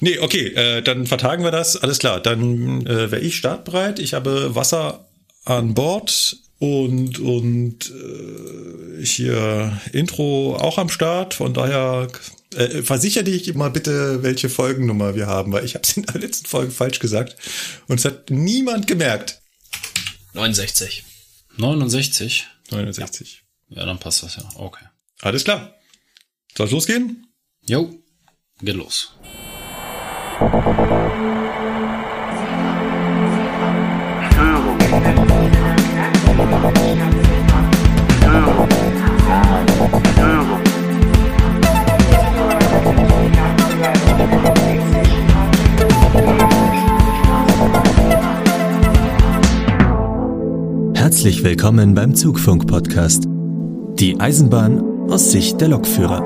Nee, okay, dann vertagen wir das. Alles klar, dann wäre ich startbereit. Ich habe Wasser an Bord und hier Intro auch am Start. Von daher versichere dich mal bitte, welche Folgennummer wir haben, weil ich habe es in der letzten Folge falsch gesagt und es hat niemand gemerkt. 69. 69? 69. Ja, dann passt das ja. Okay. Alles klar. Soll es losgehen? Jo, geht los. Herzlich willkommen beim Zugfunk-Podcast. Die Eisenbahn aus Sicht der Lokführer.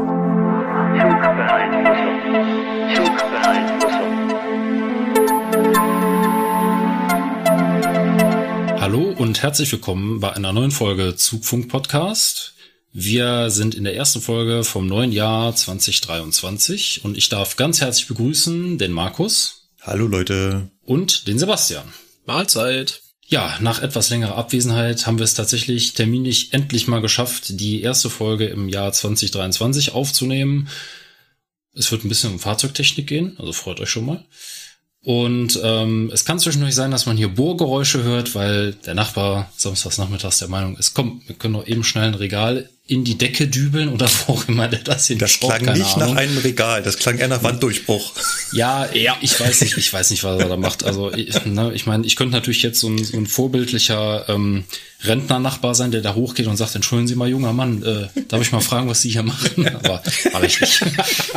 Hallo und herzlich willkommen bei einer neuen Folge Zugfunk-Podcast. Wir sind in der ersten Folge vom neuen Jahr 2023 und ich darf ganz herzlich begrüßen den Markus. Hallo Leute. Und den Sebastian. Mahlzeit. Ja, nach etwas längerer Abwesenheit haben wir es tatsächlich terminlich endlich mal geschafft, die erste Folge im Jahr 2023 aufzunehmen. Es wird ein bisschen um Fahrzeugtechnik gehen, also freut euch schon mal. Und es kann zwischendurch sein, dass man hier Bohrgeräusche hört, weil der Nachbar samstags nachmittags der Meinung ist, komm, wir können doch eben schnell ein Regal in die Decke dübeln oder wo auch immer der das hier Das klang nicht nach einem Regal, das klang eher nach Wanddurchbruch. Ja, ich weiß nicht, was er da macht. Also ich meine, ich könnte natürlich jetzt so ein vorbildlicher Rentner-Nachbar sein, der da hochgeht und sagt, entschuldigen Sie mal, junger Mann, darf ich mal fragen, was Sie hier machen? Aber habe ich nicht.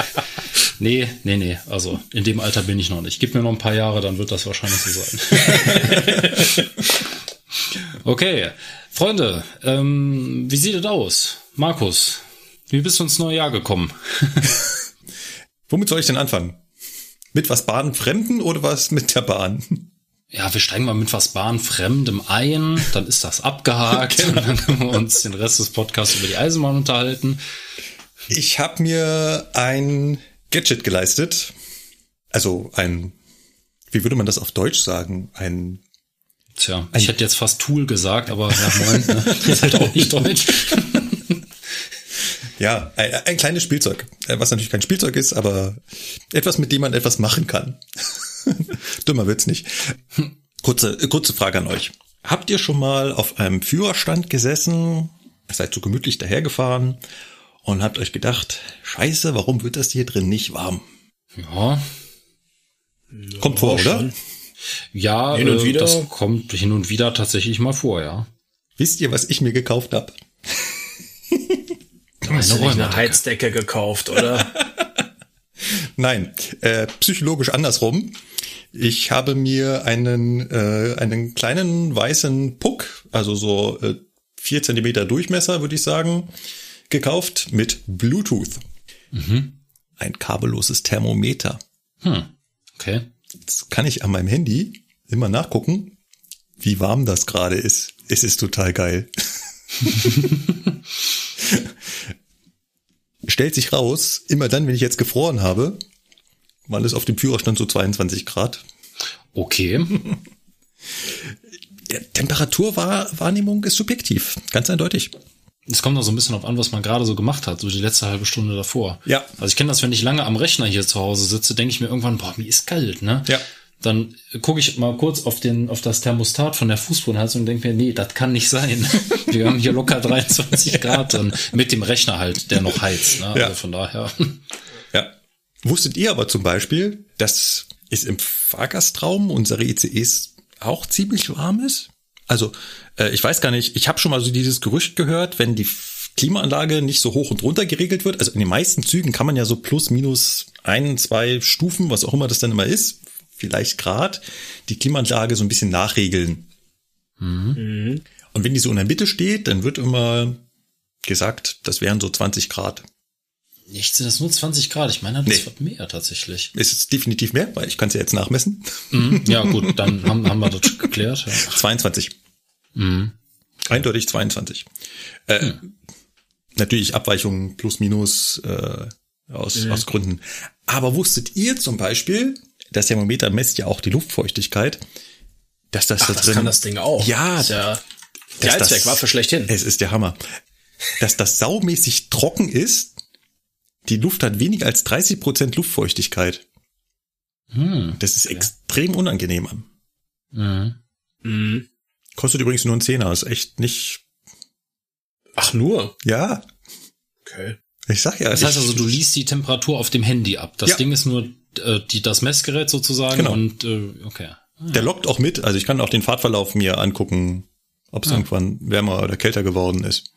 Nee, also in dem Alter bin ich noch nicht. Gib mir noch ein paar Jahre, dann wird das wahrscheinlich so sein. Okay, Freunde, wie sieht es aus? Markus, wie bist du ins neue Jahr gekommen? Womit soll ich denn anfangen? Mit was Bahnfremden oder was mit der Bahn? Ja, wir steigen mal mit was Bahnfremdem ein, dann ist das abgehakt und dann können wir uns den Rest des Podcasts über die Eisenbahn unterhalten. Ich habe mir ein Gadget geleistet. Also wie würde man das auf Deutsch sagen? Tja, ich hätte jetzt fast Tool gesagt, aber ja, moin, ne? Das ist halt auch nicht Deutsch. Ja, ein kleines Spielzeug, was natürlich kein Spielzeug ist, aber etwas, mit dem man etwas machen kann. Dümmer wird's nicht. Kurze Frage an euch. Habt ihr schon mal auf einem Führerstand gesessen, seid so gemütlich dahergefahren und habt euch gedacht, Scheiße, warum wird das hier drin nicht warm? Ja. Kommt vor, oder? Schon. Ja, Hin und wieder. Das kommt hin und wieder tatsächlich mal vor, ja. Wisst ihr, was ich mir gekauft habe? Hast du nicht eine Heizdecke gekauft, oder? Nein, psychologisch andersrum. Ich habe mir einen kleinen weißen Puck, also so 4 Zentimeter Durchmesser, würde ich sagen, gekauft mit Bluetooth. Mhm. Ein kabelloses Thermometer. Okay. Jetzt kann ich an meinem Handy immer nachgucken, wie warm das gerade ist. Es ist total geil. Stellt sich raus, immer dann, wenn ich jetzt gefroren habe, weil es auf dem Führerstand so 22 Grad. Okay. Temperaturwahrnehmung ist subjektiv, ganz eindeutig. Es kommt auch so ein bisschen auf an, was man gerade so gemacht hat, so die letzte halbe Stunde davor. Ja. Also ich kenne das, wenn ich lange am Rechner hier zu Hause sitze, denke ich mir irgendwann, boah, mir ist kalt, ne? Ja. Dann gucke ich mal kurz auf das Thermostat von der Fußbodenheizung und denke mir, nee, das kann nicht sein. Wir haben hier locker 23 Grad dann mit dem Rechner halt, der noch heizt. Ne? Ja. Also von daher. Ja. Wusstet ihr aber zum Beispiel, dass es im Fahrgastraum unserer ICEs auch ziemlich warm ist? Also ich weiß gar nicht, ich habe schon mal so dieses Gerücht gehört, wenn die Klimaanlage nicht so hoch und runter geregelt wird. Also in den meisten Zügen kann man ja so plus minus 1, 2 Stufen, was auch immer das dann immer ist, vielleicht Grad, die Klimaanlage so ein bisschen nachregeln. Mhm. Und wenn die so in der Mitte steht, dann wird immer gesagt, das wären so 20 Grad. Nicht sind das nur 20 Grad, ich meine, das wird mehr tatsächlich. Es ist definitiv mehr, weil ich kann es ja jetzt nachmessen. Ja gut, dann haben wir das geklärt. Ja. 22. Eindeutig 22. Natürlich Abweichungen plus minus aus Gründen. Aber wusstet ihr zum Beispiel, das Thermometer misst ja auch die Luftfeuchtigkeit, dass das da das drin... kann das Ding auch. Ja. Die Heizwerkwaffe schlechthin. Es ist der Hammer. Dass das saumäßig trocken ist, die Luft hat weniger als 30% Luftfeuchtigkeit. Das ist extrem unangenehm. Kostet übrigens nur einen Zehner, ist echt nicht... Ach, nur? Ja. Okay. Ich sag ja. Das heißt also, du liest die Temperatur auf dem Handy ab. Das Ding ist nur das Messgerät sozusagen. Genau. Und okay. Der loggt auch mit, also ich kann auch den Fahrtverlauf mir angucken, ob es irgendwann wärmer oder kälter geworden ist.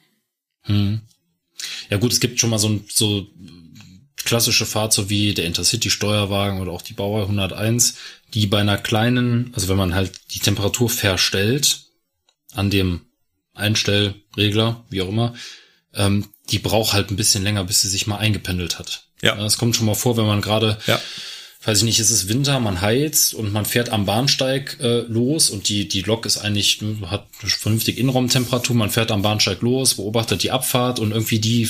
Ja gut, es gibt schon mal so klassische Fahrzeuge wie der Intercity-Steuerwagen oder auch die Bauer 101, die bei einer kleinen, also wenn man halt die Temperatur verstellt an dem Einstellregler, wie auch immer, die braucht halt ein bisschen länger, bis sie sich mal eingependelt hat. Ja. Das kommt schon mal vor, wenn man gerade, weiß ich nicht, es ist Winter, man heizt und man fährt am Bahnsteig los und die Lok ist eigentlich, hat eine vernünftige Innenraumtemperatur, man fährt am Bahnsteig los, beobachtet die Abfahrt und irgendwie die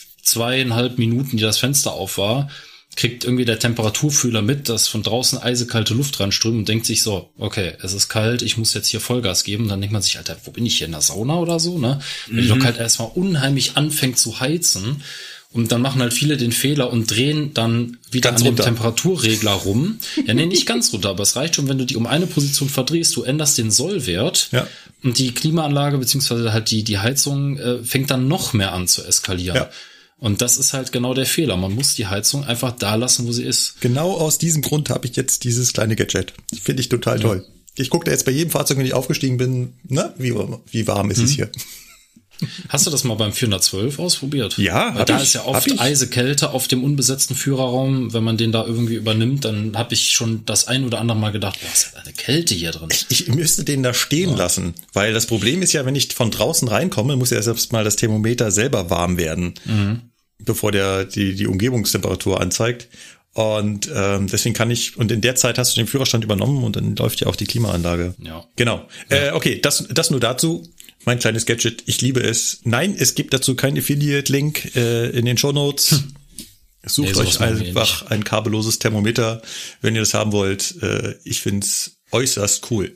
2,5 Minuten, die das Fenster auf war, kriegt irgendwie der Temperaturfühler mit, dass von draußen eisekalte Luft ranströmt und denkt sich so, okay, es ist kalt, ich muss jetzt hier Vollgas geben. Und dann denkt man sich, Alter, wo bin ich hier, in der Sauna oder so, ne? Wenn die Lok halt erstmal unheimlich anfängt zu heizen und dann machen halt viele den Fehler und drehen dann wieder ganz an runter. dem Temperaturregler rum. Ja, nee, nicht ganz runter, aber es reicht schon, wenn du die um eine Position verdrehst, du änderst den Sollwert und die Klimaanlage beziehungsweise halt die Heizung fängt dann noch mehr an zu eskalieren. Ja. Und das ist halt genau der Fehler. Man muss die Heizung einfach da lassen, wo sie ist. Genau aus diesem Grund habe ich jetzt dieses kleine Gadget. Finde ich total toll. Ich gucke da jetzt bei jedem Fahrzeug, wenn ich aufgestiegen bin, ne, wie warm ist es hier. Hast du das mal beim 412 ausprobiert? Ja, weil da ist ja oft Eisekälte auf dem unbesetzten Führerraum. Wenn man den da irgendwie übernimmt, dann habe ich schon das ein oder andere Mal gedacht, boah, ist eine Kälte hier drin. Ich müsste den da stehen lassen, weil das Problem ist ja, wenn ich von draußen reinkomme, muss ja erst mal das Thermometer selber warm werden, bevor der die Umgebungstemperatur anzeigt. Und deswegen kann ich, und in der Zeit hast du den Führerstand übernommen und dann läuft ja auch die Klimaanlage. Ja. Genau. Okay, das nur dazu. Mein kleines Gadget, ich liebe es. Nein, es gibt dazu keinen Affiliate-Link in den Shownotes. Sucht euch einfach ein kabelloses Thermometer, wenn ihr das haben wollt. Ich find's äußerst cool.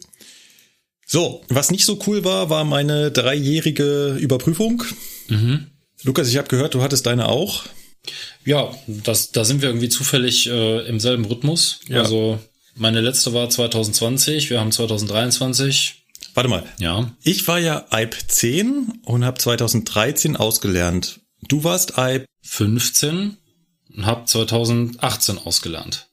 So, was nicht so cool war meine 3-jährige Überprüfung. Lukas, ich habe gehört, du hattest deine auch. Ja, da sind wir irgendwie zufällig im selben Rhythmus. Ja. Also meine letzte war 2020, wir haben 2023. Warte mal. Ja. Ich war ja IB 10 und habe 2013 ausgelernt. Du warst IB 15 und habe 2018 ausgelernt.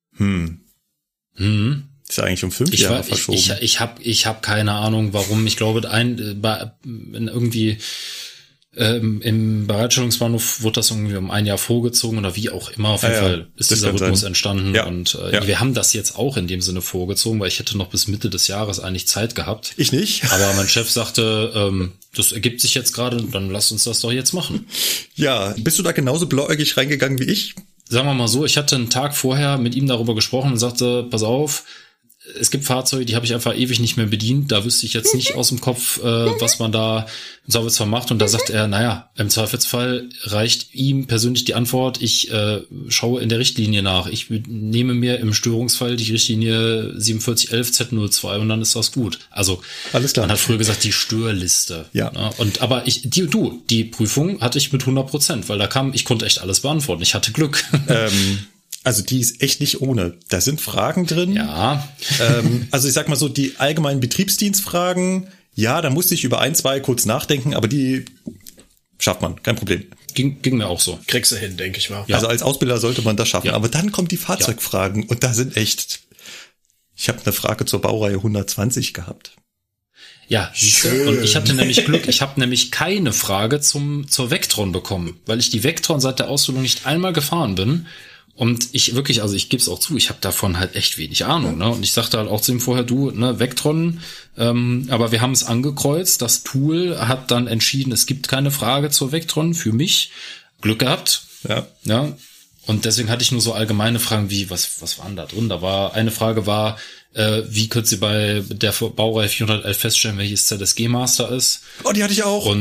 Ist ja eigentlich um 5 Jahre verschoben. Ich hab keine Ahnung, warum. Ich glaube, irgendwie im Bereitstellungsbahnhof wurde das irgendwie um 1 Jahr vorgezogen oder wie auch immer. Auf jeden Fall ist dieser Rhythmus entstanden. Ja. Und wir haben das jetzt auch in dem Sinne vorgezogen, weil ich hätte noch bis Mitte des Jahres eigentlich Zeit gehabt. Ich nicht. Aber mein Chef sagte, das ergibt sich jetzt gerade, dann lass uns das doch jetzt machen. Ja, bist du da genauso blauäugig reingegangen wie ich? Sagen wir mal so, ich hatte einen Tag vorher mit ihm darüber gesprochen und sagte, pass auf, es gibt Fahrzeuge, die habe ich einfach ewig nicht mehr bedient. Da wüsste ich jetzt nicht aus dem Kopf, was man da im Zweifelsfall macht. Und da sagt er, naja, im Zweifelsfall reicht ihm persönlich die Antwort, ich schaue in der Richtlinie nach. Ich nehme mir im Störungsfall die Richtlinie 4711 Z02 und dann ist das gut. Also alles klar. Man hat früher gesagt, die Störliste. Ja. Aber die Prüfung hatte ich mit 100%, weil ich konnte echt alles beantworten. Ich hatte Glück. Also die ist echt nicht ohne. Da sind Fragen drin. Ja. Also ich sag mal so, die allgemeinen Betriebsdienstfragen, ja, da musste ich über 1, 2 kurz nachdenken, aber die schafft man, kein Problem. Ging mir auch so. Kriegst du hin, denke ich mal. Ja. Also als Ausbilder sollte man das schaffen. Ja. Aber dann kommen die Fahrzeugfragen und da sind echt... Ich habe eine Frage zur Baureihe 120 gehabt. Ja, und ich hatte nämlich Glück, ich habe nämlich keine Frage zur Vectron bekommen, weil ich die Vectron seit der Ausbildung nicht einmal gefahren bin. Und ich wirklich, also ich gebe es auch zu, ich habe davon halt echt wenig Ahnung, ne? Und ich sagte halt auch zu ihm vorher, du, ne, Vectron, aber wir haben es angekreuzt, das Tool hat dann entschieden, es gibt keine Frage zur Vectron für mich. Glück gehabt. Ja. Und deswegen hatte ich nur so allgemeine Fragen wie, was waren da drin? Eine Frage war, wie könnt ihr bei der Baureihe 411 feststellen, welches ZSG-Master ist? Oh, die hatte ich auch. Und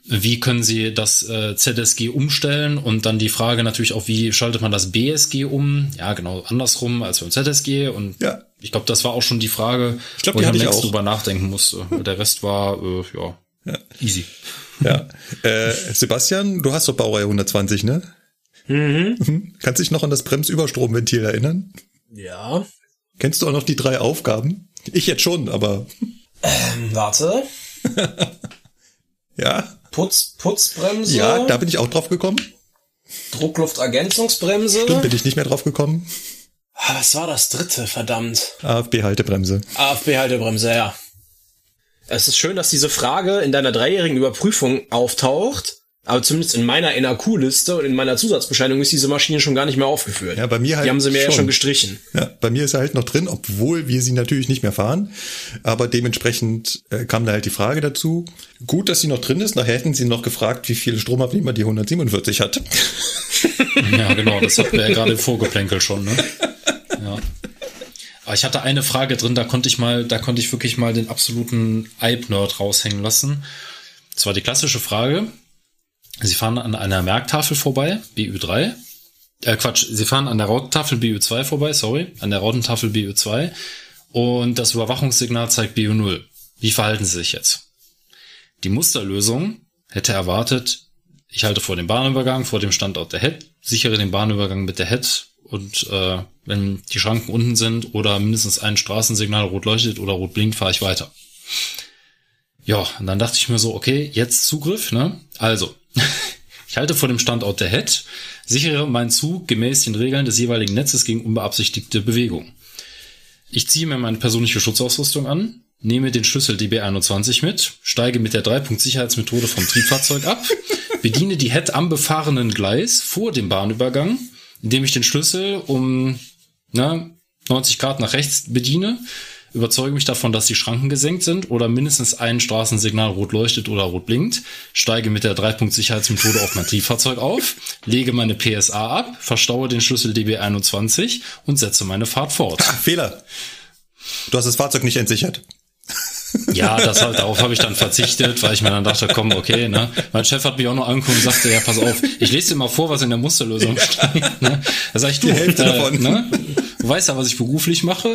wie können Sie das ZSG umstellen? Und dann die Frage natürlich auch, wie schaltet man das BSG um? Ja, genau andersrum als beim ZSG. Und Ja. ich glaube, das war auch schon die Frage, Ich glaub, wo die ich am hatte ich längsten auch. drüber nachdenken musste. Der Rest war, easy. Ja. Sebastian, du hast doch Baureihe 120, ne? Mhm. Kannst dich noch an das Bremsüberstromventil erinnern? Ja. Kennst du auch noch die 3 Aufgaben? Ich jetzt schon, aber Warte. ja. Putzbremse. Ja, da bin ich auch drauf gekommen. Druckluftergänzungsbremse. Stimmt, bin ich nicht mehr drauf gekommen. Was war das dritte, verdammt? AFB-Haltebremse. AFB-Haltebremse, ja. Es ist schön, dass diese Frage in deiner 3-jährigen Überprüfung auftaucht, aber zumindest in meiner NAQ-Liste und in meiner Zusatzbescheinigung ist diese Maschine schon gar nicht mehr aufgeführt. Ja, bei mir halt Die haben sie mir ja schon. schon gestrichen. Ja, bei mir ist er halt noch drin, obwohl wir sie natürlich nicht mehr fahren. Aber dementsprechend kam da halt die Frage dazu. Gut, dass sie noch drin ist. Nachher hätten sie noch gefragt, wie viele Stromabnehmer die 147 hat. Ja, genau, das hatten wir ja gerade im Vorgeplänkel schon, ne? Ja. Aber ich hatte eine Frage drin, da konnte ich wirklich mal den absoluten Eib-Nerd raushängen lassen. Das war die klassische Frage. Sie fahren an einer Merktafel vorbei, BU3. Sie fahren an der Rautentafel BU2 vorbei, an der Rautentafel BU2. Und das Überwachungssignal zeigt BU0. Wie verhalten Sie sich jetzt? Die Musterlösung hätte erwartet, ich halte vor dem Bahnübergang, vor dem Standort der Head, sichere den Bahnübergang mit der Head und wenn die Schranken unten sind oder mindestens ein Straßensignal rot leuchtet oder rot blinkt, fahre ich weiter. Ja, und dann dachte ich mir so, okay, jetzt Zugriff, ne? Also, ich halte vor dem Standort der Head, sichere meinen Zug gemäß den Regeln des jeweiligen Netzes gegen unbeabsichtigte Bewegung. Ich ziehe mir meine persönliche Schutzausrüstung an, nehme den Schlüssel DB21 mit, steige mit der 3-Punkt-Sicherheitsmethode vom Triebfahrzeug ab, bediene die Head am befahrenen Gleis vor dem Bahnübergang, indem ich den Schlüssel um 90 Grad nach rechts bediene, überzeuge mich davon, dass die Schranken gesenkt sind oder mindestens ein Straßensignal rot leuchtet oder rot blinkt, steige mit der 3-Punkt-Sicherheitsmethode auf mein Triebfahrzeug auf, lege meine PSA ab, verstaue den Schlüssel DB21 und setze meine Fahrt fort. Fehler. Du hast das Fahrzeug nicht entsichert. Ja, darauf habe ich dann verzichtet, weil ich mir dann dachte, komm, okay, ne. Mein Chef hat mich auch noch angeguckt und sagte, ja, pass auf, ich lese dir mal vor, was in der Musterlösung steht. Ne? Da sag ich, du, die Hälfte davon. Ne? Du weißt ja, was ich beruflich mache.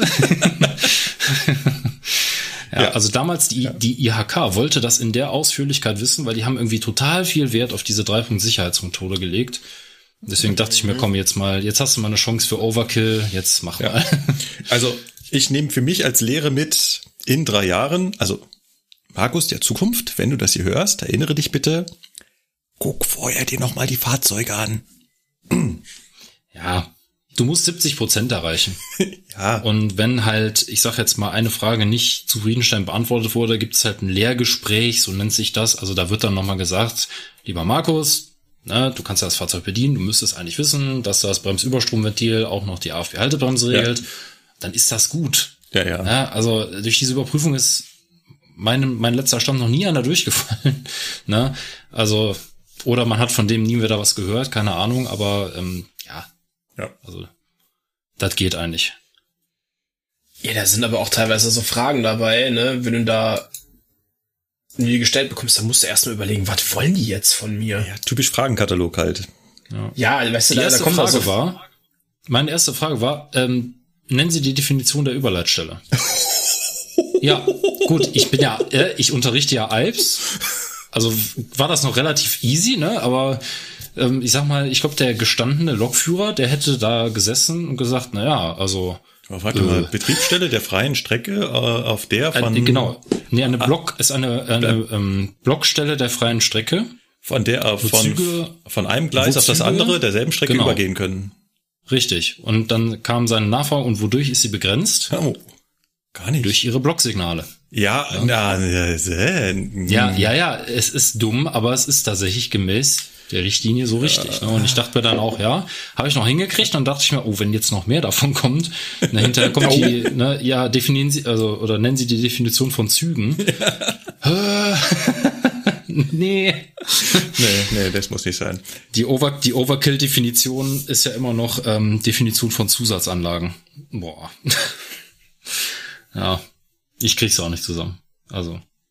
Ja, also damals die IHK wollte das in der Ausführlichkeit wissen, weil die haben irgendwie total viel Wert auf diese 3-Punkt-Sicherheitsmethode gelegt. Deswegen dachte ich mir, komm, jetzt hast du mal eine Chance für Overkill, jetzt mach mal. Also ich nehme für mich als Lehre mit, in 3 Jahren, also Markus der Zukunft, wenn du das hier hörst, erinnere dich bitte, guck vorher dir nochmal die Fahrzeuge an. Ja, du musst 70% erreichen. Ja. Und wenn halt, ich sag jetzt mal, eine Frage nicht zufriedenstellend beantwortet wurde, gibt es halt ein Lehrgespräch, so nennt sich das. Also da wird dann nochmal gesagt, lieber Markus, ne, du kannst ja das Fahrzeug bedienen, du müsstest eigentlich wissen, dass das Bremsüberstromventil auch noch die AFB-Haltebremse regelt. Dann ist das gut. Ja, also durch diese Überprüfung ist mein letzter Stand noch nie einer durchgefallen. Ne? Also, oder man hat von dem nie wieder was gehört, keine Ahnung, aber ja, also das geht eigentlich. Ja, da sind aber auch teilweise so Fragen dabei, ne? Wenn du da die gestellt bekommst, dann musst du erstmal überlegen, was wollen die jetzt von mir? Ja, typisch Fragenkatalog halt. Ja, weißt du, Die da erste kommt Frage also war, meine erste Frage war, nennen Sie die Definition der Überleitstelle. Ja, gut, ich unterrichte ja Alps, also war das noch relativ easy, ne, aber ich sag mal, ich glaube, der gestandene Lokführer, der hätte da gesessen und gesagt, naja, also Warte mal, Betriebsstelle der freien Strecke, auf der von... genau, nee, eine Blockstelle der freien Strecke. Von der von einem Gleis auf das Züge, andere derselben Strecke übergehen können. Richtig. Und dann kam seine Nachfrage, und wodurch ist sie begrenzt? Oh, gar nicht. Durch ihre Blocksignale. Ja. Es ist dumm, aber es ist tatsächlich gemäß der Richtlinie so richtig. Ne? Und ich dachte mir dann auch, habe ich noch hingekriegt, dann dachte ich mir, wenn jetzt noch mehr davon kommt, dahinter kommt die, definieren Sie, oder nennen Sie die Definition von Zügen. Nee, das muss nicht sein. Die Overkill-Definition ist ja immer noch Definition von Zusatzanlagen. Boah. Ja, ich krieg's auch nicht zusammen. Also,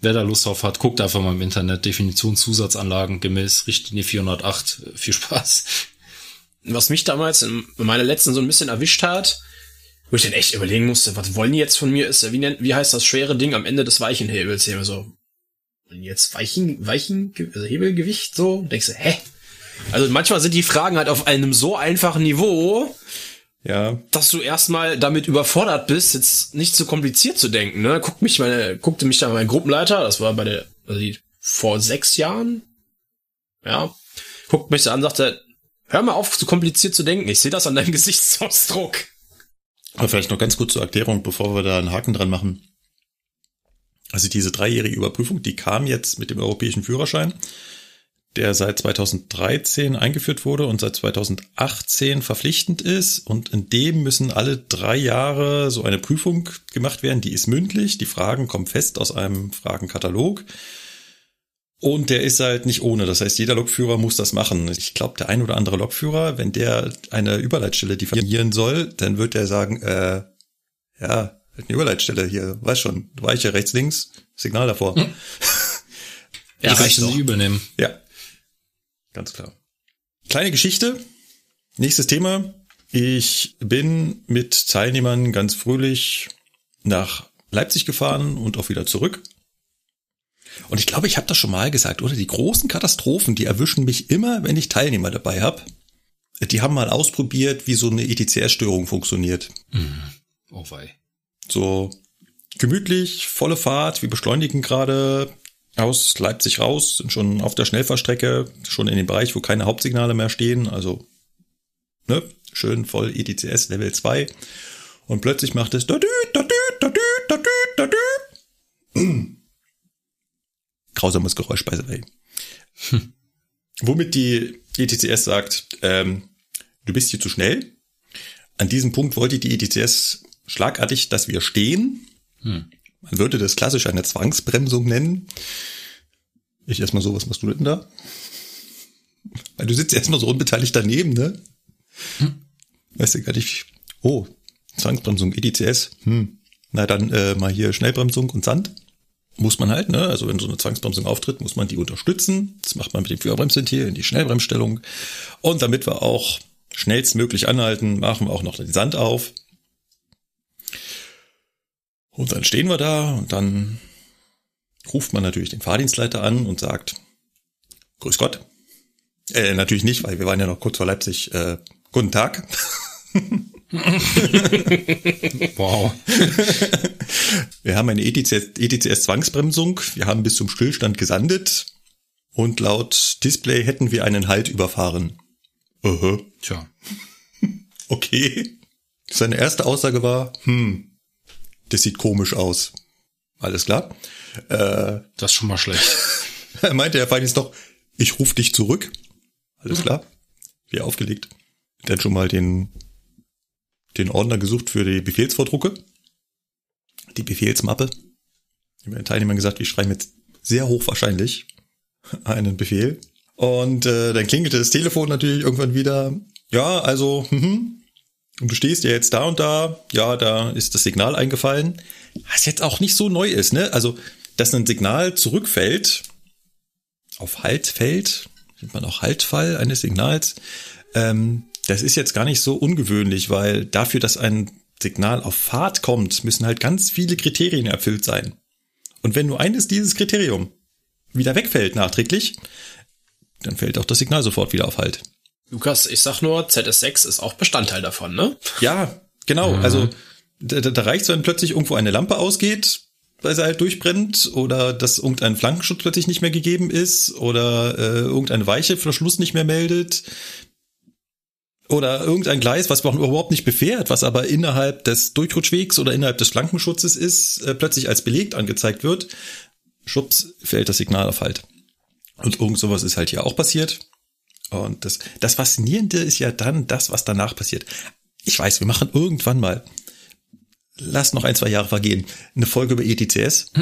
wer da Lust drauf hat, guckt einfach mal im Internet. Definition Zusatzanlagen gemäß Richtlinie 408. Viel Spaß. Was mich damals in meiner letzten so ein bisschen erwischt hat, wo ich dann echt überlegen musste, was wollen die jetzt von mir, ist, wie heißt das schwere Ding am Ende des Weichenhebels? Hier so, und jetzt also Hebelgewicht so? Denkst du, hä? Also manchmal sind die Fragen halt auf einem so einfachen Niveau, ja, dass du erstmal damit überfordert bist, jetzt nicht zu kompliziert zu denken, ne? Guckte mich da mein Gruppenleiter, das war vor 6 Jahren, ja, guckt mich da an, sagte, hör mal auf, zu kompliziert zu denken, ich sehe das an deinem Gesichtsausdruck. Aber vielleicht noch ganz kurz zur Erklärung, bevor wir da einen Haken dran machen. Also diese 3-jährige Überprüfung, die kam jetzt mit dem europäischen Führerschein, der seit 2013 eingeführt wurde und seit 2018 verpflichtend ist. Und in dem müssen alle 3 Jahre so eine Prüfung gemacht werden. Die ist mündlich, die Fragen kommen fest aus einem Fragenkatalog. Und der ist halt nicht ohne. Das heißt, jeder Lokführer muss das machen. Ich glaube, der ein oder andere Lokführer, wenn der eine Überleitstelle definieren soll, dann wird der sagen, eine Überleitstelle hier, weiß schon, Weiche rechts, links, Signal davor. Ja, Ja, reicht nicht übel nehmen. Ja, ganz klar. Kleine Geschichte, nächstes Thema. Ich bin mit Teilnehmern ganz fröhlich nach Leipzig gefahren und auch wieder zurück. Und ich glaube, ich habe das schon mal gesagt, oder? Die großen Katastrophen, die erwischen mich immer, wenn ich Teilnehmer dabei habe. Die haben mal ausprobiert, wie so eine ETCS-Störung funktioniert. Oh wei. So gemütlich, volle Fahrt, wir beschleunigen gerade aus Leipzig raus, sind schon auf der Schnellfahrstrecke, schon in dem Bereich, wo keine Hauptsignale mehr stehen, also ne, schön voll ETCS Level 2. Und plötzlich macht es grausames Geräusch by the way. Womit die ETCS sagt, du bist hier zu schnell. An diesem Punkt wollte die ETCS schlagartig, dass wir stehen. Man würde das klassisch eine Zwangsbremsung nennen. Ich erstmal so, was machst du denn da? Weil du sitzt erstmal so unbeteiligt daneben, ne? Weißt du gar nicht. Oh, Zwangsbremsung, ETCS. Na dann mal hier Schnellbremsung und Sand. Muss man halt, ne? Also wenn so eine Zwangsbremsung auftritt, muss man die unterstützen. Das macht man mit dem Führerbremsventil in die Schnellbremsstellung. Und damit wir auch schnellstmöglich anhalten, machen wir auch noch den Sand auf. Und dann stehen wir da und dann ruft man natürlich den Fahrdienstleiter an und sagt, Grüß Gott. Natürlich nicht, weil wir waren ja noch kurz vor Leipzig. Guten Tag. Wow. Wir haben eine ETCS-Zwangsbremsung. Wir haben bis zum Stillstand gesandet. Und laut Display hätten wir einen Halt überfahren. Tja. Okay. Seine erste Aussage war, das sieht komisch aus. Alles klar. Das ist schon mal schlecht. Er meinte, Herr Feind ist doch, ich rufe dich zurück. Alles klar. Wie aufgelegt. Dann schon mal den Ordner gesucht für die Befehlsvordrucke. Die Befehlsmappe. Ich habe den Teilnehmern gesagt, wir schreiben jetzt sehr hochwahrscheinlich einen Befehl. Und dann klingelte das Telefon natürlich irgendwann wieder. Ja, also, und du stehst ja jetzt da und da. Ja, da ist das Signal eingefallen. Was jetzt auch nicht so neu ist, ne? Also, dass ein Signal zurückfällt, auf Halt fällt, nennt man auch Haltfall eines Signals, das ist jetzt gar nicht so ungewöhnlich, weil dafür, dass ein Signal auf Fahrt kommt, müssen halt ganz viele Kriterien erfüllt sein. Und wenn nur eines dieses Kriterium wieder wegfällt nachträglich, dann fällt auch das Signal sofort wieder auf Halt. Lukas, ich sag nur, ZS6 ist auch Bestandteil davon, ne? Ja, genau. Also da reicht es, wenn plötzlich irgendwo eine Lampe ausgeht, weil sie halt durchbrennt, oder dass irgendein Flankenschutz plötzlich nicht mehr gegeben ist, oder irgendeine Weiche Verschluss nicht mehr meldet, oder irgendein Gleis, was man überhaupt nicht befährt, was aber innerhalb des Durchrutschwegs oder innerhalb des Flankenschutzes ist, plötzlich als belegt angezeigt wird. Schubs, fällt das Signal auf Halt. Und irgend sowas ist halt hier auch passiert. Und das Faszinierende ist ja dann das, was danach passiert. Ich weiß, wir machen irgendwann mal, lass noch 1-2 Jahre vergehen, eine Folge über ETCS.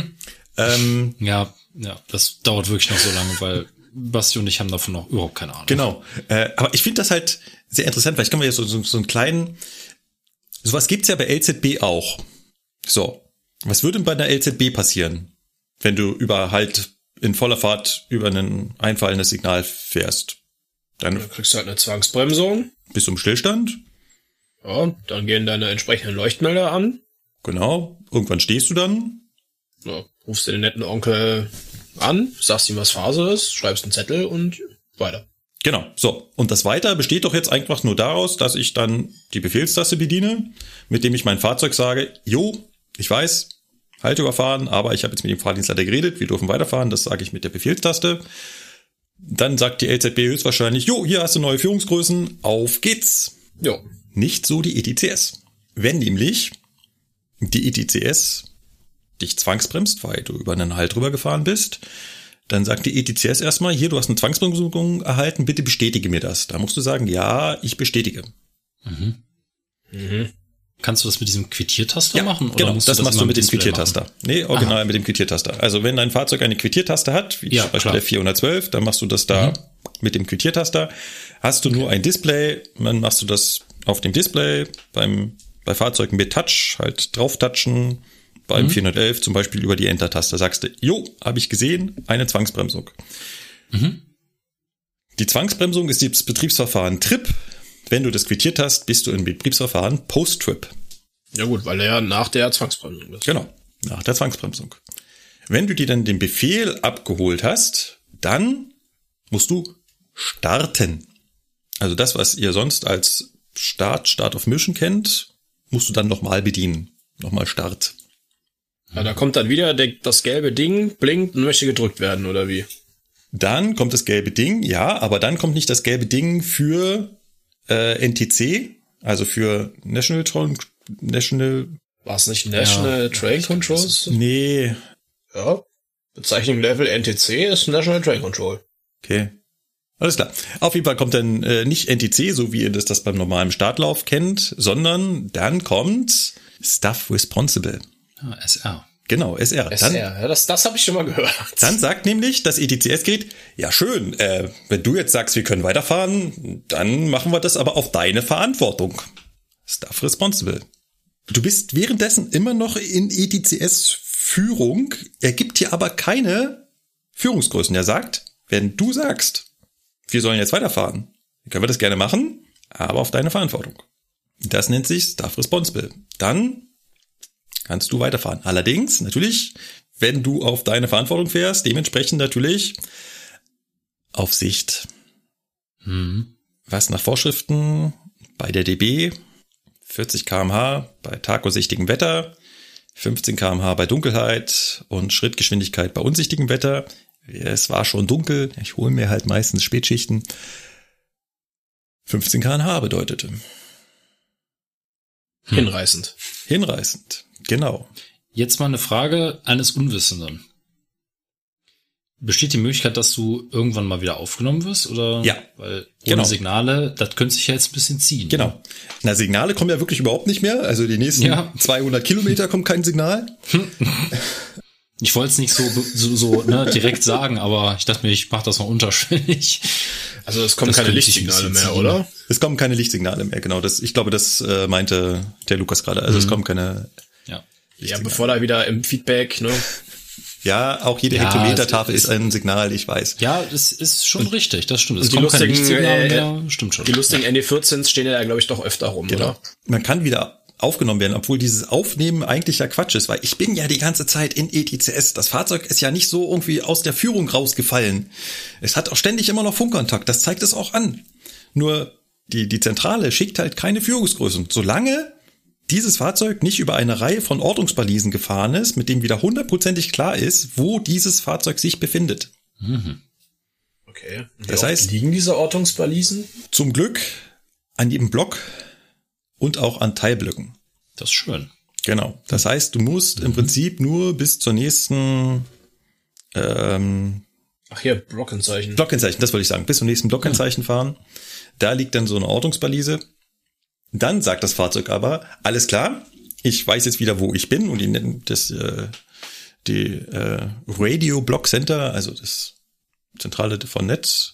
Ja, das dauert wirklich noch so lange, weil Basti und ich haben davon noch überhaupt keine Ahnung. Genau. Aber ich finde das halt sehr interessant, weil ich kann mir jetzt so einen kleinen, sowas gibt's ja bei LZB auch. So. Was würde bei einer LZB passieren? wenn du in voller Fahrt über ein einfallendes Signal fährst. Dann kriegst du halt eine Zwangsbremsung. Bis zum Stillstand. Ja, dann gehen deine entsprechenden Leuchtmelder an. Genau. Irgendwann stehst du dann. Ja, rufst du den netten Onkel an, sagst ihm, was Phase ist, schreibst einen Zettel und weiter. Genau. So. Und das Weiter besteht doch jetzt einfach nur daraus, dass ich dann die Befehlstaste bediene, mit dem ich mein Fahrzeug sage, ich weiß, Halt überfahren, aber ich habe jetzt mit dem Fahrdienstleiter geredet, wir dürfen weiterfahren, das sage ich mit der Befehlstaste. Dann sagt die LZB höchstwahrscheinlich, hier hast du neue Führungsgrößen, auf geht's. Jo. Nicht so die ETCS. Wenn nämlich die ETCS dich zwangsbremst, weil du über einen Halt drüber gefahren bist, dann sagt die ETCS erstmal, du hast eine Zwangsbremsung erhalten, bitte bestätige mir das. Da musst du sagen, ja, ich bestätige. Kannst du das mit diesem Quittiertaster machen? Oder Genau, musst das du machst du mit dem Display Quittiertaster. machen? Nee, original mit dem Quittiertaster. Also wenn dein Fahrzeug eine Quittiertaste hat, wie zum Beispiel der 412, dann machst du das da mit dem Quittiertaster. Hast du nur ein Display, dann machst du das auf dem Display, bei Fahrzeugen mit Touch, halt drauf touchen, beim 411 zum Beispiel über die Enter-Taste. Sagst du, habe ich gesehen, eine Zwangsbremsung. Die Zwangsbremsung ist das Betriebsverfahren Trip. Wenn du das quittiert hast, bist du im Betriebsverfahren Post-Trip. Ja gut, weil er ja nach der Zwangsbremsung ist. Genau, nach der Zwangsbremsung. Wenn du dir dann den Befehl abgeholt hast, dann musst du starten. Also das, was ihr sonst als Start of Mission kennt, musst du dann nochmal bedienen. Nochmal Start. Ja, da kommt dann wieder das gelbe Ding, blinkt und möchte gedrückt werden, oder wie? Dann kommt das gelbe Ding, ja, aber dann kommt nicht das gelbe Ding für NTC, also für National. War es nicht National Train Controls? Nee. Ja. Bezeichnung Level NTC ist National Train Control. Okay. Alles klar. Auf jeden Fall kommt dann nicht NTC, so wie ihr das beim normalen Startlauf kennt, sondern dann kommt Staff Responsible. SR. Genau, SR. SR, ja, das habe ich schon mal gehört. Dann sagt nämlich das ETCS-Gerät, ja schön, wenn du jetzt sagst, wir können weiterfahren, dann machen wir das aber auf deine Verantwortung. Staff Responsible. Du bist währenddessen immer noch in ETCS-Führung, er gibt dir aber keine Führungsgrößen. Er sagt, wenn du sagst, wir sollen jetzt weiterfahren, dann können wir das gerne machen, aber auf deine Verantwortung. Das nennt sich Staff Responsible. Dann kannst du weiterfahren. Allerdings, natürlich, wenn du auf deine Verantwortung fährst, dementsprechend natürlich auf Sicht. Was nach Vorschriften bei der DB 40 km/h bei tagosichtigem Wetter, 15 km/h bei Dunkelheit und Schrittgeschwindigkeit bei unsichtigem Wetter. Es war schon dunkel, ich hole mir halt meistens Spätschichten. 15 km/h bedeutete. Hinreißend. Hinreißend, genau. Jetzt mal eine Frage eines Unwissenden. Besteht die Möglichkeit, dass du irgendwann mal wieder aufgenommen wirst? Oder? Ja. Weil ohne Signale, das könnte sich ja jetzt ein bisschen ziehen. Genau. Ne? Na, Signale kommen ja wirklich überhaupt nicht mehr. Also die nächsten 200 Kilometer kommt kein Signal. Ich wollte es nicht so direkt sagen, aber ich dachte mir, ich mache das mal unterschwellig. Also es kommen keine Lichtsignale mehr, oder? Es kommen keine Lichtsignale mehr, genau. Ich glaube, das meinte der Lukas gerade. Also es kommen keine Ja, bevor da wieder im Feedback, ne? Ja, auch jede Hektometertafel ist ein Signal, ich weiß. Ja, das ist schon richtig, das stimmt. Es kommen keine Lichtsignale mehr, stimmt schon. Die lustigen ND14s stehen ja, glaube ich, doch öfter rum, genau. Oder? Man kann wieder aufgenommen werden, obwohl dieses Aufnehmen eigentlich ja Quatsch ist, weil ich bin ja die ganze Zeit in ETCS. Das Fahrzeug ist ja nicht so irgendwie aus der Führung rausgefallen. Es hat auch ständig immer noch Funkkontakt, das zeigt es auch an. Nur die Zentrale schickt halt keine Führungsgrößen. Solange dieses Fahrzeug nicht über eine Reihe von Ortungsbalisen gefahren ist, mit dem wieder hundertprozentig klar ist, wo dieses Fahrzeug sich befindet. Okay. Das heißt, liegen diese Ortungsbalisen? Zum Glück an jedem Block und auch an Teilblöcken. Das ist schön. Genau. Das heißt, du musst im Prinzip nur bis zur nächsten Blockkennzeichen. Blockkennzeichen, das wollte ich sagen. Bis zum nächsten Blockkennzeichen fahren. Da liegt dann so eine Ortungsbalise. Dann sagt das Fahrzeug aber, alles klar, ich weiß jetzt wieder, wo ich bin, und die nennen das die Radio Block Center, also das Zentrale von Netz,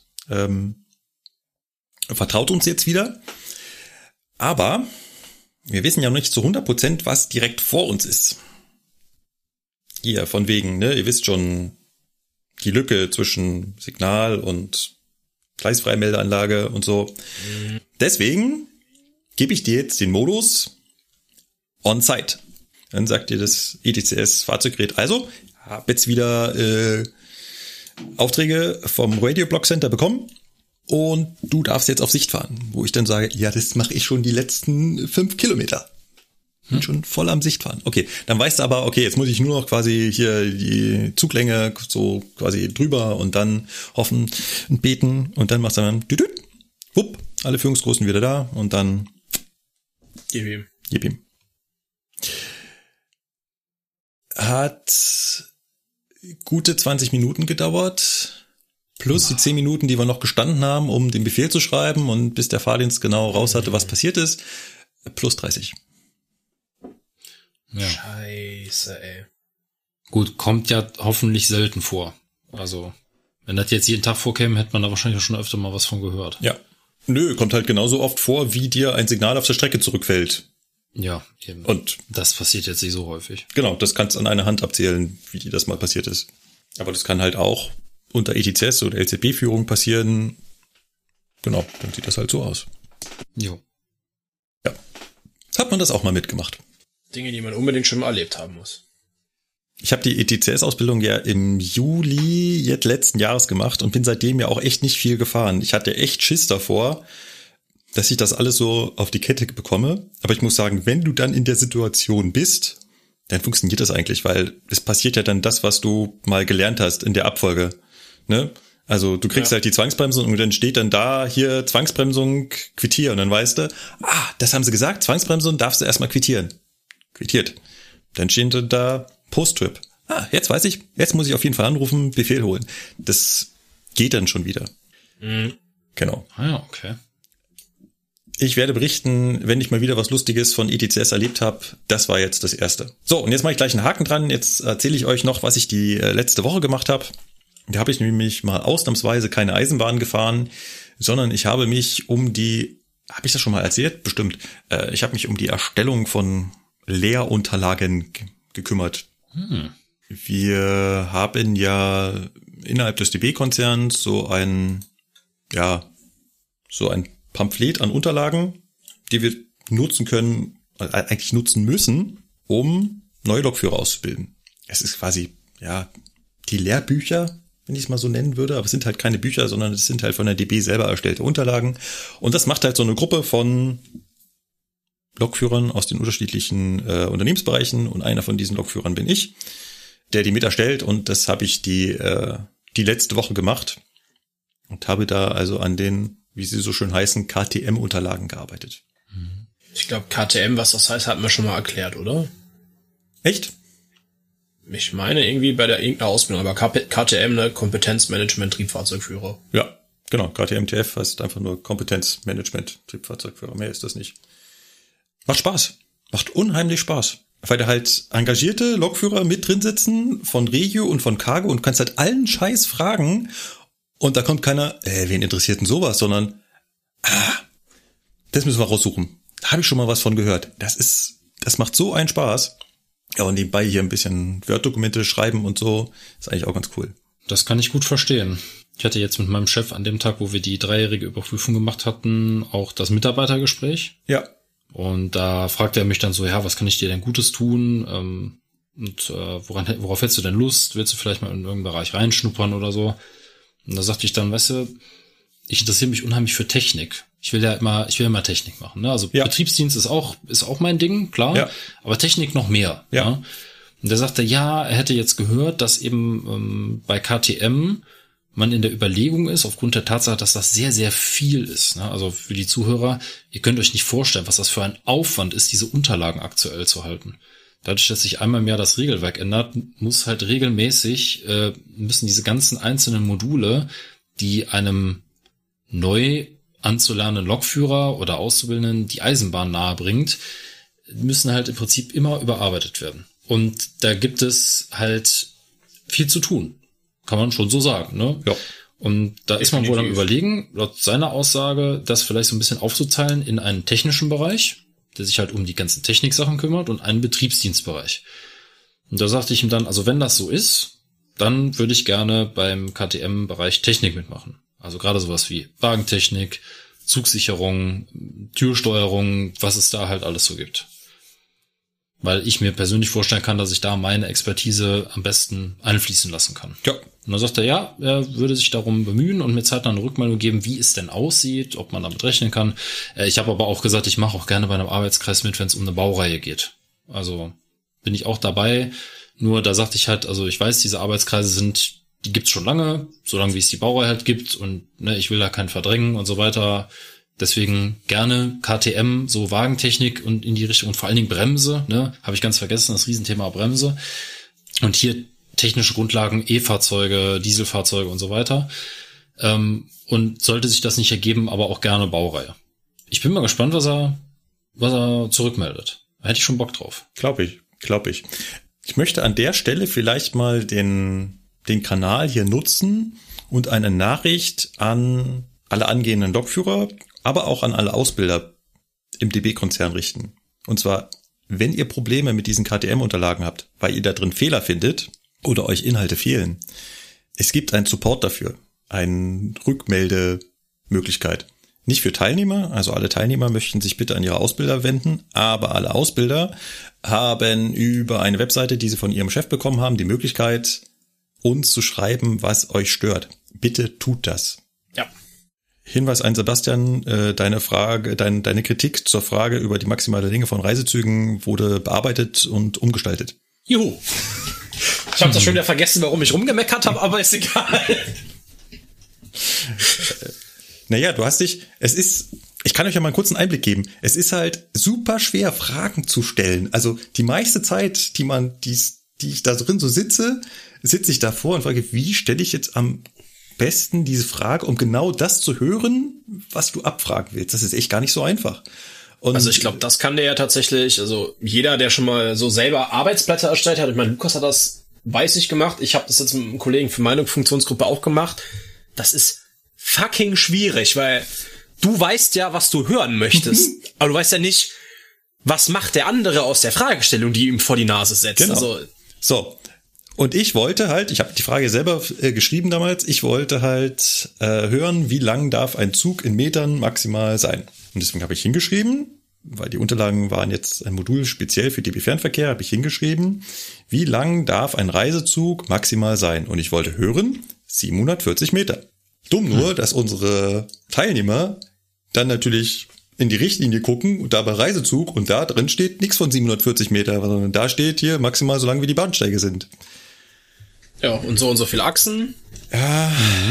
vertraut uns jetzt wieder. Aber wir wissen ja noch nicht zu 100%, was direkt vor uns ist. Hier, von wegen, ne, ihr wisst schon, die Lücke zwischen Signal und Gleisfreimeldeanlage und so. Deswegen gebe ich dir jetzt den Modus On-Site. Dann sagt dir das ETCS-Fahrzeuggerät, also, hab jetzt wieder Aufträge vom Radio Block Center bekommen und du darfst jetzt auf Sicht fahren. Wo ich dann sage, ja, das mache ich schon die letzten 5 Kilometer. Bin schon voll am Sichtfahren. Okay, dann weißt du aber, okay, jetzt muss ich nur noch quasi hier die Zuglänge so quasi drüber und dann hoffen und beten und dann machst du dann wupp, alle Führungsgrößen wieder da und dann Gib ihm. Hat gute 20 Minuten gedauert, plus die 10 Minuten, die wir noch gestanden haben, um den Befehl zu schreiben und bis der Fahrdienst genau raus hatte, was passiert ist, plus 30. Ja. Scheiße, ey. Gut, kommt ja hoffentlich selten vor. Also, wenn das jetzt jeden Tag vorkäme, hätte man da wahrscheinlich schon öfter mal was von gehört. Ja. Nö, kommt halt genauso oft vor, wie dir ein Signal auf der Strecke zurückfällt. Ja, eben. Und das passiert jetzt nicht so häufig. genau, das kannst du an einer Hand abzählen, wie dir das mal passiert ist. Aber das kann halt auch unter ETCS oder LZB-Führung passieren. Genau, dann sieht das halt so aus. Jo. Ja. Hat man das auch mal mitgemacht. Dinge, die man unbedingt schon mal erlebt haben muss. Ich habe die ETCS-Ausbildung ja im Juli jetzt letzten Jahres gemacht und bin seitdem ja auch echt nicht viel gefahren. Ich hatte echt Schiss davor, dass ich das alles so auf die Kette bekomme. Aber ich muss sagen, wenn du dann in der Situation bist, dann funktioniert das eigentlich, weil es passiert ja dann das, was du mal gelernt hast in der Abfolge. Ne? Also du kriegst halt die Zwangsbremsung und dann steht dann da hier Zwangsbremsung quittieren und dann weißt du, das haben sie gesagt, Zwangsbremsung darfst du erstmal quittieren. Quittiert. Dann steht da Post-Trip. Jetzt weiß ich, jetzt muss ich auf jeden Fall anrufen, Befehl holen. Das geht dann schon wieder. Mhm. Genau. Ja, okay. Ich werde berichten, wenn ich mal wieder was Lustiges von ETCS erlebt habe. Das war jetzt das Erste. So, und jetzt mache ich gleich einen Haken dran. Jetzt erzähle ich euch noch, was ich die letzte Woche gemacht habe. Da habe ich nämlich mal ausnahmsweise keine Eisenbahn gefahren, sondern ich habe mich habe ich das schon mal erzählt? Bestimmt. Ich habe mich um die Erstellung von Lehrunterlagen gekümmert. Wir haben ja innerhalb des DB-Konzerns so ein Pamphlet an Unterlagen, die wir nutzen können, eigentlich nutzen müssen, um neue Lokführer auszubilden. Es ist quasi, die Lehrbücher, wenn ich es mal so nennen würde, aber es sind halt keine Bücher, sondern es sind halt von der DB selber erstellte Unterlagen. Und das macht halt so eine Gruppe von Lokführern aus den unterschiedlichen Unternehmensbereichen und einer von diesen Lokführern bin ich, der die mit erstellt und das habe ich die letzte Woche gemacht und habe da also an den, wie sie so schön heißen, KTM-Unterlagen gearbeitet. Ich glaube, KTM, was das heißt, hatten wir schon mal erklärt, oder? Echt? Ich meine irgendwie bei irgendeiner Ausbildung, aber KTM, ne, Kompetenzmanagement Triebfahrzeugführer. Ja, genau, KTM-TF heißt einfach nur Kompetenzmanagement Triebfahrzeugführer, mehr ist das nicht. Macht Spaß. Macht unheimlich Spaß. Weil da halt engagierte Lokführer mit drin sitzen, von Regio und von Cargo und kannst halt allen Scheiß fragen und da kommt keiner, wen interessiert denn sowas, sondern, das müssen wir raussuchen. Da habe ich schon mal was von gehört. Das macht so einen Spaß. Ja, und nebenbei hier ein bisschen Word-Dokumente schreiben und so, ist eigentlich auch ganz cool. Das kann ich gut verstehen. Ich hatte jetzt mit meinem Chef an dem Tag, wo wir die 3-jährige Überprüfung gemacht hatten, auch das Mitarbeitergespräch. Ja. Und da fragte er mich dann so, was kann ich dir denn Gutes tun? Und worauf hättest du denn Lust? Willst du vielleicht mal in irgendeinen Bereich reinschnuppern oder so? Und da sagte ich dann, weißt du, ich interessiere mich unheimlich für Technik. Ich will immer Technik machen. Ne? Also Betriebsdienst ist auch mein Ding, klar. Aber Technik noch mehr. Ja. Ne? Und der sagte, er hätte jetzt gehört, dass eben bei KTM man in der Überlegung ist, aufgrund der Tatsache, dass das sehr, sehr viel ist. Ne? Also für die Zuhörer, ihr könnt euch nicht vorstellen, was das für ein Aufwand ist, diese Unterlagen aktuell zu halten. Dadurch, dass sich einmal im Jahr das Regelwerk ändert, muss halt regelmäßig, müssen diese ganzen einzelnen Module, die einem neu anzulernenden Lokführer oder Auszubildenden die Eisenbahn nahe bringt, müssen halt im Prinzip immer überarbeitet werden. Und da gibt es halt viel zu tun. Kann man schon so sagen, ne? Ja. Und da ist man wohl am Überlegen, laut seiner Aussage, das vielleicht so ein bisschen aufzuteilen in einen technischen Bereich, der sich halt um die ganzen Techniksachen kümmert, und einen Betriebsdienstbereich. Und da sagte ich ihm dann, also wenn das so ist, dann würde ich gerne beim KTM-Bereich Technik mitmachen. Also gerade sowas wie Wagentechnik, Zugsicherung, Türsteuerung, was es da halt alles so gibt. Weil ich mir persönlich vorstellen kann, dass ich da meine Expertise am besten einfließen lassen kann. Ja. Und dann sagt er, ja, er würde sich darum bemühen und mir zeitnah eine Rückmeldung geben, wie es denn aussieht, ob man damit rechnen kann. Ich habe aber auch gesagt, ich mache auch gerne bei einem Arbeitskreis mit, wenn es um eine Baureihe geht. Also bin ich auch dabei. Nur da sagte ich halt, also ich weiß, diese Arbeitskreise die gibt's schon lange, solange wie es die Baureihe halt gibt und ne, ich will da keinen verdrängen und so weiter. Deswegen gerne KTM, so Wagentechnik und in die Richtung und vor allen Dingen Bremse, ne, habe ich ganz vergessen, das Riesenthema Bremse. Und hier technische Grundlagen, E-Fahrzeuge, Dieselfahrzeuge und so weiter. Und sollte sich das nicht ergeben, aber auch gerne Baureihe. Ich bin mal gespannt, was er zurückmeldet. Da hätte ich schon Bock drauf. Glaub ich. Ich möchte an der Stelle vielleicht mal den Kanal hier nutzen und eine Nachricht an alle angehenden Lokführer, aber auch an alle Ausbilder im DB-Konzern richten. Und zwar, wenn ihr Probleme mit diesen KTM-Unterlagen habt, weil ihr da drin Fehler findet oder euch Inhalte fehlen, es gibt einen Support dafür, eine Rückmeldemöglichkeit. Nicht für Teilnehmer, also alle Teilnehmer möchten sich bitte an ihre Ausbilder wenden, aber alle Ausbilder haben über eine Webseite, die sie von ihrem Chef bekommen haben, die Möglichkeit, uns zu schreiben, was euch stört. Bitte tut das. Ja. Hinweis an Sebastian, deine Kritik zur Frage über die maximale Länge von Reisezügen wurde bearbeitet und umgestaltet. Juhu. Ich habe das schon wieder vergessen, warum ich rumgemeckert habe, aber ist egal. Naja, ich kann euch ja mal einen kurzen Einblick geben. Es ist halt super schwer, Fragen zu stellen. Also die meiste Zeit, die ich da drin so sitze ich davor und frage, wie stelle ich jetzt am besten diese Frage, um genau das zu hören, was du abfragen willst. Das ist echt gar nicht so einfach. Und also ich glaube, das kann der ja tatsächlich, also jeder, der schon mal so selber Arbeitsblätter erstellt hat, ich meine, Lukas hat das, weiß ich, gemacht. Ich habe das jetzt mit einem Kollegen für meine Funktionsgruppe auch gemacht. Das ist fucking schwierig, weil du weißt ja, was du hören möchtest, aber du weißt ja nicht, was macht der andere aus der Fragestellung, die ihm vor die Nase setzt. Genau. Also so. Und ich wollte halt, ich habe die Frage selber geschrieben damals, ich wollte halt hören, wie lang darf ein Zug in Metern maximal sein. Und deswegen habe ich hingeschrieben, weil die Unterlagen waren jetzt ein Modul speziell für DB-Fernverkehr, habe ich hingeschrieben, wie lang darf ein Reisezug maximal sein. Und ich wollte hören, 740 Meter. Dumm nur, dass unsere Teilnehmer dann natürlich in die Richtlinie gucken und da bei Reisezug und da drin steht nichts von 740 Meter, sondern da steht hier maximal so lang, wie die Bahnsteige sind. ja, und so viele Achsen. Ja,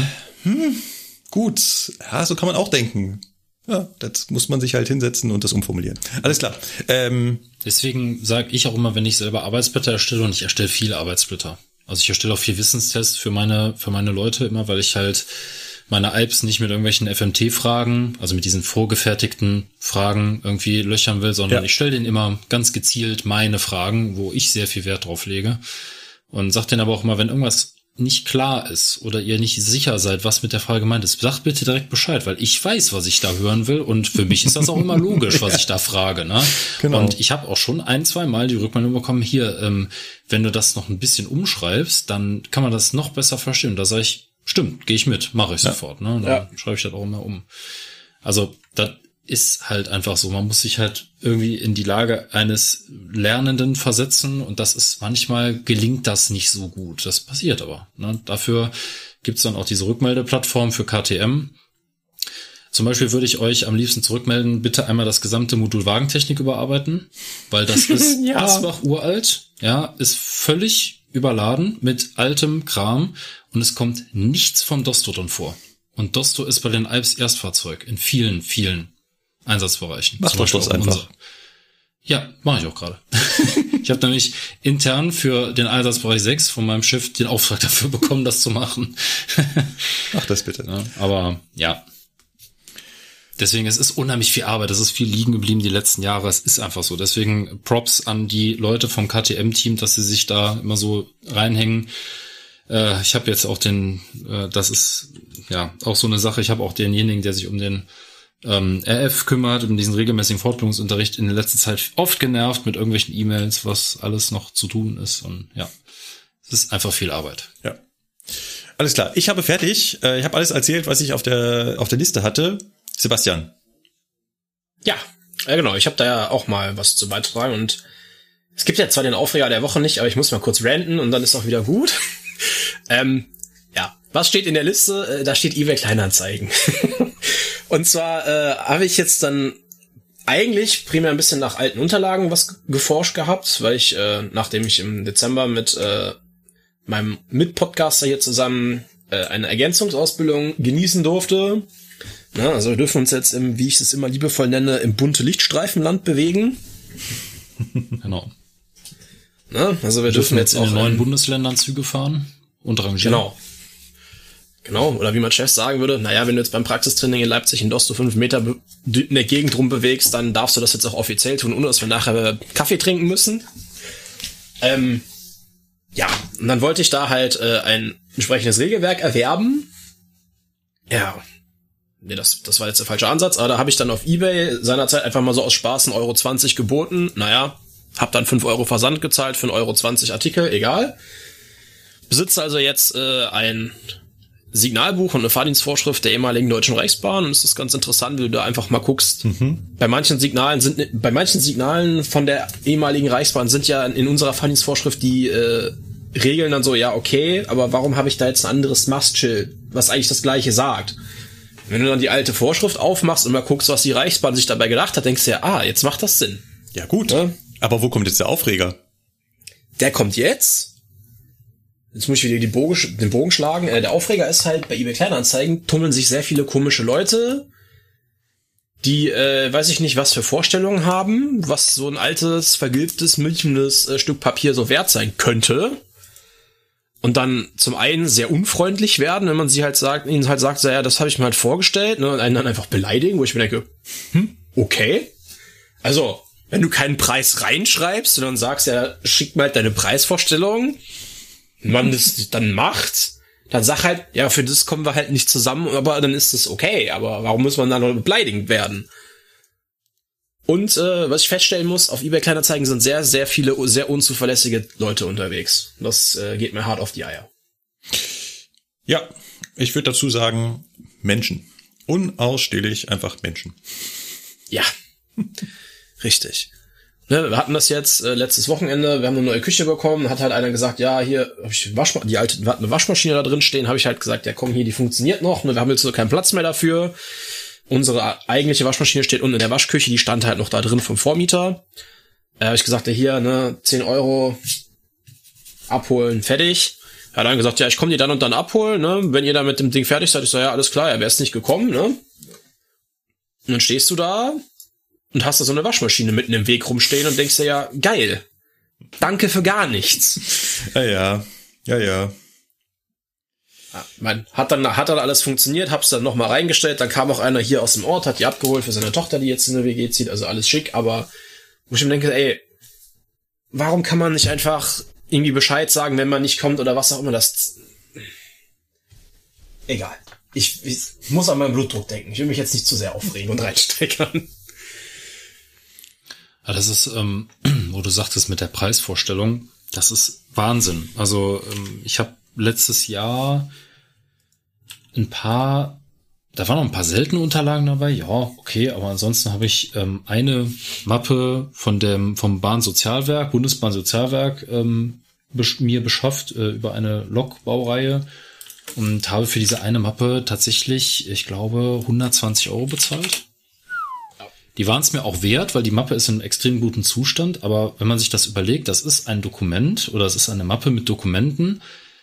gut. Ja, so kann man auch denken. Ja, das muss man sich halt hinsetzen und das umformulieren. Alles klar. Deswegen sage ich auch immer, wenn ich selber Arbeitsblätter erstelle, und ich erstelle viele Arbeitsblätter. Also ich erstelle auch viel Wissenstests für meine Leute immer, weil ich halt meine Alps nicht mit irgendwelchen FMT-Fragen, also mit diesen vorgefertigten Fragen irgendwie löchern will, sondern ich stelle denen immer ganz gezielt meine Fragen, wo ich sehr viel Wert drauf lege. Und sag denen aber auch immer, wenn irgendwas nicht klar ist oder ihr nicht sicher seid, was mit der Frage gemeint ist, sagt bitte direkt Bescheid, weil ich weiß, was ich da hören will und für mich ist das auch immer logisch, was ich da frage. Ne? Genau. Und ich habe auch schon 1-2 Mal die Rückmeldung bekommen, hier, wenn du das noch ein bisschen umschreibst, dann kann man das noch besser verstehen. Und da sage ich, stimmt, gehe ich mit, mache ich sofort. Ne? Dann schreibe ich das auch immer um. Also das ist halt einfach so. Man muss sich halt irgendwie in die Lage eines Lernenden versetzen und das ist, manchmal gelingt das nicht so gut. Das passiert aber. Ne? Dafür gibt's dann auch diese Rückmeldeplattform für KTM. Zum Beispiel würde ich euch am liebsten zurückmelden, bitte einmal das gesamte Modul Wagentechnik überarbeiten, weil das ist Asbach uralt, ja, ist völlig überladen mit altem Kram und es kommt nichts vom Dosto drin vor. Und Dosto ist bei den Alps Erstfahrzeug in vielen, vielen Einsatzbereichen. Mach doch das einfach. Ja, mache ich auch gerade. Ich habe nämlich intern für den Einsatzbereich 6 von meinem Chef den Auftrag dafür bekommen, das zu machen. Mach das bitte. Ja, aber ja. Deswegen, es ist unheimlich viel Arbeit, es ist viel liegen geblieben die letzten Jahre, es ist einfach so. Deswegen Props an die Leute vom KTM-Team, dass sie sich da immer so reinhängen. Ich habe jetzt auch das ist ja auch so eine Sache, ich habe auch denjenigen, der sich um den RF kümmert, um diesen regelmäßigen Fortbildungsunterricht in der letzten Zeit oft genervt mit irgendwelchen E-Mails, was alles noch zu tun ist. Und ja, es ist einfach viel Arbeit. Ja. Alles klar, ich habe fertig. Ich habe alles erzählt, was ich auf der Liste hatte. Sebastian. Ja, genau. Ich habe da ja auch mal was zu beitragen. Und es gibt ja zwar den Aufreger der Woche nicht, aber ich muss mal kurz ranten und dann ist auch wieder gut. Ja, was steht in der Liste? Da steht eBay Kleinanzeigen. Und zwar habe ich jetzt dann eigentlich primär ein bisschen nach alten Unterlagen was geforscht gehabt, weil ich, nachdem ich im Dezember mit meinem Mitpodcaster hier zusammen eine Ergänzungsausbildung genießen durfte. Na, also wir dürfen uns jetzt im, wie ich es immer liebevoll nenne, im bunte Lichtstreifenland bewegen. Genau. Na, also wir dürfen jetzt in auch den neuen Bundesländern Züge fahren und rangieren. Genau, oder wie mein Chef sagen würde, naja, wenn du jetzt beim Praxistraining in Leipzig in Dosto 5 Meter in der Gegend rum bewegst, dann darfst du das jetzt auch offiziell tun, ohne dass wir nachher Kaffee trinken müssen. Ja, und dann wollte ich da halt ein entsprechendes Regelwerk erwerben. Ja, nee, das war jetzt der falsche Ansatz, aber da habe ich dann auf eBay seinerzeit einfach mal so aus Spaß 1,20 € geboten. Naja, hab dann 5 € Versand gezahlt für 1,20 € Artikel, egal. Besitze also jetzt ein Signalbuch und eine Fahrdienstvorschrift der ehemaligen Deutschen Reichsbahn und es ist ganz interessant, wie du da einfach mal guckst. Bei manchen Signalen von der ehemaligen Reichsbahn sind ja in unserer Fahrdienstvorschrift die Regeln dann so, ja okay, aber warum habe ich da jetzt ein anderes Mastschild, was eigentlich das gleiche sagt? Wenn du dann die alte Vorschrift aufmachst und mal guckst, was die Reichsbahn sich dabei gedacht hat, denkst du ja, jetzt macht das Sinn. Ja gut, ja? Aber wo kommt jetzt der Aufreger? Der kommt jetzt. Jetzt muss ich wieder den Bogen schlagen. Der Aufreger ist halt, bei eBay Kleinanzeigen tummeln sich sehr viele komische Leute, die, weiß ich nicht, was für Vorstellungen haben, was so ein altes, vergilbtes, milchendes Stück Papier so wert sein könnte. Und dann zum einen sehr unfreundlich werden, wenn man ihnen halt sagt, so, ja, das habe ich mir halt vorgestellt, ne, und einen dann einfach beleidigen, wo ich mir denke, okay. Also, wenn du keinen Preis reinschreibst und dann sagst, ja, schick mal halt deine Preisvorstellung, man das dann macht, dann sag halt, ja, für das kommen wir halt nicht zusammen, aber dann ist das okay, aber warum muss man dann noch beleidigt werden? Und was ich feststellen muss, auf eBay Kleinanzeigen sind sehr, sehr viele sehr unzuverlässige Leute unterwegs. Das geht mir hart auf die Eier. Ja, ich würde dazu sagen, Menschen. Unausstehlich einfach Menschen. Ja, richtig. Ne, wir hatten das jetzt letztes Wochenende, wir haben eine neue Küche bekommen, hat halt einer gesagt, ja, hier hab ich wir hatten eine Waschmaschine da drin stehen, habe ich halt gesagt, ja komm, hier, die funktioniert noch, ne, wir haben jetzt so keinen Platz mehr dafür. Unsere eigentliche Waschmaschine steht unten in der Waschküche, die stand halt noch da drin vom Vormieter. Habe ich gesagt, ja hier, ne, 10 € abholen, fertig. Er hat dann gesagt, ja, ich komme die dann und dann abholen, ne, wenn ihr da mit dem Ding fertig seid. Ich so, ja, alles klar, er wäre es nicht gekommen, ne. Und dann stehst du da und hast da so eine Waschmaschine mitten im Weg rumstehen und denkst dir, ja, geil. Danke für gar nichts. Ja. Hat dann alles funktioniert, hab's dann nochmal reingestellt, dann kam auch einer hier aus dem Ort, hat die abgeholt für seine Tochter, die jetzt in der WG zieht, also alles schick, aber wo ich mir denke, ey, warum kann man nicht einfach irgendwie Bescheid sagen, wenn man nicht kommt oder was auch immer, das... Egal. Ich muss an meinen Blutdruck denken, ich will mich jetzt nicht zu sehr aufregen und reinsteckern. Ja, das ist, wo du sagtest mit der Preisvorstellung, das ist Wahnsinn. Also ich habe letztes Jahr da waren noch ein paar seltene Unterlagen dabei, ja, okay, aber ansonsten habe ich eine Mappe vom Bahnsozialwerk, Bundesbahnsozialwerk, mir beschafft über eine Lokbaureihe und habe für diese eine Mappe tatsächlich, ich glaube, 120 € bezahlt. Die waren es mir auch wert, weil die Mappe ist in einem extrem guten Zustand, aber wenn man sich das überlegt, das ist ein Dokument oder es ist eine Mappe mit Dokumenten,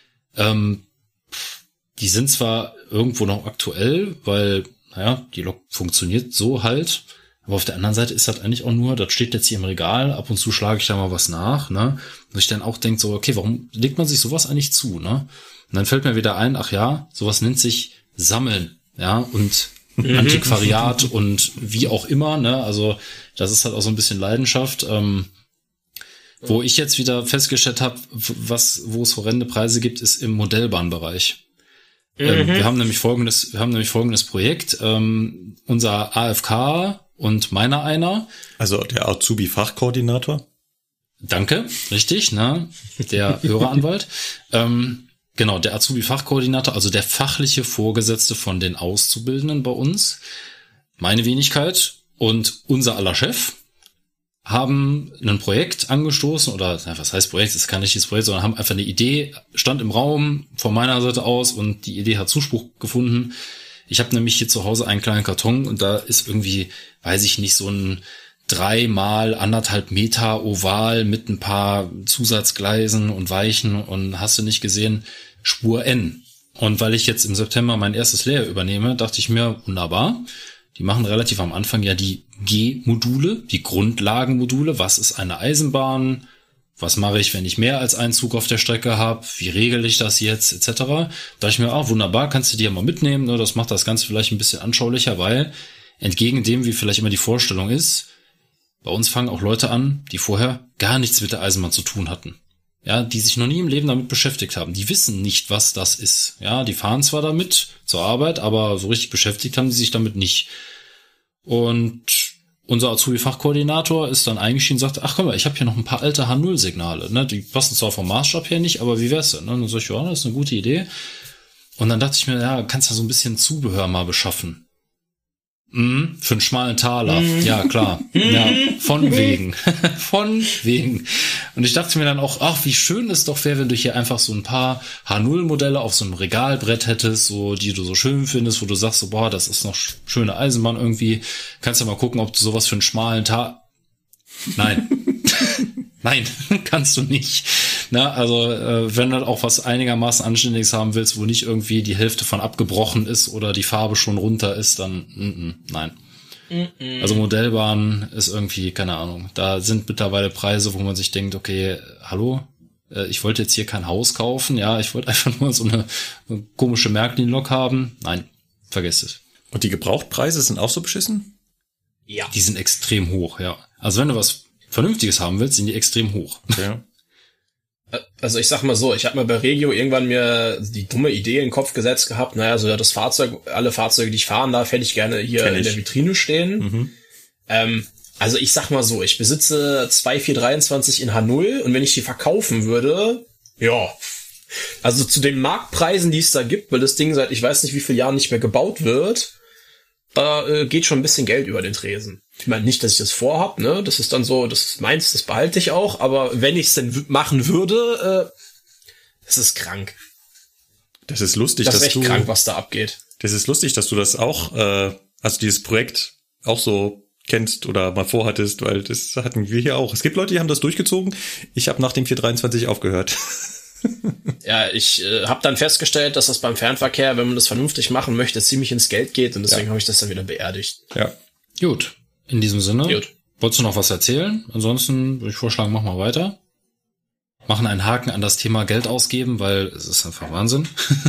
die sind zwar irgendwo noch aktuell, weil, naja, die Lok funktioniert so halt, aber auf der anderen Seite ist das eigentlich auch nur, das steht jetzt hier im Regal, ab und zu schlage ich da mal was nach, ne, und ich dann auch denke so, okay, warum legt man sich sowas eigentlich zu, ne, und dann fällt mir wieder ein, ach ja, sowas nennt sich Sammeln, ja, und Antiquariat und wie auch immer, ne, also das ist halt auch so ein bisschen Leidenschaft, wo ich jetzt wieder festgestellt habe, wo es horrende Preise gibt, ist im Modellbahnbereich. Wir haben nämlich folgendes Projekt. Unser AFK und meiner einer. Also der Azubi-Fachkoordinator. Danke, richtig, ne? Der Höreranwalt. Genau, der Azubi-Fachkoordinator, also der fachliche Vorgesetzte von den Auszubildenden bei uns, meine Wenigkeit und unser aller Chef haben ein Projekt angestoßen, oder was heißt Projekt, es ist kein richtiges Projekt, sondern haben einfach eine Idee, stand im Raum von meiner Seite aus und die Idee hat Zuspruch gefunden. Ich habe nämlich hier zu Hause einen kleinen Karton und da ist irgendwie, weiß ich nicht, so ein 3x1,5 Meter Oval mit ein paar Zusatzgleisen und Weichen und hast du nicht gesehen, Spur N. Und weil ich jetzt im September mein erstes Lehrjahr übernehme, dachte ich mir, wunderbar, die machen relativ am Anfang ja die G-Module, die Grundlagenmodule, was ist eine Eisenbahn, was mache ich, wenn ich mehr als einen Zug auf der Strecke habe, wie regel ich das jetzt, etc. Da dachte ich mir, wunderbar, kannst du die ja mal mitnehmen, ne? Das macht das Ganze vielleicht ein bisschen anschaulicher, weil entgegen dem, wie vielleicht immer die Vorstellung ist, bei uns fangen auch Leute an, die vorher gar nichts mit der Eisenbahn zu tun hatten. Ja, die sich noch nie im Leben damit beschäftigt haben. Die wissen nicht, was das ist. Ja, die fahren zwar damit zur Arbeit, aber so richtig beschäftigt haben die sich damit nicht. Und unser Azubi-Fachkoordinator ist dann eingestiegen und sagt, ach komm mal, ich habe hier noch ein paar alte H0-Signale. Ne? Die passen zwar vom Maßstab her nicht, aber wie wär's denn? Ne? Und dann sag ich, ja, das ist eine gute Idee. Und dann dachte ich mir, ja, kannst ja so ein bisschen Zubehör mal beschaffen. Für einen schmalen Taler. Ja, klar. Ja, von wegen. Von wegen. Und ich dachte mir dann auch, ach, wie schön es doch wäre, wenn du hier einfach so ein paar H0-Modelle auf so einem Regalbrett hättest, so, die du so schön findest, wo du sagst, so, boah, das ist noch schöne Eisenbahn irgendwie. Kannst ja mal gucken, ob du sowas für einen schmalen Taler... Nein. Nein, kannst du nicht. Na, also wenn du auch was einigermaßen Anständiges haben willst, wo nicht irgendwie die Hälfte von abgebrochen ist oder die Farbe schon runter ist, dann nein. Also Modellbahn ist irgendwie, keine Ahnung, da sind mittlerweile Preise, wo man sich denkt, okay, hallo, ich wollte jetzt hier kein Haus kaufen, ja, ich wollte einfach nur so eine komische Märklin-Lok haben. Nein, vergesst es. Und die Gebrauchtpreise sind auch so beschissen? Ja. Die sind extrem hoch, ja. Also wenn du was Vernünftiges haben willst, sind die extrem hoch. Ja. Also ich sag mal so, ich habe mir bei Regio irgendwann mir die dumme Idee in den Kopf gesetzt gehabt, naja, so ja, das Fahrzeug, alle Fahrzeuge, die ich fahren darf, hätte ich gerne hier in der Vitrine stehen. Also ich sag mal so, ich besitze 2423 in H0 und wenn ich die verkaufen würde, ja, also zu den Marktpreisen, die es da gibt, weil das Ding seit ich weiß nicht wie vielen Jahren nicht mehr gebaut wird, geht schon ein bisschen Geld über den Tresen. Ich meine nicht, dass ich das vorhab, ne? Das ist dann so, das ist meins, das behalte ich auch. Aber wenn ich es denn machen würde, das ist krank. Das ist lustig, das ist echt krank, was da abgeht. Das ist lustig, dass du das auch, also dieses Projekt auch so kennst oder mal vorhattest, weil das hatten wir hier auch. Es gibt Leute, die haben das durchgezogen. Ich habe nach dem 423 aufgehört. Ja, ich habe dann festgestellt, dass das beim Fernverkehr, wenn man das vernünftig machen möchte, ziemlich ins Geld geht und deswegen habe ich das dann wieder beerdigt. Ja. Gut, in diesem Sinne, Gut. Wolltest du noch was erzählen? Ansonsten würde ich vorschlagen, mach mal weiter. Machen einen Haken an das Thema Geld ausgeben, weil es ist einfach Wahnsinn.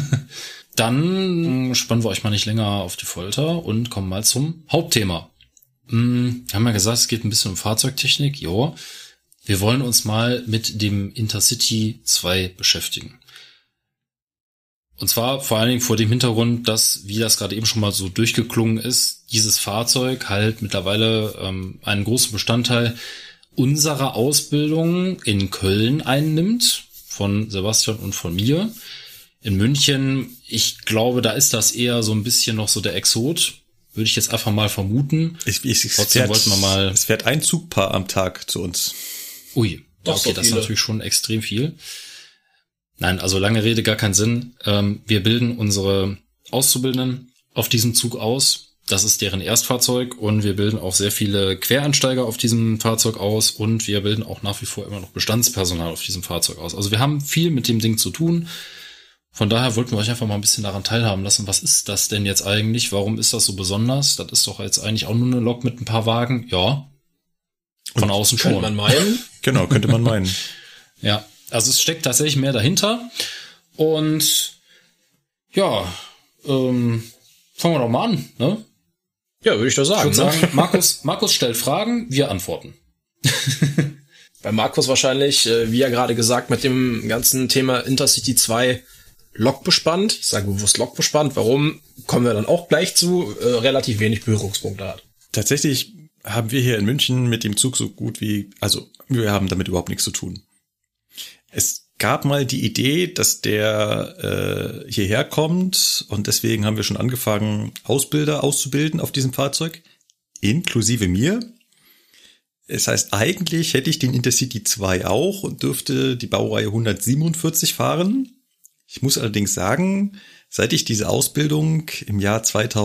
Dann spannen wir euch mal nicht länger auf die Folter und kommen mal zum Hauptthema. Wir haben ja gesagt, es geht ein bisschen um Fahrzeugtechnik. Jo. Wir wollen uns mal mit dem Intercity 2 beschäftigen. Und zwar vor allen Dingen vor dem Hintergrund, dass, wie das gerade eben schon mal so durchgeklungen ist, dieses Fahrzeug halt mittlerweile einen großen Bestandteil unserer Ausbildung in Köln einnimmt, von Sebastian und von mir. In München, ich glaube, da ist das eher so ein bisschen noch so der Exot, würde ich jetzt einfach mal vermuten. Trotzdem wollten wir mal. Es fährt ein Zugpaar am Tag zu uns. Ui, doch, okay, das ist natürlich schon extrem viel. Nein, also lange Rede, gar keinen Sinn. Wir bilden unsere Auszubildenden auf diesem Zug aus. Das ist deren Erstfahrzeug und wir bilden auch sehr viele Quereinsteiger auf diesem Fahrzeug aus und wir bilden auch nach wie vor immer noch Bestandspersonal auf diesem Fahrzeug aus. Also wir haben viel mit dem Ding zu tun. Von daher wollten wir euch einfach mal ein bisschen daran teilhaben lassen. Was ist das denn jetzt eigentlich? Warum ist das so besonders? Das ist doch jetzt eigentlich auch nur eine Lok mit ein paar Wagen. Ja, von außen schon. Könnte man meinen. Genau, könnte man meinen. Ja, also es steckt tatsächlich mehr dahinter. Und ja, fangen wir doch mal an, ne? Ja, würde ich doch sagen. Ich würde sagen, Markus stellt Fragen, wir antworten. Bei Markus wahrscheinlich, wie ja gerade gesagt, mit dem ganzen Thema Intercity 2 lokbespannt. Ich sage bewusst lokbespannt. Warum? Kommen wir dann auch gleich zu. Relativ wenig Berührungspunkte hat. Tatsächlich haben wir hier in München mit dem Zug so gut wie, also wir haben damit überhaupt nichts zu tun. Es gab mal die Idee, dass der hierher kommt und deswegen haben wir schon angefangen, Ausbilder auszubilden auf diesem Fahrzeug, inklusive mir. Es heißt, eigentlich hätte ich den Intercity 2 auch und dürfte die Baureihe 147 fahren. Ich muss allerdings sagen, seit ich diese Ausbildung im Jahr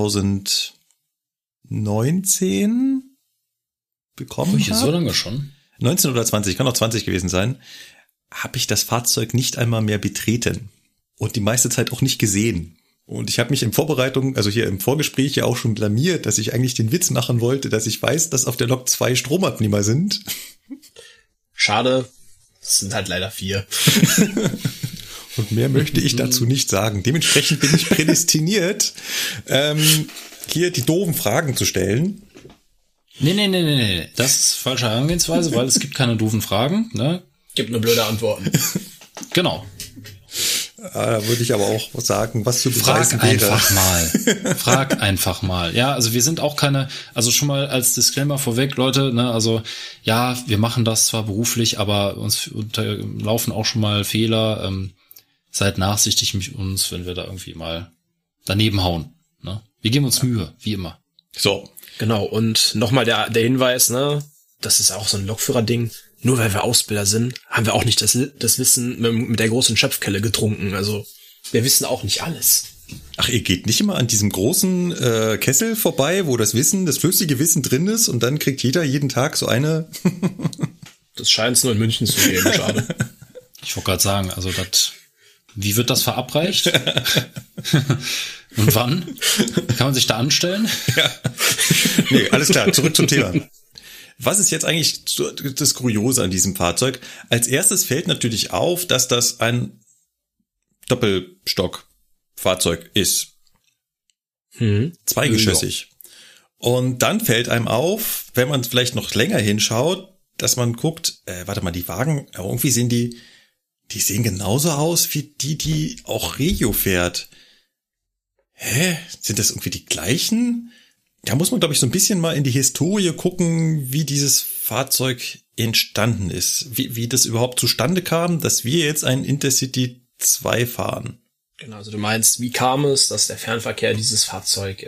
2019 bekommen habe, so lange schon? 19 oder 20, kann auch 20 gewesen sein, habe ich das Fahrzeug nicht einmal mehr betreten und die meiste Zeit auch nicht gesehen. Und ich habe mich in Vorbereitung, also hier im Vorgespräch ja auch schon blamiert, dass ich eigentlich den Witz machen wollte, dass ich weiß, dass auf der Lok 2 Stromabnehmer sind. Schade, es sind halt leider 4. Und mehr möchte ich dazu nicht sagen. Dementsprechend bin ich prädestiniert, hier die doofen Fragen zu stellen. Nee. Das ist falsche Herangehensweise, weil es gibt keine doofen Fragen, ne? Gibt nur blöde Antworten. Genau. Da würde ich aber auch sagen, was zu beweisen wäre. Frag einfach mal. Ja, also wir sind auch keine, also schon mal als Disclaimer vorweg, Leute, ne, also ja, wir machen das zwar beruflich, aber uns unterlaufen auch schon mal Fehler. Seid nachsichtig mit uns, wenn wir da irgendwie mal daneben hauen. Ne? Wir geben uns Mühe, wie immer. So. Genau, und nochmal der Hinweis, ne, das ist auch so ein Lokführer-Ding. Nur weil wir Ausbilder sind, haben wir auch nicht das Wissen mit der großen Schöpfkelle getrunken. Also wir wissen auch nicht alles. Ach, ihr geht nicht immer an diesem großen Kessel vorbei, wo das flüssige Wissen drin ist und dann kriegt jeder jeden Tag so eine... Das scheint es nur in München zu geben, schade. Ich wollte gerade sagen, also wie wird das verabreicht? Und wann? Kann man sich da anstellen? Ja. Nee, alles klar, zurück zum Thema. Was ist jetzt eigentlich das Kuriose an diesem Fahrzeug? Als erstes fällt natürlich auf, dass das ein Doppelstockfahrzeug ist. Zweigeschossig. Und dann fällt einem auf, wenn man vielleicht noch länger hinschaut, dass man guckt, die Wagen, irgendwie sehen die sehen genauso aus wie die auch Regio fährt. Sind das irgendwie die gleichen? Da muss man, glaube ich, so ein bisschen mal in die Historie gucken, wie dieses Fahrzeug entstanden ist. Wie das überhaupt zustande kam, dass wir jetzt einen Intercity 2 fahren. Genau, also du meinst, wie kam es, dass der Fernverkehr dieses Fahrzeug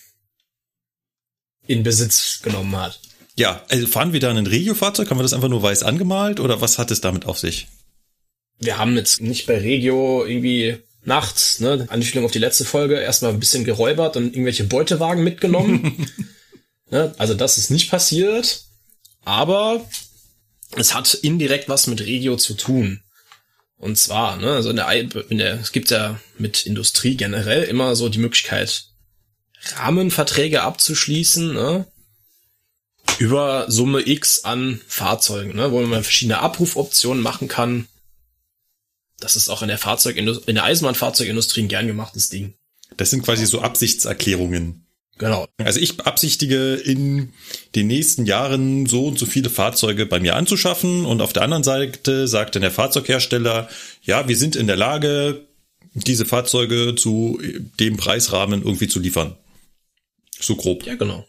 in Besitz genommen hat? Ja, also fahren wir da ein Regio-Fahrzeug? Haben wir das einfach nur weiß angemalt oder was hat es damit auf sich? Wir haben jetzt nicht bei Regio irgendwie nachts, ne, Anspielung auf die letzte Folge, erstmal ein bisschen geräubert und irgendwelche Beutewagen mitgenommen. Ne, also das ist nicht passiert, aber es hat indirekt was mit Regio zu tun. Und zwar, ne, also es gibt ja mit Industrie generell immer so die Möglichkeit, Rahmenverträge abzuschließen, ne, über Summe X an Fahrzeugen, ne, wo man verschiedene Abrufoptionen machen kann. Das ist auch in der Eisenbahnfahrzeugindustrie ein gern gemachtes Ding. Das sind quasi so Absichtserklärungen. Genau. Also ich beabsichtige in den nächsten Jahren so und so viele Fahrzeuge bei mir anzuschaffen und auf der anderen Seite sagt dann der Fahrzeughersteller, ja, wir sind in der Lage, diese Fahrzeuge zu dem Preisrahmen irgendwie zu liefern. So grob. Ja, genau.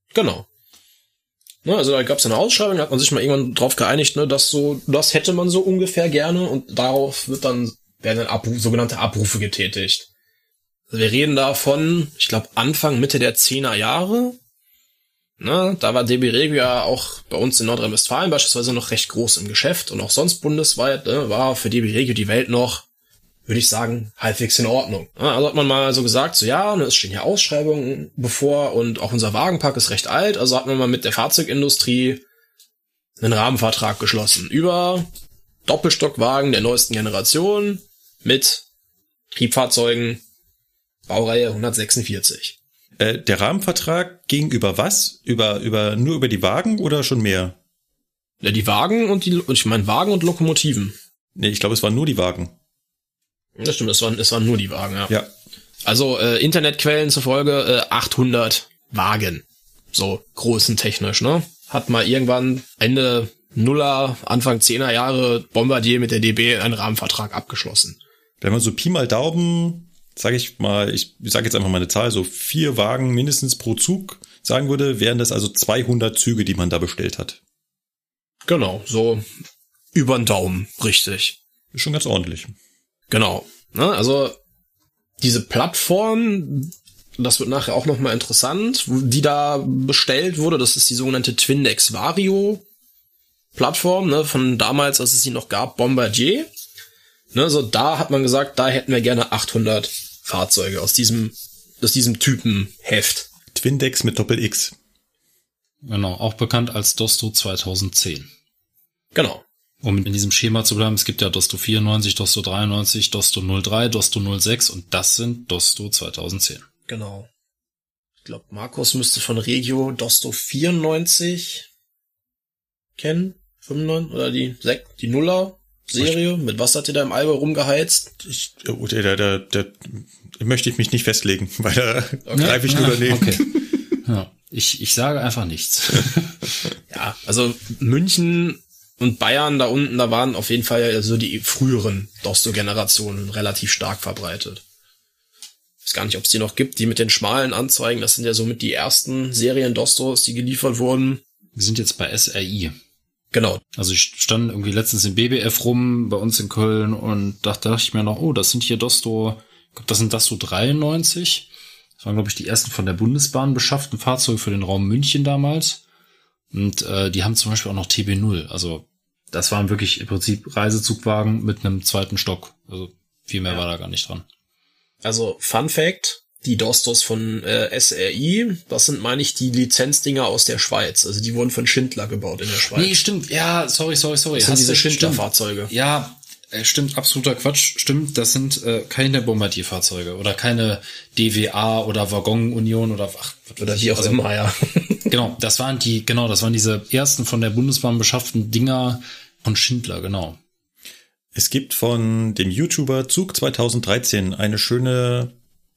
Ne, also da gab es eine Ausschreibung, da hat man sich mal irgendwann drauf geeinigt, ne, das hätte man so ungefähr gerne und darauf werden dann sogenannte Abrufe getätigt. Also wir reden da von, ich glaube, Anfang, Mitte der 10er Jahre. Ne, da war DB Regio ja auch bei uns in Nordrhein-Westfalen beispielsweise noch recht groß im Geschäft und auch sonst bundesweit, ne, war für DB Regio die Welt noch, würde ich sagen, halbwegs in Ordnung. Also hat man mal so gesagt, so ja, es stehen hier Ausschreibungen bevor und auch unser Wagenpark ist recht alt, also hat man mal mit der Fahrzeugindustrie einen Rahmenvertrag geschlossen über Doppelstockwagen der neuesten Generation mit Triebfahrzeugen Baureihe 146. Der Rahmenvertrag ging über was? Nur über die Wagen oder schon mehr? Ja, die Wagen Wagen und Lokomotiven. Nee, ich glaube, es waren nur die Wagen. Das stimmt, es waren nur die Wagen, ja. Ja. Also Internetquellen zufolge 800 Wagen, so größentechnisch, ne? Hat mal irgendwann Ende Nuller, Anfang 10er Jahre Bombardier mit der DB einen Rahmenvertrag abgeschlossen. Wenn man so Pi mal Daumen, sage ich sage jetzt einfach mal eine Zahl, so 4 Wagen mindestens pro Zug sagen würde, wären das also 200 Züge, die man da bestellt hat. Genau, so über den Daumen, richtig. Ist schon ganz ordentlich. Genau. Ne, also diese Plattform, das wird nachher auch nochmal interessant, die da bestellt wurde, das ist die sogenannte Twindex Vario Plattform, ne, von damals, als es sie noch gab, Bombardier. Ne, so da hat man gesagt, da hätten wir gerne 800 Fahrzeuge aus diesem Typenheft. Twindex mit Doppel-X. Genau, auch bekannt als Dosto 2010. Genau. Um in diesem Schema zu bleiben, es gibt ja Dosto 94, Dosto 93, Dosto 03, Dosto 06 und das sind Dosto 2010. Genau. Ich glaube, Markus müsste von Regio Dosto 94 kennen, 95 oder die Nuller-Serie. Mit was hat ihr da im Allgäu rumgeheizt? Da möchte ich mich nicht festlegen, weil da greife ich nur daneben. Okay. Ja, ich sage einfach nichts. Ja, also München und Bayern da unten, da waren auf jeden Fall so die früheren Dosto-Generationen relativ stark verbreitet. Ich weiß gar nicht, ob es die noch gibt, die mit den schmalen Anzeigen. Das sind ja somit die ersten Serien Dostos, die geliefert wurden. Wir sind jetzt bei SRI. Genau. Also ich stand irgendwie letztens im BBF rum bei uns in Köln und dachte ich mir noch, oh, das sind hier Dosto, ich glaube, das sind Dosto 93. Das waren, glaube ich, die ersten von der Bundesbahn beschafften Fahrzeuge für den Raum München damals. Und die haben zum Beispiel auch noch TB0. Also das waren wirklich im Prinzip Reisezugwagen mit einem zweiten Stock. Also viel mehr war da gar nicht dran. Also Fun Fact, die Dostos von SRI, das sind, meine ich, die Lizenzdinger aus der Schweiz. Also die wurden von Schindler gebaut in der Schweiz. Nee, stimmt. Ja, sorry. Das sind diese Schindler-Fahrzeuge. Ja, stimmt, absoluter Quatsch. Stimmt, das sind keine Bombardier-Fahrzeuge oder keine DWA oder Waggon-Union oder wie auch immer, ja. Genau, das waren diese ersten von der Bundesbahn beschafften Dinger von Schindler, genau. Es gibt von dem YouTuber Zug 2013 eine schöne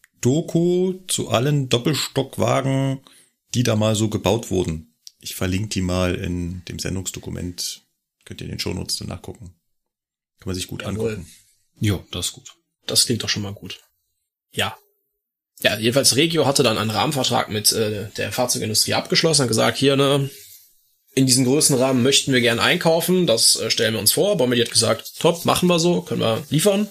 Doku zu allen Doppelstockwagen, die da mal so gebaut wurden. Ich verlinke die mal in dem Sendungsdokument. Könnt ihr in den Shownotes dann nachgucken. Kann man sich gut angucken. Jo, das ist gut. Das klingt doch schon mal gut. Ja. Ja, jedenfalls Regio hatte dann einen Rahmenvertrag mit der Fahrzeugindustrie abgeschlossen und gesagt, hier, ne, in diesen Größenrahmen möchten wir gern einkaufen, das stellen wir uns vor. Bombardier hat gesagt, top, machen wir so, können wir liefern.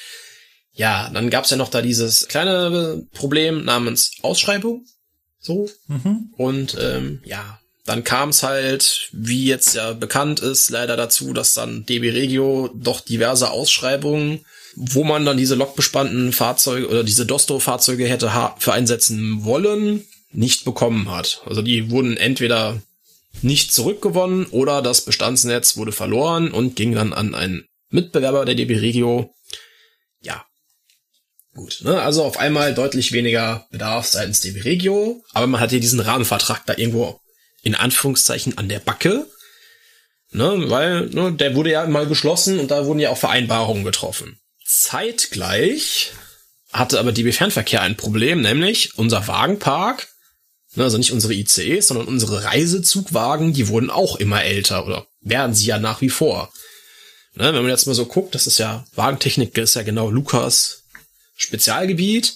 Ja, dann gab's ja noch da dieses kleine Problem namens Ausschreibung. So. Und dann kam's halt, wie jetzt ja bekannt ist, leider dazu, dass dann DB Regio doch diverse Ausschreibungen, wo man dann diese lokbespannten Fahrzeuge oder diese Dosto-Fahrzeuge hätte für einsetzen wollen, nicht bekommen hat. Also die wurden entweder nicht zurückgewonnen oder das Bestandsnetz wurde verloren und ging dann an einen Mitbewerber der DB Regio. Ja, gut, ne? Also auf einmal deutlich weniger Bedarf seitens DB Regio, aber man hat hier diesen Rahmenvertrag da irgendwo in Anführungszeichen an der Backe, ne? Weil der wurde ja mal geschlossen und da wurden ja auch Vereinbarungen getroffen. Zeitgleich hatte aber DB Fernverkehr ein Problem, nämlich unser Wagenpark, also nicht unsere ICEs, sondern unsere Reisezugwagen, die wurden auch immer älter oder werden sie ja nach wie vor. Ne, wenn man jetzt mal so guckt, das ist ja, Wagentechnik ist ja genau Lukas Spezialgebiet.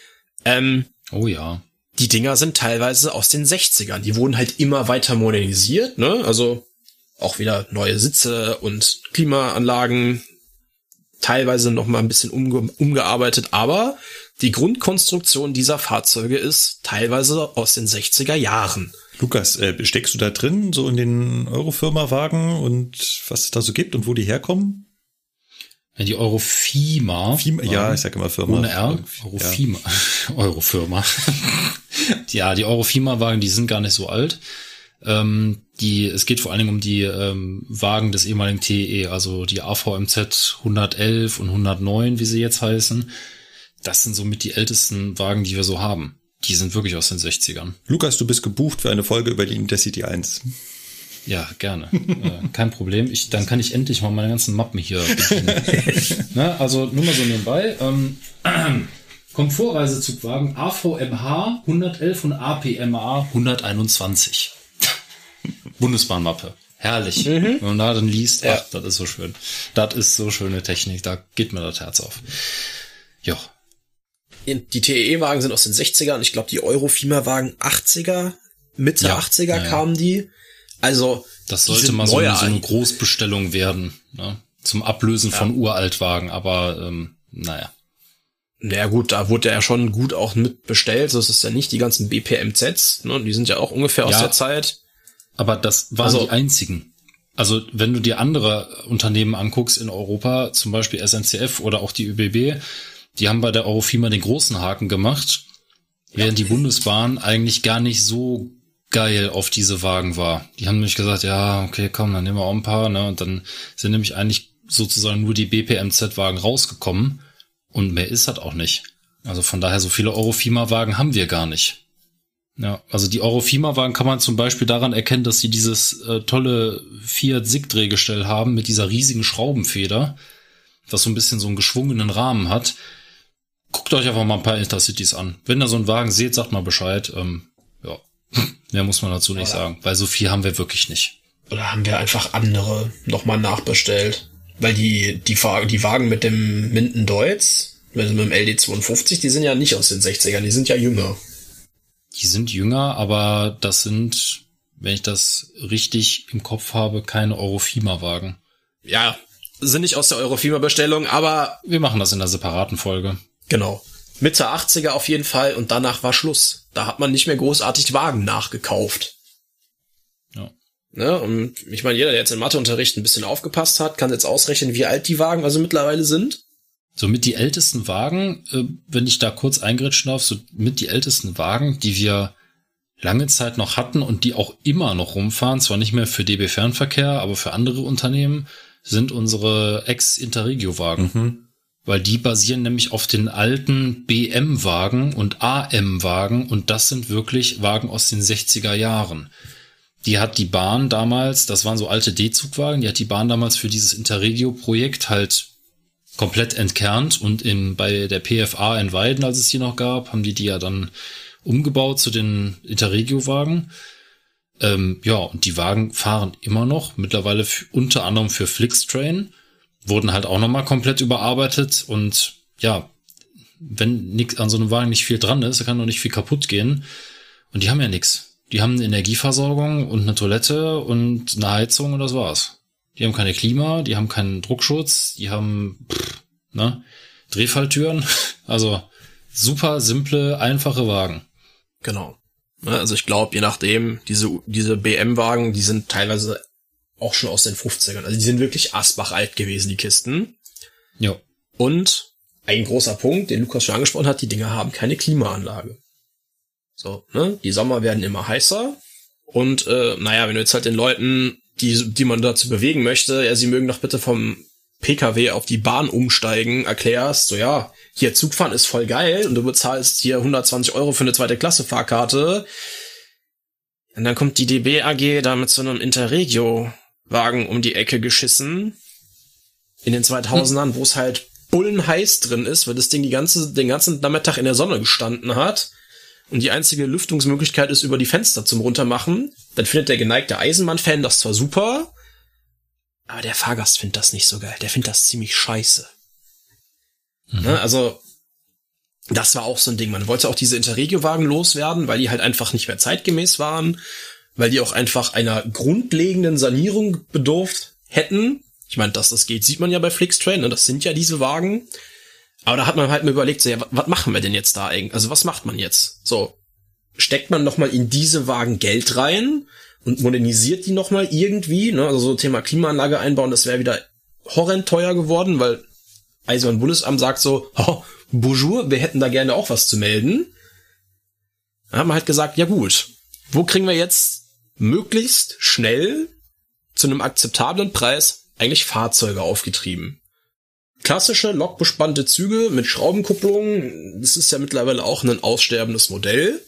Oh ja. Die Dinger sind teilweise aus den 60ern. Die wurden halt immer weiter modernisiert, ne? Also auch wieder neue Sitze und Klimaanlagen, teilweise noch mal ein bisschen umgearbeitet, aber die Grundkonstruktion dieser Fahrzeuge ist teilweise aus den 60er Jahren. Lukas, steckst du da drin, so in den Eurofirma-Wagen und was es da so gibt und wo die herkommen? Ja, die Eurofima. Ja, ich sag immer Firma. Ohne R. Eurofima. Ja. Eurofirma. Ja, die Eurofima-Wagen, die sind gar nicht so alt. Es geht vor allen Dingen um die Wagen des ehemaligen TE, also die AVMZ 111 und 109, wie sie jetzt heißen. Das sind somit die ältesten Wagen, die wir so haben. Die sind wirklich aus den 60ern. Lukas, du bist gebucht für eine Folge über die Intercity 1. Ja, gerne. Kein Problem. Dann kann ich endlich mal meine ganzen Mappen hier bedienen. Ne, also nur mal so nebenbei. Komfortreisezugwagen AVMH 111 und APMA 121. Bundesbahnmappe. Herrlich. Wenn man da dann liest, ach, das ist so schön. Das ist so schöne Technik, da geht mir das Herz auf. Ja. Die TEE-Wagen sind aus den 60ern, ich glaube die Eurofima-Wagen 80er, Mitte 80er kamen die. Also das sollte mal so eine Großbestellung werden, ne? Zum Ablösen von Uraltwagen, aber naja. Naja gut, da wurde ja schon gut auch mit bestellt, so ist es ja nicht, die ganzen BPMZs, ne? Die sind ja auch ungefähr aus der Zeit. Aber das waren die einzigen. Also wenn du dir andere Unternehmen anguckst in Europa, zum Beispiel SNCF oder auch die ÖBB, die haben bei der Eurofima den großen Haken gemacht, während die Bundesbahn eigentlich gar nicht so geil auf diese Wagen war. Die haben nämlich gesagt, ja, okay, komm, dann nehmen wir auch ein paar, ne? Und dann sind nämlich eigentlich sozusagen nur die BPMZ-Wagen rausgekommen und mehr ist das auch nicht. Also von daher, so viele Eurofima-Wagen haben wir gar nicht. Ja, also die Eurofima-Wagen kann man zum Beispiel daran erkennen, dass sie dieses tolle Fiat-Sig-Drehgestell haben mit dieser riesigen Schraubenfeder, was so ein bisschen so einen geschwungenen Rahmen hat. Guckt euch einfach mal ein paar Intercities an. Wenn ihr so einen Wagen seht, sagt mal Bescheid. Ja, mehr muss man dazu nicht sagen, weil so viel haben wir wirklich nicht. Oder haben wir einfach andere nochmal nachbestellt? Weil die Wagen mit dem Minden-Deutz, mit dem LD52, die sind ja nicht aus den 60ern, die sind ja jünger. Die sind jünger, aber das sind, wenn ich das richtig im Kopf habe, keine Eurofima-Wagen. Ja, sind nicht aus der Eurofima-Bestellung, aber wir machen das in einer separaten Folge. Genau. Mitte 80er auf jeden Fall und danach war Schluss. Da hat man nicht mehr großartig Wagen nachgekauft. Ja. Ne? Und ich meine, jeder, der jetzt im Matheunterricht ein bisschen aufgepasst hat, kann jetzt ausrechnen, wie alt die Wagen also mittlerweile sind. Somit die ältesten Wagen, wenn ich da kurz eingrätschen darf, somit die ältesten Wagen, die wir lange Zeit noch hatten und die auch immer noch rumfahren, zwar nicht mehr für DB Fernverkehr, aber für andere Unternehmen, sind unsere Ex-Interregio-Wagen. Mhm. Weil die basieren nämlich auf den alten BM-Wagen und AM-Wagen und das sind wirklich Wagen aus den 60er Jahren. Die hat die Bahn damals, das waren so alte D-Zugwagen, die hat die Bahn damals für dieses Interregio-Projekt halt komplett entkernt und bei der PFA in Weiden, als es die noch gab, haben die ja dann umgebaut zu den Interregio-Wagen. Und die Wagen fahren immer noch, mittlerweile unter anderem für Flixtrain, wurden halt auch nochmal komplett überarbeitet und ja, wenn an so einem Wagen nicht viel dran ist, da kann doch nicht viel kaputt gehen und die haben ja nichts. Die haben eine Energieversorgung und eine Toilette und eine Heizung und das war's. Die haben keine Klima, die haben keinen Druckschutz, die haben Drehfalltüren. Also super simple, einfache Wagen. Genau. Also ich glaube, je nachdem, diese BM-Wagen, die sind teilweise auch schon aus den 50ern. Also die sind wirklich asbachalt gewesen, die Kisten. Ja. Und ein großer Punkt, den Lukas schon angesprochen hat, die Dinger haben keine Klimaanlage. So, ne? Die Sommer werden immer heißer. Und wenn du jetzt halt den Leuten, die man dazu bewegen möchte, ja, sie mögen doch bitte vom PKW auf die Bahn umsteigen, erklärst, so ja, hier Zugfahren ist voll geil und du bezahlst hier 120 € für eine 2. Klasse Fahrkarte. Und dann kommt die DB AG da mit so einem Interregio-Wagen um die Ecke geschissen. In den 2000ern, wo es halt bullenheiß drin ist, weil das Ding den ganzen Nachmittag in der Sonne gestanden hat. Und die einzige Lüftungsmöglichkeit ist über die Fenster zum Runtermachen, dann findet der geneigte Eisenbahn-Fan das zwar super, aber der Fahrgast findet das nicht so geil. Der findet das ziemlich scheiße. Mhm. Ne, also, das war auch so ein Ding. Man wollte auch diese Interregio-Wagen loswerden, weil die halt einfach nicht mehr zeitgemäß waren, weil die auch einfach einer grundlegenden Sanierung bedurft hätten. Ich meine, dass das geht, sieht man ja bei Flixtrain, ne? Das sind ja diese Wagen. Aber da hat man halt mal überlegt, so, ja, was machen wir denn jetzt da eigentlich? Also was macht man jetzt? So, steckt man nochmal in diese Wagen Geld rein und modernisiert die nochmal irgendwie? Ne? Also so Thema Klimaanlage einbauen, das wäre wieder horrend teuer geworden, weil Eisenbahn-Bundesamt sagt so, oh, bonjour, wir hätten da gerne auch was zu melden. Da hat man halt gesagt, ja gut, wo kriegen wir jetzt möglichst schnell zu einem akzeptablen Preis eigentlich Fahrzeuge aufgetrieben? Klassische lokbespannte Züge mit Schraubenkupplungen, das ist ja mittlerweile auch ein aussterbendes Modell.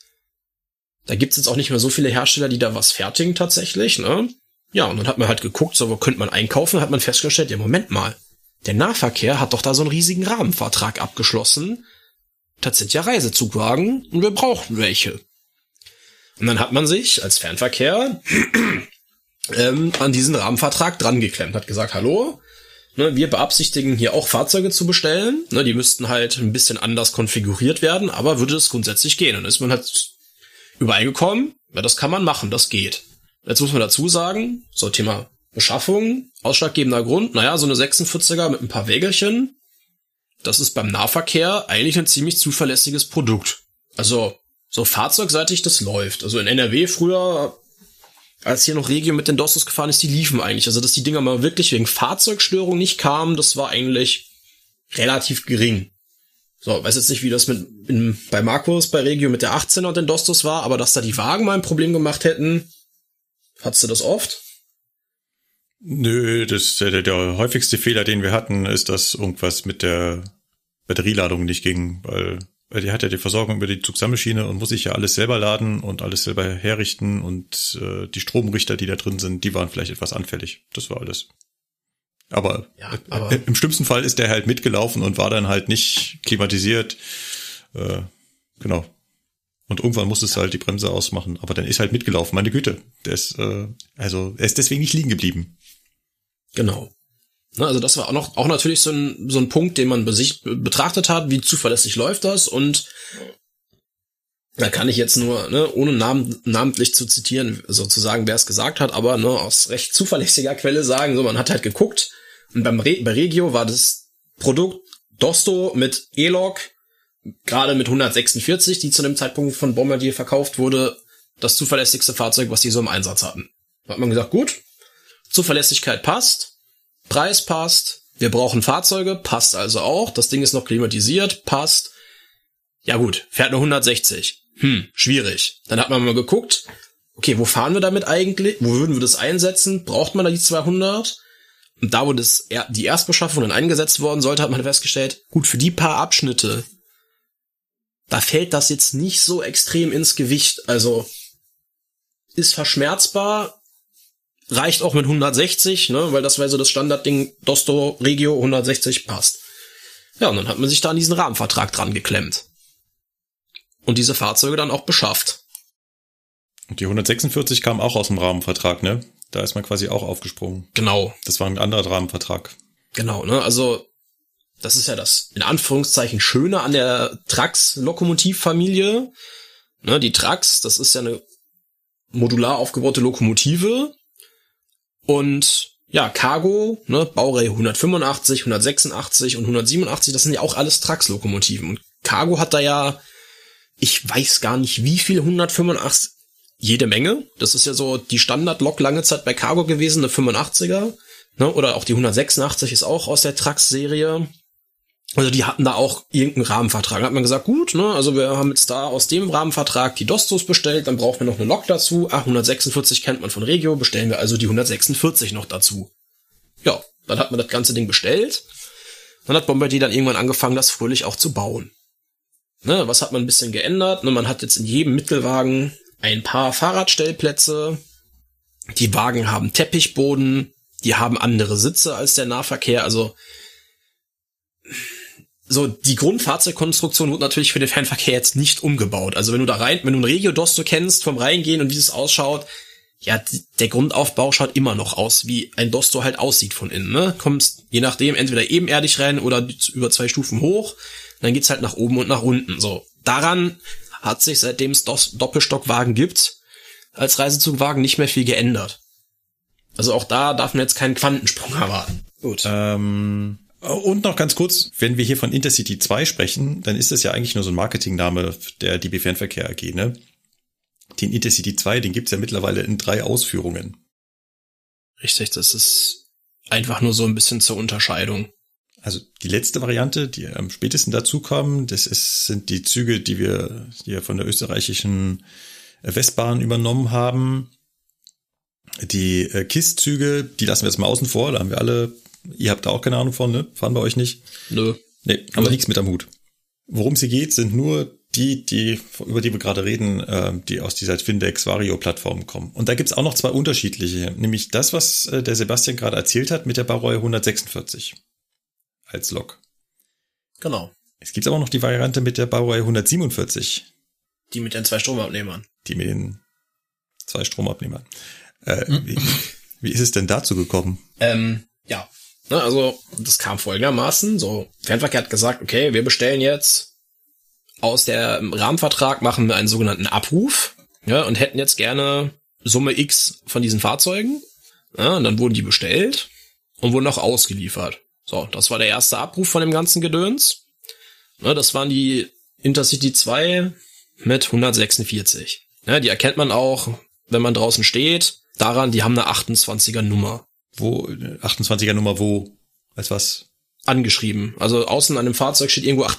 Da gibt's jetzt auch nicht mehr so viele Hersteller, die da was fertigen tatsächlich, ne? Ja, und dann hat man halt geguckt, so, wo könnte man einkaufen, hat man festgestellt, ja, Moment mal, der Nahverkehr hat doch da so einen riesigen Rahmenvertrag abgeschlossen. Das sind ja Reisezugwagen und wir brauchen welche. Und dann hat man sich als Fernverkehr an diesen Rahmenvertrag dran geklemmt, hat gesagt, hallo, ne, wir beabsichtigen hier auch Fahrzeuge zu bestellen, ne, die müssten halt ein bisschen anders konfiguriert werden, aber würde das grundsätzlich gehen. Und dann ist man halt übereingekommen, ja, das kann man machen, das geht. Jetzt muss man dazu sagen, so Thema Beschaffung, ausschlaggebender Grund, naja, so eine 46er mit ein paar Wägelchen, das ist beim Nahverkehr eigentlich ein ziemlich zuverlässiges Produkt. Also, so fahrzeugseitig, das läuft. Also in NRW früher, als hier noch Regio mit den Dostos gefahren ist, die liefen eigentlich. Also, dass die Dinger mal wirklich wegen Fahrzeugstörung nicht kamen, das war eigentlich relativ gering. So, weiß jetzt nicht, wie das bei Markus, bei Regio mit der 18er und den Dostos war, aber dass da die Wagen mal ein Problem gemacht hätten, hattest du das oft? Nö, der häufigste Fehler, den wir hatten, ist, dass irgendwas mit der Batterieladung nicht ging, weil die hat ja die Versorgung über die Zugsammelschiene und muss sich ja alles selber laden und alles selber herrichten und die Stromrichter, die da drin sind, die waren vielleicht etwas anfällig. Das war alles. Aber im schlimmsten Fall ist der halt mitgelaufen und war dann halt nicht klimatisiert. Genau. Und irgendwann musste es halt die Bremse ausmachen. Aber dann ist halt mitgelaufen, meine Güte. Er ist deswegen nicht liegen geblieben. Genau. Also das war auch natürlich so ein Punkt, den man betrachtet hat, wie zuverlässig läuft das. Und da kann ich jetzt nur, ne, ohne namentlich zu zitieren, sozusagen, wer es gesagt hat, aber aus recht zuverlässiger Quelle sagen, so, man hat halt geguckt. Und bei Regio war das Produkt Dosto mit E-Lok, gerade mit 146, die zu dem Zeitpunkt von Bombardier verkauft wurde, das zuverlässigste Fahrzeug, was die so im Einsatz hatten. Da hat man gesagt, gut, Zuverlässigkeit passt, Preis passt, wir brauchen Fahrzeuge, passt also auch, das Ding ist noch klimatisiert, passt. Ja gut, fährt nur 160. Schwierig. Dann hat man mal geguckt, okay, wo fahren wir damit eigentlich? Wo würden wir das einsetzen? Braucht man da die 200? Und da, wo die Erstbeschaffung dann eingesetzt worden sollte, hat man festgestellt, gut, für die paar Abschnitte, da fällt das jetzt nicht so extrem ins Gewicht. Also ist verschmerzbar, reicht auch mit 160, ne, weil das war so das Standardding, Dosto Regio 160 passt. Ja, und dann hat man sich da an diesen Rahmenvertrag dran geklemmt. Und diese Fahrzeuge dann auch beschafft. Und die 146 kam auch aus dem Rahmenvertrag, ne? Da ist man quasi auch aufgesprungen. Genau. Das war ein anderer Rahmenvertrag. Genau, ne, also das ist ja das, in Anführungszeichen, Schöne an der Trax-Lokomotivfamilie. Ne, die Trax, das ist ja eine modular aufgebaute Lokomotive. Und ja, Cargo, ne, Baureihe 185, 186 und 187, das sind ja auch alles Trax-Lokomotiven. Und Cargo hat da ja, ich weiß gar nicht wie viel, 185, jede Menge. Das ist ja so die Standard-Lok lange Zeit bei Cargo gewesen, eine 85er. Ne, oder auch die 186 ist auch aus der Trax-Serie. Also die hatten da auch irgendeinen Rahmenvertrag. Da hat man gesagt, gut, ne, also wir haben jetzt da aus dem Rahmenvertrag die Dostos bestellt, dann brauchen wir noch eine Lok dazu. 146 kennt man von Regio, bestellen wir also die 146 noch dazu. Ja, dann hat man das ganze Ding bestellt. Dann hat Bombardier dann irgendwann angefangen, das fröhlich auch zu bauen. Ne, was hat man ein bisschen geändert? Ne, man hat jetzt in jedem Mittelwagen ein paar Fahrradstellplätze. Die Wagen haben Teppichboden, die haben andere Sitze als der Nahverkehr, also so, die Grundfahrzeugkonstruktion wird natürlich für den Fernverkehr jetzt nicht umgebaut. Also wenn du ein Regio Dosto kennst vom Reingehen und wie es ausschaut, ja, der Grundaufbau schaut immer noch aus, wie ein Dosto halt aussieht von innen, ne? Kommst, je nachdem, entweder ebenerdig rein oder über 2 Stufen hoch, dann geht's halt nach oben und nach unten, so. Daran hat sich, seitdem es Doppelstockwagen gibt, als Reisezugwagen nicht mehr viel geändert. Also auch da darf man jetzt keinen Quantensprung erwarten. Gut. Und noch ganz kurz, wenn wir hier von Intercity 2 sprechen, dann ist das ja eigentlich nur so ein Marketingname der DB Fernverkehr AG, ne? Den Intercity 2, den gibt's ja mittlerweile in 3 Ausführungen. Richtig, das ist einfach nur so ein bisschen zur Unterscheidung. Also die letzte Variante, die am spätesten dazu kam, sind die Züge, die wir hier von der österreichischen Westbahn übernommen haben. Die KISS-Züge, die lassen wir jetzt mal außen vor, da haben wir alle. Ihr habt da auch keine Ahnung von, ne? Fahren bei euch nicht? Nö. Nee, haben wir nichts mit am Hut. Worum es hier geht, sind nur die, über die wir gerade reden, die aus dieser Twindex-Vario-Plattform kommen. Und da gibt's auch noch 2 unterschiedliche. Nämlich das, was der Sebastian gerade erzählt hat mit der Baureihe 146 als Lok. Genau. Es gibt aber noch die Variante mit der Baureihe 147. Die mit den 2 Stromabnehmern. Die mit den 2 Stromabnehmern. Wie ist es denn dazu gekommen? Ja, ne, also das kam folgendermaßen. So, Fernverkehr hat gesagt, okay, wir bestellen jetzt aus dem Rahmenvertrag, machen wir einen sogenannten Abruf, ja, und hätten jetzt gerne Summe X von diesen Fahrzeugen. Ja, und dann wurden die bestellt und wurden auch ausgeliefert. So, das war der erste Abruf von dem ganzen Gedöns. Ja, das waren die Intercity 2 mit 146. Ja, die erkennt man auch, wenn man draußen steht, daran, die haben eine 28er Nummer. 28er Nummer wo? Als was? Angeschrieben. Also außen an dem Fahrzeug steht irgendwo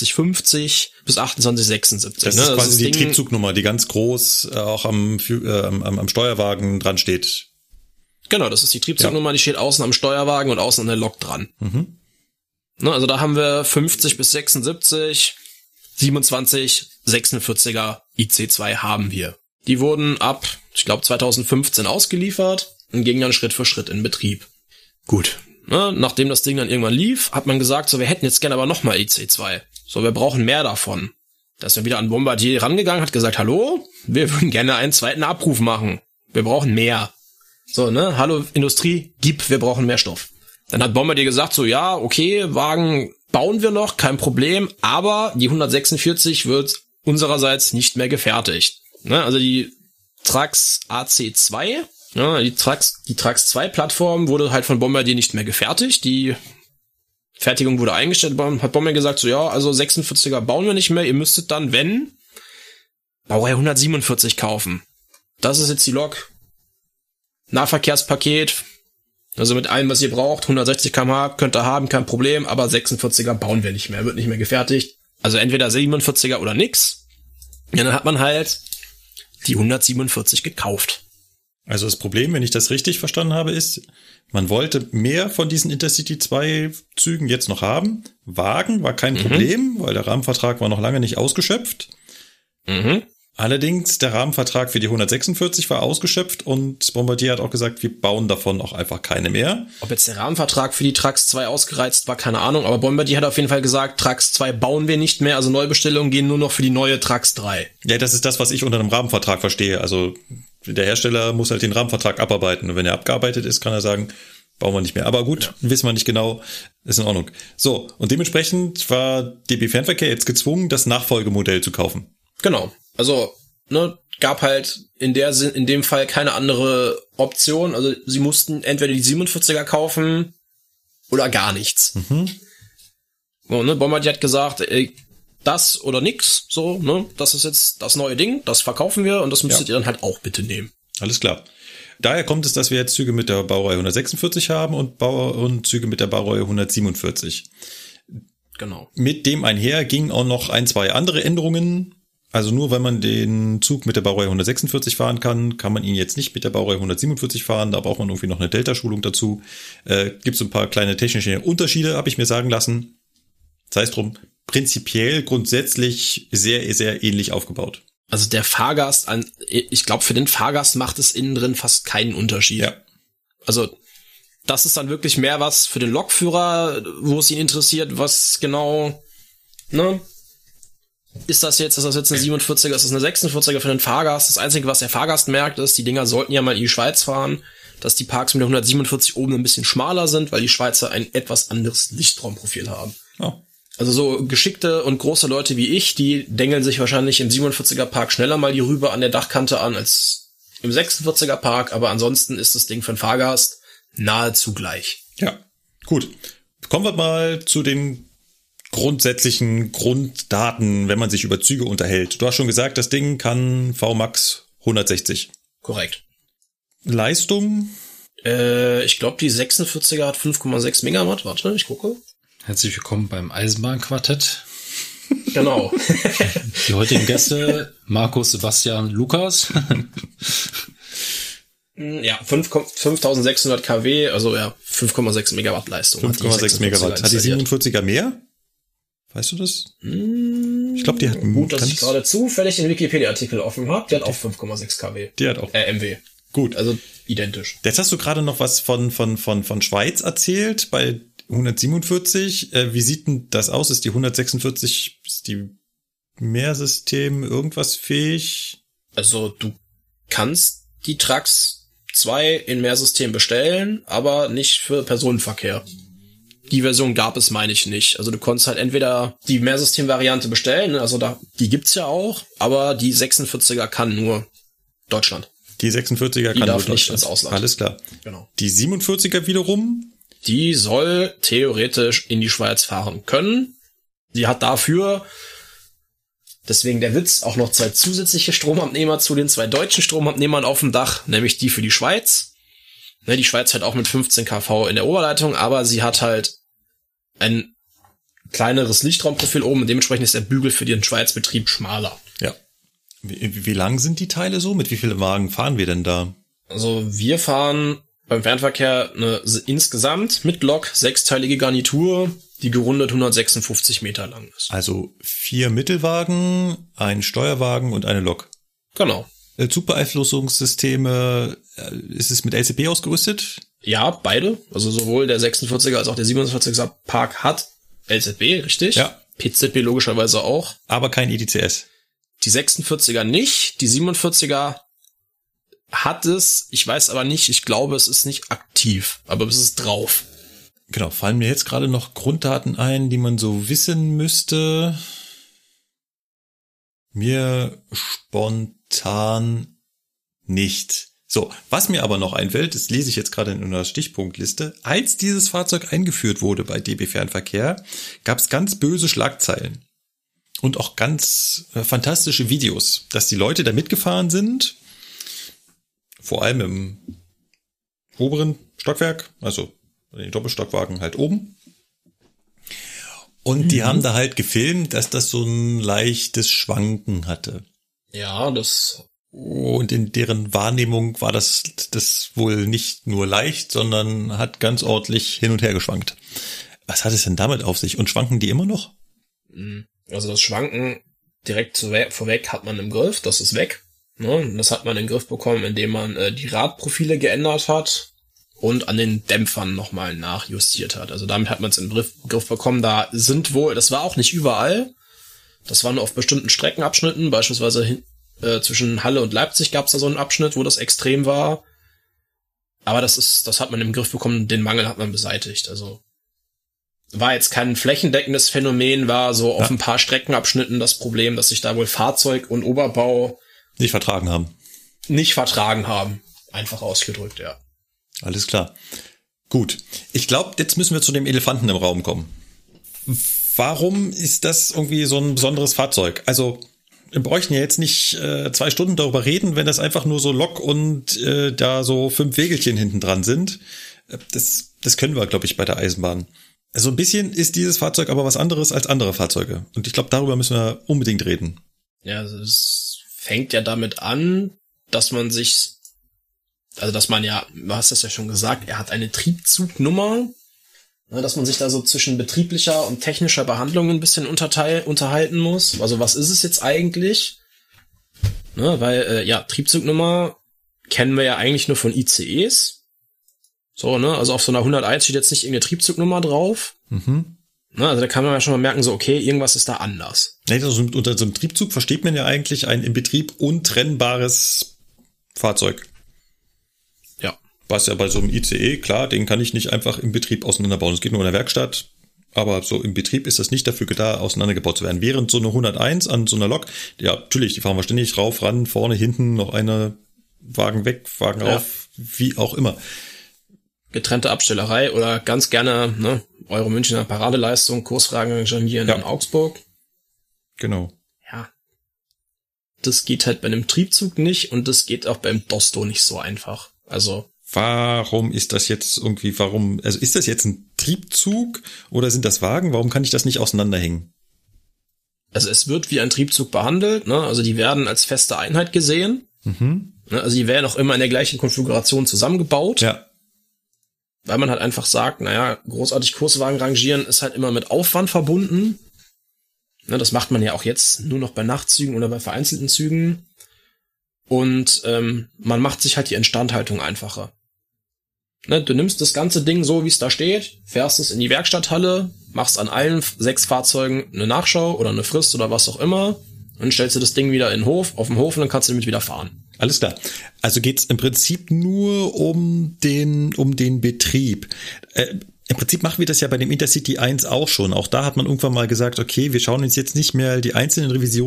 2850 bis 2876. Das ist quasi die Triebzugnummer, die ganz groß auch am Steuerwagen dran steht. Genau, das ist die Triebzugnummer, die steht außen am Steuerwagen und außen an der Lok dran. Mhm. Ne, also da haben wir 50 bis 76, 27, 46er IC2 haben wir. Die wurden ab, ich glaube 2015 ausgeliefert und gingen dann Schritt für Schritt in Betrieb. Gut. Ne, nachdem das Ding dann irgendwann lief, hat man gesagt, so, wir hätten jetzt gerne aber nochmal IC2. So, wir brauchen mehr davon. Da ist man wieder an Bombardier rangegangen, hat gesagt, hallo, wir würden gerne einen zweiten Abruf machen. Wir brauchen mehr. So, ne, hallo Industrie, wir brauchen mehr Stoff. Dann hat Bombardier gesagt, so, ja, okay, Wagen bauen wir noch, kein Problem, aber die 146 wird unsererseits nicht mehr gefertigt. Ne, also die Trax AC2, ja, die Trax 2 Plattform wurde halt von Bombardier nicht mehr gefertigt. Die Fertigung wurde eingestellt. Hat Bombardier gesagt, so, ja, also 46er bauen wir nicht mehr. Ihr müsstet dann, wenn, Baureihe 147 kaufen. Das ist jetzt die Lok. Nahverkehrspaket. Also mit allem, was ihr braucht. 160 km/h könnt ihr haben, kein Problem. Aber 46er bauen wir nicht mehr. Wird nicht mehr gefertigt. Also entweder 47er oder nix. Ja, dann hat man halt die 147 gekauft. Also das Problem, wenn ich das richtig verstanden habe, ist, man wollte mehr von diesen Intercity 2 Zügen jetzt noch haben. Wagen war kein Problem, weil der Rahmenvertrag war noch lange nicht ausgeschöpft. Mhm. Allerdings, der Rahmenvertrag für die 146 war ausgeschöpft und Bombardier hat auch gesagt, wir bauen davon auch einfach keine mehr. Ob jetzt der Rahmenvertrag für die Trax 2 ausgereizt war, keine Ahnung, aber Bombardier hat auf jeden Fall gesagt, Trax 2 bauen wir nicht mehr, also Neubestellungen gehen nur noch für die neue Trax 3. Ja, das ist das, was ich unter einem Rahmenvertrag verstehe. Also der Hersteller muss halt den Rahmenvertrag abarbeiten und wenn er abgearbeitet ist, kann er sagen, bauen wir nicht mehr. Aber gut, wissen wir nicht genau, ist in Ordnung. So, und dementsprechend war DB Fernverkehr jetzt gezwungen, das Nachfolgemodell zu kaufen. Genau. Also, ne, gab halt in dem Fall keine andere Option. Also, sie mussten entweder die 47er kaufen oder gar nichts. Mhm. So, ne, Bombardier hat gesagt, ey, das oder nix, so, ne, das ist jetzt das neue Ding, das verkaufen wir und das müsstet ihr dann halt auch bitte nehmen. Alles klar. Daher kommt es, dass wir jetzt Züge mit der Baureihe 146 haben und Züge mit der Baureihe 147. Genau. Mit dem einher gingen auch noch 1, 2 andere Änderungen. Also nur wenn man den Zug mit der Baureihe 146 fahren kann, kann man ihn jetzt nicht mit der Baureihe 147 fahren. Da braucht man irgendwie noch eine Delta-Schulung dazu. Gibt es ein paar kleine technische Unterschiede, habe ich mir sagen lassen. Sei es drum, prinzipiell grundsätzlich sehr, sehr ähnlich aufgebaut. Also der Fahrgast, ich glaube, für den Fahrgast macht es innen drin fast keinen Unterschied. Ja. Also das ist dann wirklich mehr was für den Lokführer, wo es ihn interessiert, was genau, ne? Ist das jetzt eine 47er, ist das eine 46er für den Fahrgast? Das Einzige, was der Fahrgast merkt, ist, die Dinger sollten ja mal in die Schweiz fahren, dass die Parks mit der 147 oben ein bisschen schmaler sind, weil die Schweizer ein etwas anderes Lichtraumprofil haben. Oh. Also so geschickte und große Leute wie ich, die dengeln sich wahrscheinlich im 47er Park schneller mal die Rübe an der Dachkante an als im 46er Park, aber ansonsten ist das Ding für den Fahrgast nahezu gleich. Ja, gut. Kommen wir mal zu den grundsätzlichen Grunddaten, wenn man sich über Züge unterhält. Du hast schon gesagt, das Ding kann VMAX 160. Korrekt. Leistung? Ich glaube, die 46er hat 5,6 Megawatt. Warte, ich gucke. Herzlich willkommen beim Eisenbahnquartett. Genau. Die heutigen Gäste, Markus, Sebastian, Lukas. Ja, 5600 kW, also ja, 5,6 Megawatt Leistung. 5,6 Megawatt. Hat die 47er mehr? Weißt du das? Ich glaube, die hat... Gut, dass ich gerade zufällig den Wikipedia-Artikel offen habe. Die hat auch 5,6 kW. Die hat auch... MW. Gut. Also identisch. Jetzt hast du gerade noch was von Schweiz erzählt bei 147. Wie sieht denn das aus? Ist die 146, ist die Mehrsystem irgendwas fähig? Also du kannst die Trax 2 in Mehrsystem bestellen, aber nicht für Personenverkehr. Die Version gab es, meine ich, nicht. Also du konntest halt entweder die Mehrsystem-Variante bestellen, also die gibt's ja auch, aber die 46er kann nur Deutschland. Die 46er die kann darf nur nicht Deutschland. ins Ausland. Alles klar. Genau. Die 47er wiederum? Die soll theoretisch in die Schweiz fahren können. Die hat dafür, deswegen der Witz, auch noch 2 zusätzliche Stromabnehmer zu den 2 deutschen Stromabnehmern auf dem Dach, nämlich die für die Schweiz. Ne, die Schweiz hat auch mit 15 kV in der Oberleitung, aber sie hat halt ein kleineres Lichtraumprofil oben und dementsprechend ist der Bügel für den Schweizbetrieb schmaler. Ja. Wie lang sind die Teile so? Mit wie vielen Wagen fahren wir denn da? Also wir fahren beim Fernverkehr eine insgesamt mit Lok 6-teilige Garnitur, die gerundet 156 Meter lang ist. Also 4 Mittelwagen, ein Steuerwagen und eine Lok. Genau. Zugbeeinflussungssysteme, ist es mit LCP ausgerüstet? Ja, beide. Also sowohl der 46er als auch der 47er Park hat LZB, richtig? Ja. PZB logischerweise auch. Aber kein EDCS. Die 46er nicht, die 47er hat es, ich weiß aber nicht, ich glaube, es ist nicht aktiv, aber es ist drauf. Genau, fallen mir jetzt gerade noch Grunddaten ein, die man so wissen müsste. Mir spontan nicht. So, was mir aber noch einfällt, das lese ich jetzt gerade in einer Stichpunktliste. Als dieses Fahrzeug eingeführt wurde bei DB Fernverkehr, gab es ganz böse Schlagzeilen. Und auch ganz fantastische Videos, dass die Leute da mitgefahren sind, vor allem im oberen Stockwerk, also den Doppelstockwagen halt oben. Und die haben da halt gefilmt, dass das so ein leichtes Schwanken hatte. Ja, das... Und in deren Wahrnehmung war das wohl nicht nur leicht, sondern hat ganz ordentlich hin und her geschwankt. Was hat es denn damit auf sich? Und schwanken die immer noch? Also das Schwanken direkt vorweg hat man im Griff, das ist weg. Ne? Und das hat man in den Griff bekommen, indem man die Radprofile geändert hat und an den Dämpfern nochmal nachjustiert hat. Also damit hat man es in den Griff bekommen. Da sind wohl, das war auch nicht überall, das war nur auf bestimmten Streckenabschnitten, beispielsweise zwischen Halle und Leipzig gab es da so einen Abschnitt, wo das extrem war. Aber das hat man im Griff bekommen, den Mangel hat man beseitigt. Also war jetzt kein flächendeckendes Phänomen, war so auf ein paar Streckenabschnitten das Problem, dass sich da wohl Fahrzeug und Oberbau nicht vertragen haben. Einfach ausgedrückt, ja. Alles klar. Gut. Ich glaube, jetzt müssen wir zu dem Elefanten im Raum kommen. Warum ist das irgendwie so ein besonderes Fahrzeug? Also wir bräuchten ja jetzt nicht 2 Stunden darüber reden, wenn das einfach nur so Lok und da so 5 Wägelchen hinten dran sind. Das können wir, glaube ich, bei der Eisenbahn. Also ein bisschen ist dieses Fahrzeug aber was anderes als andere Fahrzeuge. Und ich glaube, darüber müssen wir unbedingt reden. Ja, also es fängt ja damit an, dass man ja, du hast das ja schon gesagt, er hat eine Triebzugnummer, dass man sich da so zwischen betrieblicher und technischer Behandlung ein bisschen unterhalten muss. Also was ist es jetzt eigentlich? Ne, weil, Triebzugnummer kennen wir ja eigentlich nur von ICEs. So, ne, also auf so einer 101 steht jetzt nicht irgendeine Triebzugnummer drauf. Ne, also da kann man ja schon mal merken, so, okay, irgendwas ist da anders. Also unter so einem Triebzug versteht man ja eigentlich ein im Betrieb untrennbares Fahrzeug. Ja. Was ja bei so einem ICE, klar, den kann ich nicht einfach im Betrieb auseinanderbauen. Es geht nur in der Werkstatt, aber so im Betrieb ist das nicht dafür da, auseinandergebaut zu werden. Während so eine 101 an so einer Lok, ja, natürlich, die fahren wir ständig rauf, ran, vorne, hinten, noch eine Wagen weg, Wagen rauf, wie auch immer. Getrennte Abstellerei oder ganz gerne, ne, Euro Münchner Paradeleistung, Kurswagen Janieren in Augsburg. Genau. Ja. Das geht halt bei einem Triebzug nicht und das geht auch beim Dosto nicht so einfach. Also. Warum ist das jetzt irgendwie, also ist das jetzt ein Triebzug oder sind das Wagen? Warum kann ich das nicht auseinanderhängen? Also es wird wie ein Triebzug behandelt, ne, also die werden als feste Einheit gesehen. Ne, also die werden auch immer in der gleichen Konfiguration zusammengebaut. Ja. Weil man halt einfach sagt, naja, großartig Kurswagen rangieren ist halt immer mit Aufwand verbunden. Ne, das macht man ja auch jetzt nur noch bei Nachtzügen oder bei vereinzelten Zügen. Und man macht sich halt die Instandhaltung einfacher. Ne, du nimmst das ganze Ding so, wie es da steht, fährst es in die Werkstatthalle, machst an allen 6 Fahrzeugen eine Nachschau oder eine Frist oder was auch immer und stellst du das Ding wieder auf den Hof und dann kannst du damit wieder fahren. Alles klar. Also geht's im Prinzip nur um den Betrieb. Im Prinzip machen wir das ja bei dem Intercity 1 auch schon. Auch da hat man irgendwann mal gesagt, okay, wir schauen uns jetzt nicht mehr die einzelnen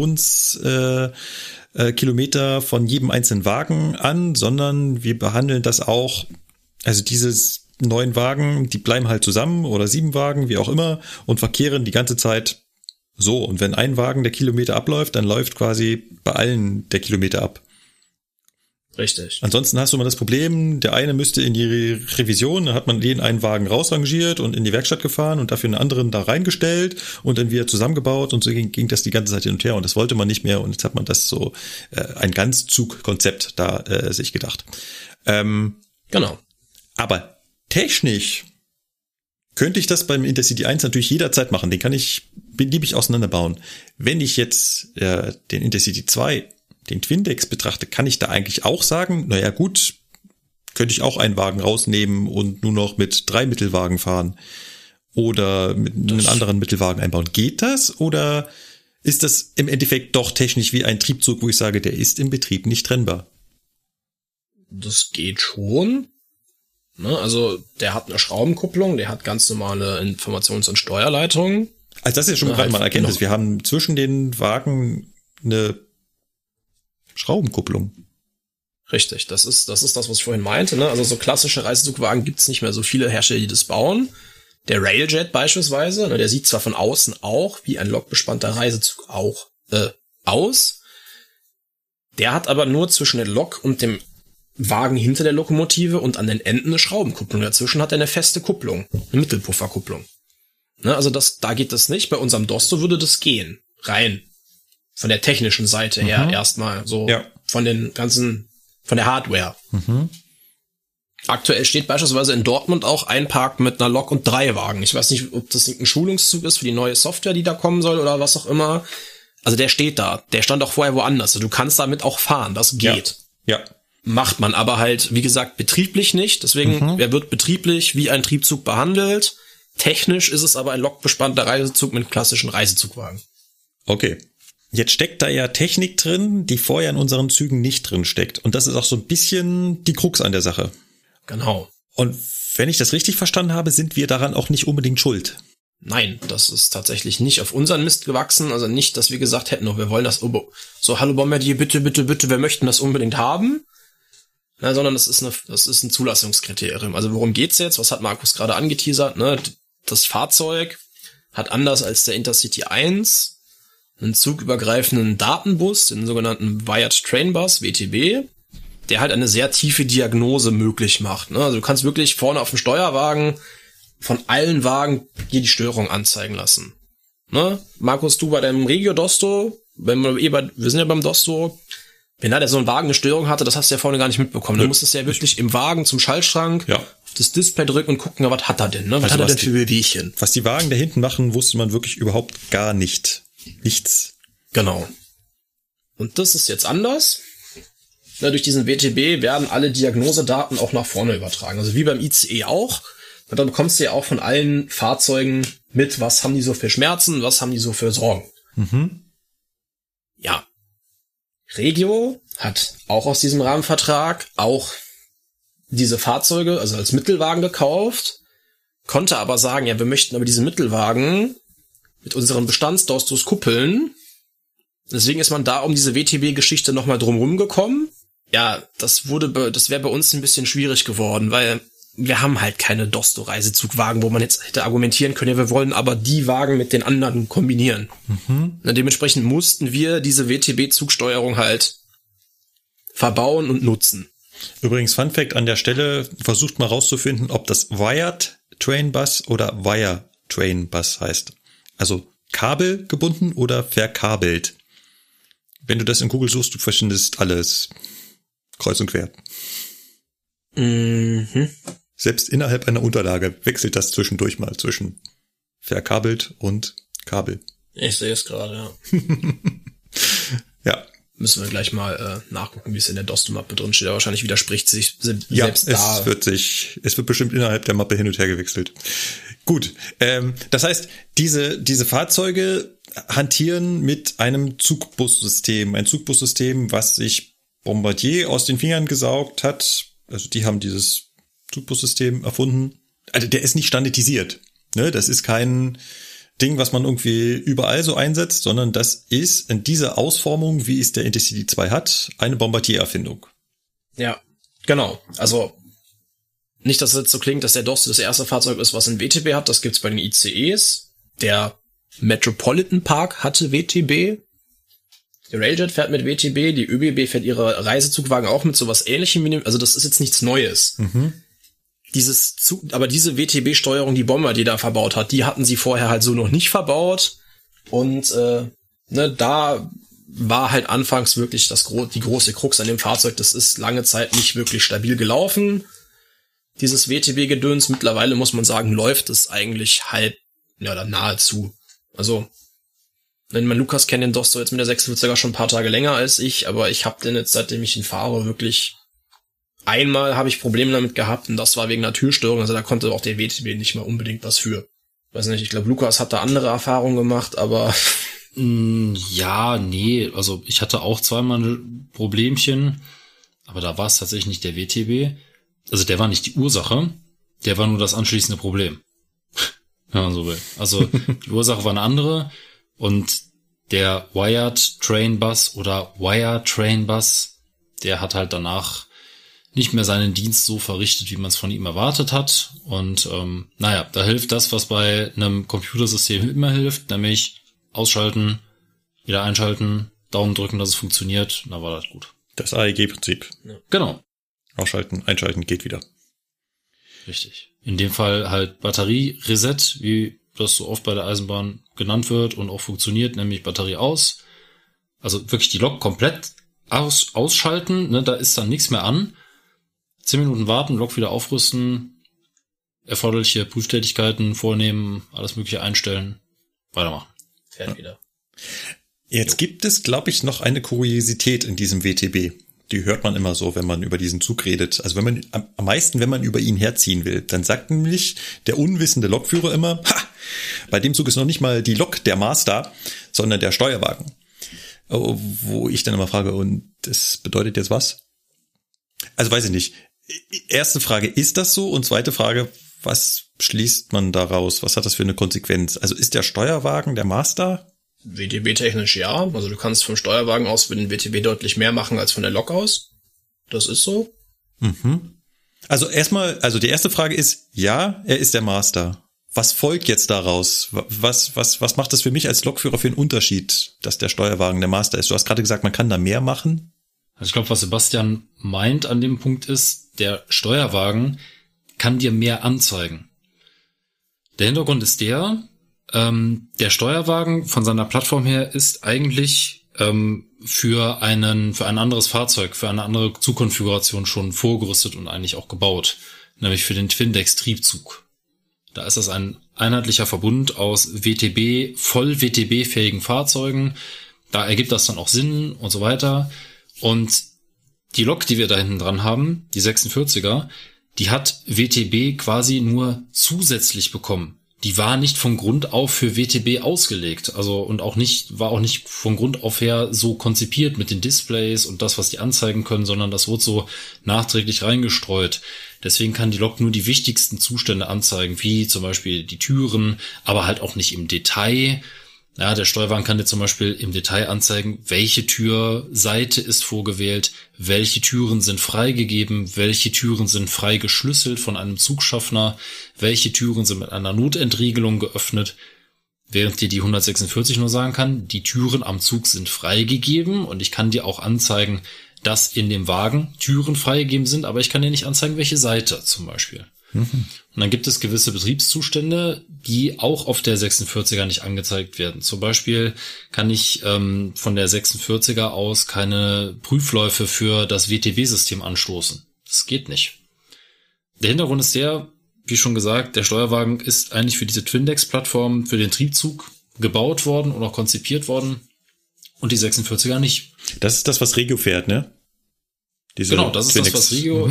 Revisionskilometer von jedem einzelnen Wagen an, sondern wir behandeln das auch, also dieses 9 Wagen, die bleiben halt zusammen oder 7 Wagen, wie auch immer, und verkehren die ganze Zeit so. Und wenn ein Wagen der Kilometer abläuft, dann läuft quasi bei allen der Kilometer ab. Richtig. Ansonsten hast du immer das Problem, der eine müsste in die Revision, dann hat man den einen Wagen rausrangiert und in die Werkstatt gefahren und dafür einen anderen da reingestellt und dann wieder zusammengebaut und so ging das die ganze Zeit hin und her und das wollte man nicht mehr und jetzt hat man das so ein Ganzzugkonzept da sich gedacht. Genau. Aber technisch könnte ich das beim Intercity 1 natürlich jederzeit machen, den kann ich beliebig auseinanderbauen. Wenn ich jetzt den Intercity 2 den Twindex betrachte, kann ich da eigentlich auch sagen, naja gut, könnte ich auch einen Wagen rausnehmen und nur noch mit 3 Mittelwagen fahren oder mit einem anderen Mittelwagen einbauen. Geht das oder ist das im Endeffekt doch technisch wie ein Triebzug, wo ich sage, der ist im Betrieb nicht trennbar? Das geht schon. Ne, also der hat eine Schraubenkupplung, der hat ganz normale Informations- und Steuerleitungen. Also das ist ja schon gerade mal ein Erkenntnis. Genau. Wir haben zwischen den Wagen eine Schraubenkupplung. Richtig, das ist das, was ich vorhin meinte. Ne? Also so klassische Reisezugwagen gibt's nicht mehr so viele Hersteller, die das bauen. Der Railjet beispielsweise, ne, der sieht zwar von außen auch wie ein lokbespannter Reisezug auch aus. Der hat aber nur zwischen der Lok und dem Wagen hinter der Lokomotive und an den Enden eine Schraubenkupplung. Dazwischen hat er eine feste Kupplung, eine Mittelpufferkupplung. Ne, also da geht das nicht. Bei unserem Dosto würde das gehen. Rein. Von der technischen Seite her erstmal. So von der Hardware. Mhm. Aktuell steht beispielsweise in Dortmund auch ein Park mit einer Lok und 3 Wagen. Ich weiß nicht, ob das ein Schulungszug ist für die neue Software, die da kommen soll oder was auch immer. Also der steht da. Der stand auch vorher woanders. Also du kannst damit auch fahren. Das geht. Ja. Macht man aber halt, wie gesagt, betrieblich nicht. Deswegen, er wird betrieblich wie ein Triebzug behandelt. Technisch ist es aber ein lokbespannter Reisezug mit klassischen Reisezugwagen. Okay. Jetzt steckt da ja Technik drin, die vorher in unseren Zügen nicht drin steckt. Und das ist auch so ein bisschen die Krux an der Sache. Genau. Und wenn ich das richtig verstanden habe, sind wir daran auch nicht unbedingt schuld. Nein, das ist tatsächlich nicht auf unseren Mist gewachsen. Also nicht, dass wir gesagt hätten, oh, wir wollen das, so, hallo Bombardier, bitte, wir möchten das unbedingt haben. Na, sondern das ist ein Zulassungskriterium. Also worum geht's jetzt? Was hat Markus gerade angeteasert? Ne? Das Fahrzeug hat anders als der Intercity 1 einen zugübergreifenden Datenbus, den sogenannten Wired Train Bus, WTB, der halt eine sehr tiefe Diagnose möglich macht. Ne? Also du kannst wirklich vorne auf dem Steuerwagen von allen Wagen dir die Störung anzeigen lassen. Ne? Markus, du bei deinem Regio Dosto, wir sind ja beim Dosto, wenn da so ein Wagen eine Störung hatte, das hast du ja vorne gar nicht mitbekommen. Du musstest ja wirklich im Wagen zum Schaltschrank auf das Display drücken und gucken, was hat er denn? Ne? Was hat er denn für Bewegchen? Was die Wagen da hinten machen, wusste man wirklich überhaupt gar nicht. Nichts. Genau. Und das ist jetzt anders. Ja, durch diesen WTB werden alle Diagnosedaten auch nach vorne übertragen. Also wie beim ICE auch. Und dann bekommst du ja auch von allen Fahrzeugen mit, was haben die so für Schmerzen, was haben die so für Sorgen. Mhm. Ja. Regio hat auch aus diesem Rahmenvertrag auch diese Fahrzeuge, also als Mittelwagen gekauft, konnte aber sagen, ja, wir möchten aber diese Mittelwagen mit unseren Bestandsdostos kuppeln. Deswegen ist man da um diese WTB-Geschichte nochmal drumherum gekommen. Ja, das wäre bei uns ein bisschen schwierig geworden, weil wir haben halt keine Dosto-Reisezugwagen, wo man jetzt hätte argumentieren können, ja, wir wollen aber die Wagen mit den anderen kombinieren. Mhm. Dementsprechend mussten wir diese WTB-Zugsteuerung halt verbauen und nutzen. Übrigens, Fun Fact an der Stelle, versucht mal rauszufinden, ob das Wired Train Bus oder Wire Train Bus heißt. Also kabelgebunden oder verkabelt. Wenn du das in Google suchst, du findest alles kreuz und quer. Mhm. Selbst innerhalb einer Unterlage wechselt das zwischendurch mal zwischen verkabelt und Kabel. Ich sehe es gerade, ja. Ja. Müssen wir gleich mal nachgucken, wie es in der Dosto-Mappe drin steht. Wahrscheinlich widerspricht sich selbst da. Es wird bestimmt innerhalb der Mappe hin und her gewechselt. Gut, das heißt, diese Fahrzeuge hantieren mit einem Zugbussystem. Ein Zugbussystem, was sich Bombardier aus den Fingern gesaugt hat. Also die haben dieses Zugbussystem erfunden. Also der ist nicht standardisiert. Ne? Das ist kein Ding, was man irgendwie überall so einsetzt, sondern das ist in dieser Ausformung, wie es der Intercity 2 hat, eine Bombardier-Erfindung. Ja, genau. Also nicht, dass es jetzt so klingt, dass der Dost das erste Fahrzeug ist, was ein WTB hat. Das gibt's bei den ICEs. Der Metropolitan Park hatte WTB. Der Railjet fährt mit WTB. Die ÖBB fährt ihre Reisezugwagen auch mit sowas Ähnlichem. Also das ist jetzt nichts Neues. Aber diese WTB-Steuerung, die Bombardier da verbaut hat, die hatten sie vorher halt so noch nicht verbaut. Und da war halt anfangs wirklich die große Krux an dem Fahrzeug. Das ist lange Zeit nicht wirklich stabil gelaufen. Dieses WTB-Gedöns, mittlerweile muss man sagen, läuft es eigentlich halb, oder nahezu. Also, wenn man Lukas kennt den Dosto jetzt mit der 46er schon ein paar Tage länger als ich, aber ich habe den jetzt, seitdem ich ihn fahre, wirklich einmal habe ich Probleme damit gehabt und das war wegen einer Türstörung, also da konnte auch der WTB nicht mal unbedingt was für. Weiß nicht, ich glaube, Lukas hat da andere Erfahrungen gemacht, aber ja, nee, also ich hatte auch zweimal ein Problemchen, aber da war es tatsächlich nicht der WTB. Also der war nicht die Ursache, der war nur das anschließende Problem. Wenn man so will. Also die Ursache war eine andere und der Wired Train Bus oder Wire Train Bus, der hat halt danach nicht mehr seinen Dienst so verrichtet, wie man es von ihm erwartet hat. Und da hilft das, was bei einem Computersystem immer hilft, nämlich ausschalten, wieder einschalten, Daumen drücken, dass es funktioniert. Da war das gut. Das AEG-Prinzip. Ja. Genau. Ausschalten, einschalten, geht wieder. Richtig. In dem Fall halt Batterie-Reset, wie das so oft bei der Eisenbahn genannt wird und auch funktioniert, nämlich Batterie aus. Also wirklich die Lok komplett ausschalten, ne, da ist dann nichts mehr an. 10 Minuten warten, Lok wieder aufrüsten, erforderliche Prüftätigkeiten vornehmen, alles Mögliche einstellen, weitermachen. Fährt wieder. Jetzt gibt es, glaube ich, noch eine Kuriosität in diesem WTB. Die hört man immer so, wenn man über diesen Zug redet. Also wenn man am meisten, wenn man über ihn herziehen will, dann sagt nämlich der unwissende Lokführer immer, bei dem Zug ist noch nicht mal die Lok der Master, sondern der Steuerwagen. Wo ich dann immer frage, und das bedeutet jetzt was? Also weiß ich nicht. Erste Frage, ist das so? Und zweite Frage, was schließt man daraus? Was hat das für eine Konsequenz? Also ist der Steuerwagen der Master? WTB-technisch ja. Also du kannst vom Steuerwagen aus für den WTB deutlich mehr machen als von der Lok aus. Das ist so. Also erstmal, die erste Frage ist, ja, er ist der Master. Was folgt jetzt daraus? Was macht das für mich als Lokführer für einen Unterschied, dass der Steuerwagen der Master ist? Du hast gerade gesagt, man kann da mehr machen. Also ich glaube, was Sebastian meint an dem Punkt ist, der Steuerwagen kann dir mehr anzeigen. Der Hintergrund ist der der Steuerwagen von seiner Plattform her ist eigentlich für ein anderes Fahrzeug, für eine andere Zugkonfiguration schon vorgerüstet und eigentlich auch gebaut, nämlich für den Twindex-Triebzug. Da ist das ein einheitlicher Verbund aus WTB, voll WTB-fähigen Fahrzeugen. Da ergibt das dann auch Sinn und so weiter. Und die Lok, die wir da hinten dran haben, die 46er, die hat WTB quasi nur zusätzlich bekommen. Die war nicht von Grund auf für WTB ausgelegt, also und war auch nicht von Grund auf her so konzipiert mit den Displays und das, was die anzeigen können, sondern das wurde so nachträglich reingestreut. Deswegen kann die Lok nur die wichtigsten Zustände anzeigen, wie zum Beispiel die Türen, aber halt auch nicht im Detail. Ja, der Steuerwagen kann dir zum Beispiel im Detail anzeigen, welche Türseite ist vorgewählt, welche Türen sind freigegeben, welche Türen sind frei geschlüsselt von einem Zugschaffner, welche Türen sind mit einer Notentriegelung geöffnet, während dir die 146 nur sagen kann, die Türen am Zug sind freigegeben und ich kann dir auch anzeigen, dass in dem Wagen Türen freigegeben sind, aber ich kann dir nicht anzeigen, welche Seite zum Beispiel. Und dann gibt es gewisse Betriebszustände, die auch auf der 46er nicht angezeigt werden. Zum Beispiel kann ich von der 46er aus keine Prüfläufe für das WTB-System anstoßen. Das geht nicht. Der Hintergrund ist der, wie schon gesagt, der Steuerwagen ist eigentlich für diese Twindex-Plattform, für den Triebzug gebaut worden und auch konzipiert worden und die 46er nicht. Das ist das, was Regio fährt, ne? Genau, das ist das, was Regio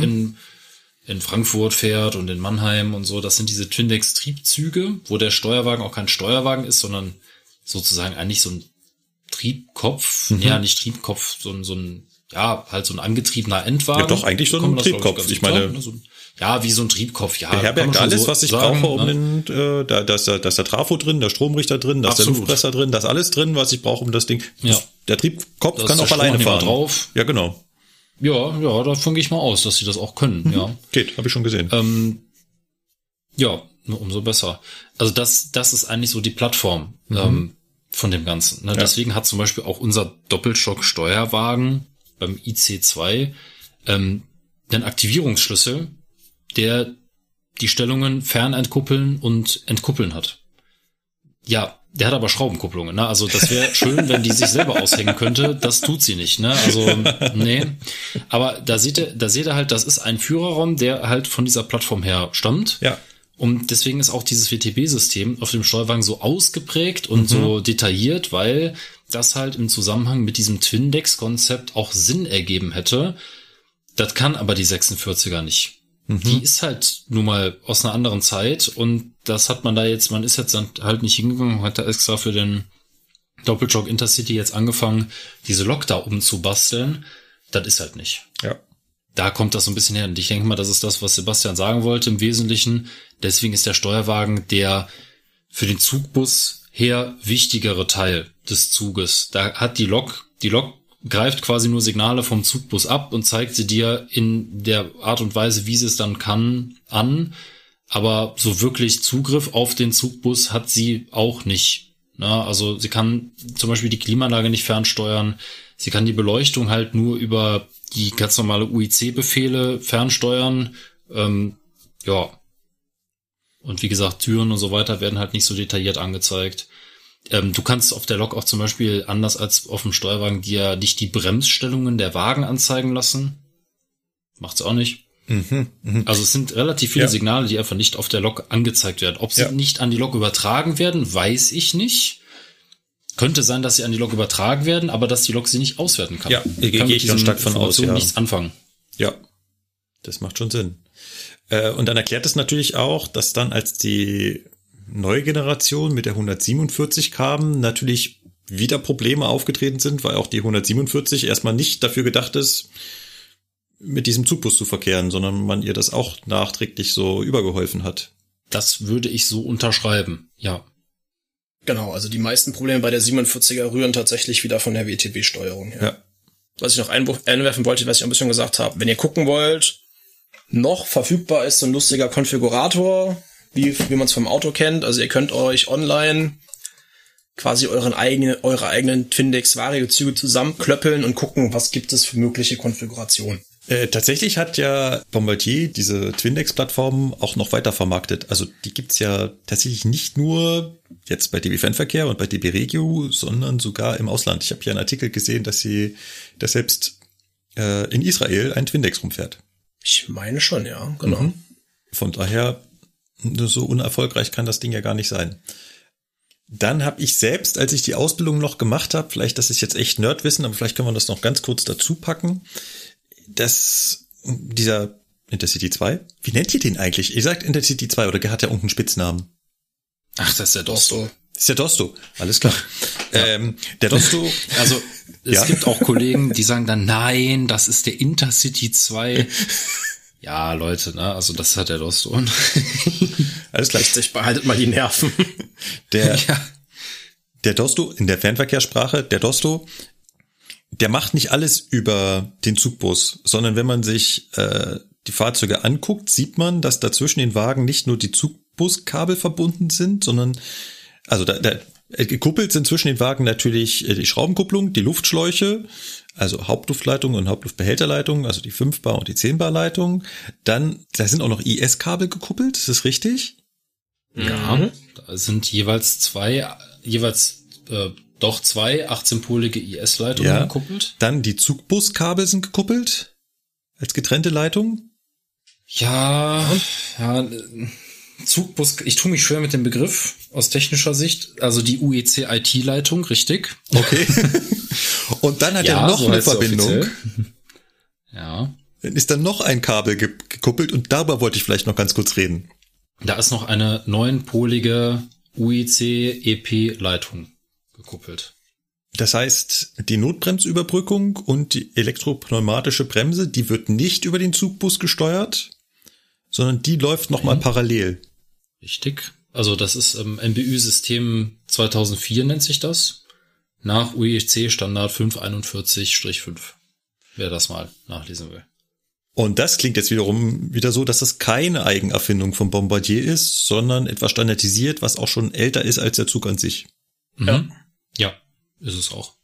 in Frankfurt fährt und in Mannheim und so. Das sind diese Twindex-Triebzüge, wo der Steuerwagen auch kein Steuerwagen ist, sondern sozusagen eigentlich so ein Triebkopf. Ja, nicht Triebkopf, so ein ja, halt so ein angetriebener Endwagen. Ja, doch, eigentlich so ein Triebkopf. Ich meine, ja, wie so ein Triebkopf, ja. beherbergt alles, so was ich sagen, brauche, ne? da ist der Trafo drin, der Stromrichter drin, da ist der Luftpresser drin, da ist alles drin, was ich brauche, um das Ding. Ja. Der Triebkopf Da kann ist auch der alleine Stromanhänger fahren. drauf. Ja, genau. Ja, davon gehe ich mal aus, dass sie das auch können, ja. Geht, habe ich schon gesehen. Ja, umso besser. Also das ist eigentlich so die Plattform von dem Ganzen. Ne? Ja. Deswegen hat zum Beispiel auch unser Doppelschock-Steuerwagen beim IC2 einen Aktivierungsschlüssel, der die Stellungen fernentkuppeln und entkuppeln hat. Ja, der hat aber Schraubenkupplungen. Ne? Also das wäre schön, wenn die sich selber aushängen könnte. Das tut sie nicht. Ne? Also nee. Aber da seht ihr halt, das ist ein Führerraum, der halt von dieser Plattform her stammt. Ja. Und deswegen ist auch dieses WTB-System auf dem Steuerwagen so ausgeprägt und so detailliert, weil das halt im Zusammenhang mit diesem Twindex-Konzept auch Sinn ergeben hätte. Das kann aber die 46er nicht. Die ist halt nun mal aus einer anderen Zeit und das hat man ist jetzt halt nicht hingegangen, hat da extra für den Doppelschock Intercity jetzt angefangen, diese Lok da umzubasteln. Das ist halt nicht. Ja. Da kommt das so ein bisschen her. Und ich denke mal, das ist das, was Sebastian sagen wollte im Wesentlichen. Deswegen ist der Steuerwagen der für den Zugbus her wichtigere Teil des Zuges. Da hat die Lok greift quasi nur Signale vom Zugbus ab und zeigt sie dir in der Art und Weise, wie sie es dann kann, an. Aber so wirklich Zugriff auf den Zugbus hat sie auch nicht. Na, also sie kann zum Beispiel die Klimaanlage nicht fernsteuern. Sie kann die Beleuchtung halt nur über die ganz normale UIC-Befehle fernsteuern. Ja. Und wie gesagt, Türen und so weiter werden halt nicht so detailliert angezeigt. Du kannst auf der Lok auch zum Beispiel, anders als auf dem Steuerwagen, dir nicht die Bremsstellungen der Wagen anzeigen lassen. Macht's auch nicht. Also es sind relativ viele Signale, die einfach nicht auf der Lok angezeigt werden. Ob sie nicht an die Lok übertragen werden, weiß ich nicht. Könnte sein, dass sie an die Lok übertragen werden, aber dass die Lok sie nicht auswerten kann. Ja, gehe ich ganz stark von aus. Ja. Nichts anfangen. Ja, das macht schon Sinn. Und dann erklärt es natürlich auch, dass dann als die neue Generation mit der 147 kam, natürlich wieder Probleme aufgetreten sind, weil auch die 147 erstmal nicht dafür gedacht ist, mit diesem Zugbus zu verkehren, sondern man ihr das auch nachträglich so übergeholfen hat. Das würde ich so unterschreiben, ja. Genau, also die meisten Probleme bei der 47er rühren tatsächlich wieder von der WTB-Steuerung her. Ja. Was ich noch einwerfen wollte, was ich ein bisschen gesagt habe, wenn ihr gucken wollt, noch verfügbar ist so ein lustiger Konfigurator, wie man es vom Auto kennt. Also ihr könnt euch online quasi eure eigenen Twindex-Vario-Züge zusammenklöppeln und gucken, was gibt es für mögliche Konfigurationen. Tatsächlich hat ja Bombardier diese Twindex-Plattform auch noch weiter vermarktet. Also die gibt's ja tatsächlich nicht nur jetzt bei DB Fernverkehr und bei DB Regio, sondern sogar im Ausland. Ich habe hier einen Artikel gesehen, dass selbst in Israel ein Twindex rumfährt. Ich meine schon, ja, genau. Von daher, so unerfolgreich kann das Ding ja gar nicht sein. Dann habe ich selbst, als ich die Ausbildung noch gemacht habe, vielleicht, das ist jetzt echt Nerdwissen, aber vielleicht können wir das noch ganz kurz dazu packen, dass dieser Intercity 2, wie nennt ihr den eigentlich? Ihr sagt Intercity 2 oder hat er irgendeinen Spitznamen? Ach, das ist der Dosto. Das ist der Dosto, alles klar. Ja. Der Dosto. Also es gibt auch Kollegen, die sagen dann, nein, das ist der Intercity 2. Ja, Leute, ne, also das hat der Dosto. Alles klar. Richtig, behaltet mal die Nerven. Der Dosto, in der Fernverkehrssprache, der Dosto, der macht nicht alles über den Zugbus, sondern wenn man sich die Fahrzeuge anguckt, sieht man, dass da zwischen den Wagen nicht nur die Zugbuskabel verbunden sind, sondern also da gekuppelt sind zwischen den Wagen natürlich die Schraubenkupplung, die Luftschläuche, also Hauptluftleitung und Hauptluftbehälterleitung, also die 5-Bar und die 10-Bar-Leitung. Dann, da sind auch noch IS-Kabel gekuppelt, ist das richtig? Ja, da sind jeweils zwei 18-polige IS-Leitungen gekuppelt. Dann die Zugbuskabel sind gekuppelt als getrennte Leitung. Ja, Zugbus, ich tue mich schwer mit dem Begriff aus technischer Sicht, also die UEC-IT-Leitung, richtig? Okay. Und dann hat er noch so eine Verbindung. Ja. Dann ist dann noch ein Kabel gekuppelt und darüber wollte ich vielleicht noch ganz kurz reden. Da ist noch eine 9-polige UEC-EP-Leitung gekuppelt. Das heißt, die Notbremsüberbrückung und die elektropneumatische Bremse, die wird nicht über den Zugbus gesteuert, sondern die läuft nochmal parallel. Richtig. Also das ist NBÜ-System 2004 nennt sich das. Nach UEC Standard 541-5, wer das mal nachlesen will. Und das klingt jetzt wiederum wieder so, dass das keine Eigenerfindung von Bombardier ist, sondern etwas standardisiert, was auch schon älter ist als der Zug an sich. Mhm. Ja, ist es auch.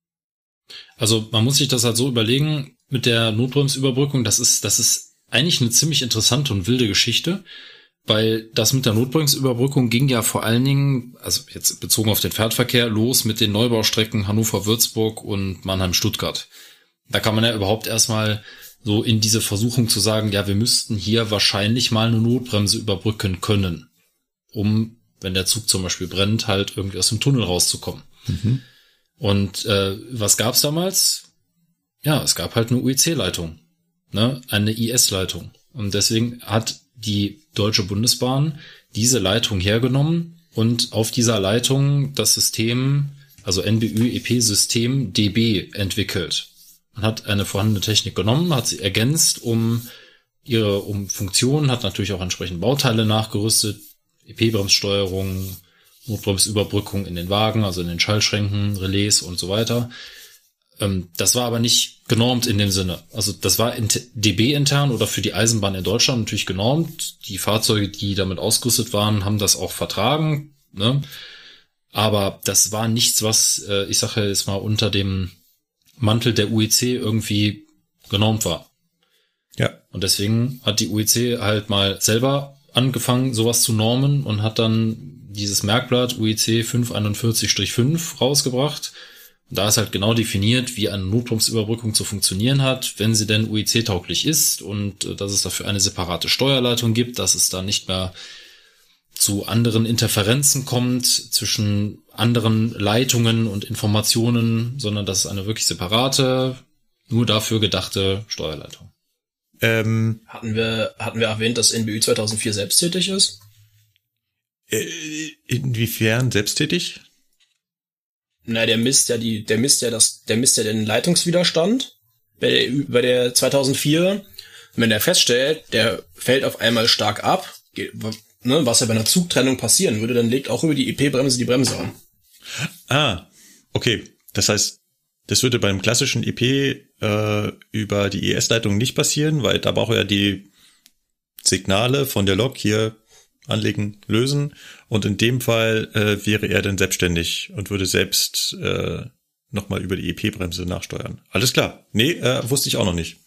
Also man muss sich das halt so überlegen mit der Notbremsüberbrückung, das ist eigentlich eine ziemlich interessante und wilde Geschichte, weil das mit der Notbremsüberbrückung ging ja vor allen Dingen, also jetzt bezogen auf den Fährtverkehr, los mit den Neubaustrecken Hannover-Würzburg und Mannheim-Stuttgart. Da kann man ja überhaupt erstmal so in diese Versuchung zu sagen, ja, wir müssten hier wahrscheinlich mal eine Notbremse überbrücken können, um, wenn der Zug zum Beispiel brennt, halt irgendwie aus dem Tunnel rauszukommen. Mhm. Und was gab's damals? Ja, es gab halt eine UEC-Leitung, ne, eine IS-Leitung. Und deswegen hat die Deutsche Bundesbahn diese Leitung hergenommen und auf dieser Leitung das System, also NBÜ-EP-System DB entwickelt. Man hat eine vorhandene Technik genommen, hat sie ergänzt um Funktionen, hat natürlich auch entsprechend Bauteile nachgerüstet, EP-Bremssteuerung, Notbremsüberbrückung in den Wagen, also in den Schaltschränken, Relais und so weiter. Das war aber nicht genormt in dem Sinne. Also das war DB intern oder für die Eisenbahn in Deutschland natürlich genormt. Die Fahrzeuge, die damit ausgerüstet waren, haben das auch vertragen, ne? Aber das war nichts, was, ich sage jetzt mal, unter dem Mantel der UEC irgendwie genormt war. Ja. Und deswegen hat die UEC halt mal selber angefangen, sowas zu normen und hat dann dieses Merkblatt UEC 541-5 rausgebracht. Und da ist halt genau definiert, wie eine Notbremsüberbrückung zu funktionieren hat, wenn sie denn UEC-tauglich ist und dass es dafür eine separate Steuerleitung gibt, dass es da nicht mehr zu anderen Interferenzen kommt zwischen anderen Leitungen und Informationen, sondern das ist eine wirklich separate, nur dafür gedachte Steuerleitung. Hatten wir erwähnt, dass NBÜ 2004 selbsttätig ist? Inwiefern selbsttätig? Na, der misst ja den Leitungswiderstand bei der 2004. Wenn der feststellt, der fällt auf einmal stark ab, ne, was ja bei einer Zugtrennung passieren würde, dann legt auch über die EP-Bremse die Bremse an. Ah, okay. Das heißt, das würde beim klassischen EP über die ES-Leitung nicht passieren, weil da braucht er die Signale von der Lok hier anlegen, lösen. Und in dem Fall wäre er dann selbstständig und würde selbst nochmal über die EP-Bremse nachsteuern. Alles klar. Nee, wusste ich auch noch nicht.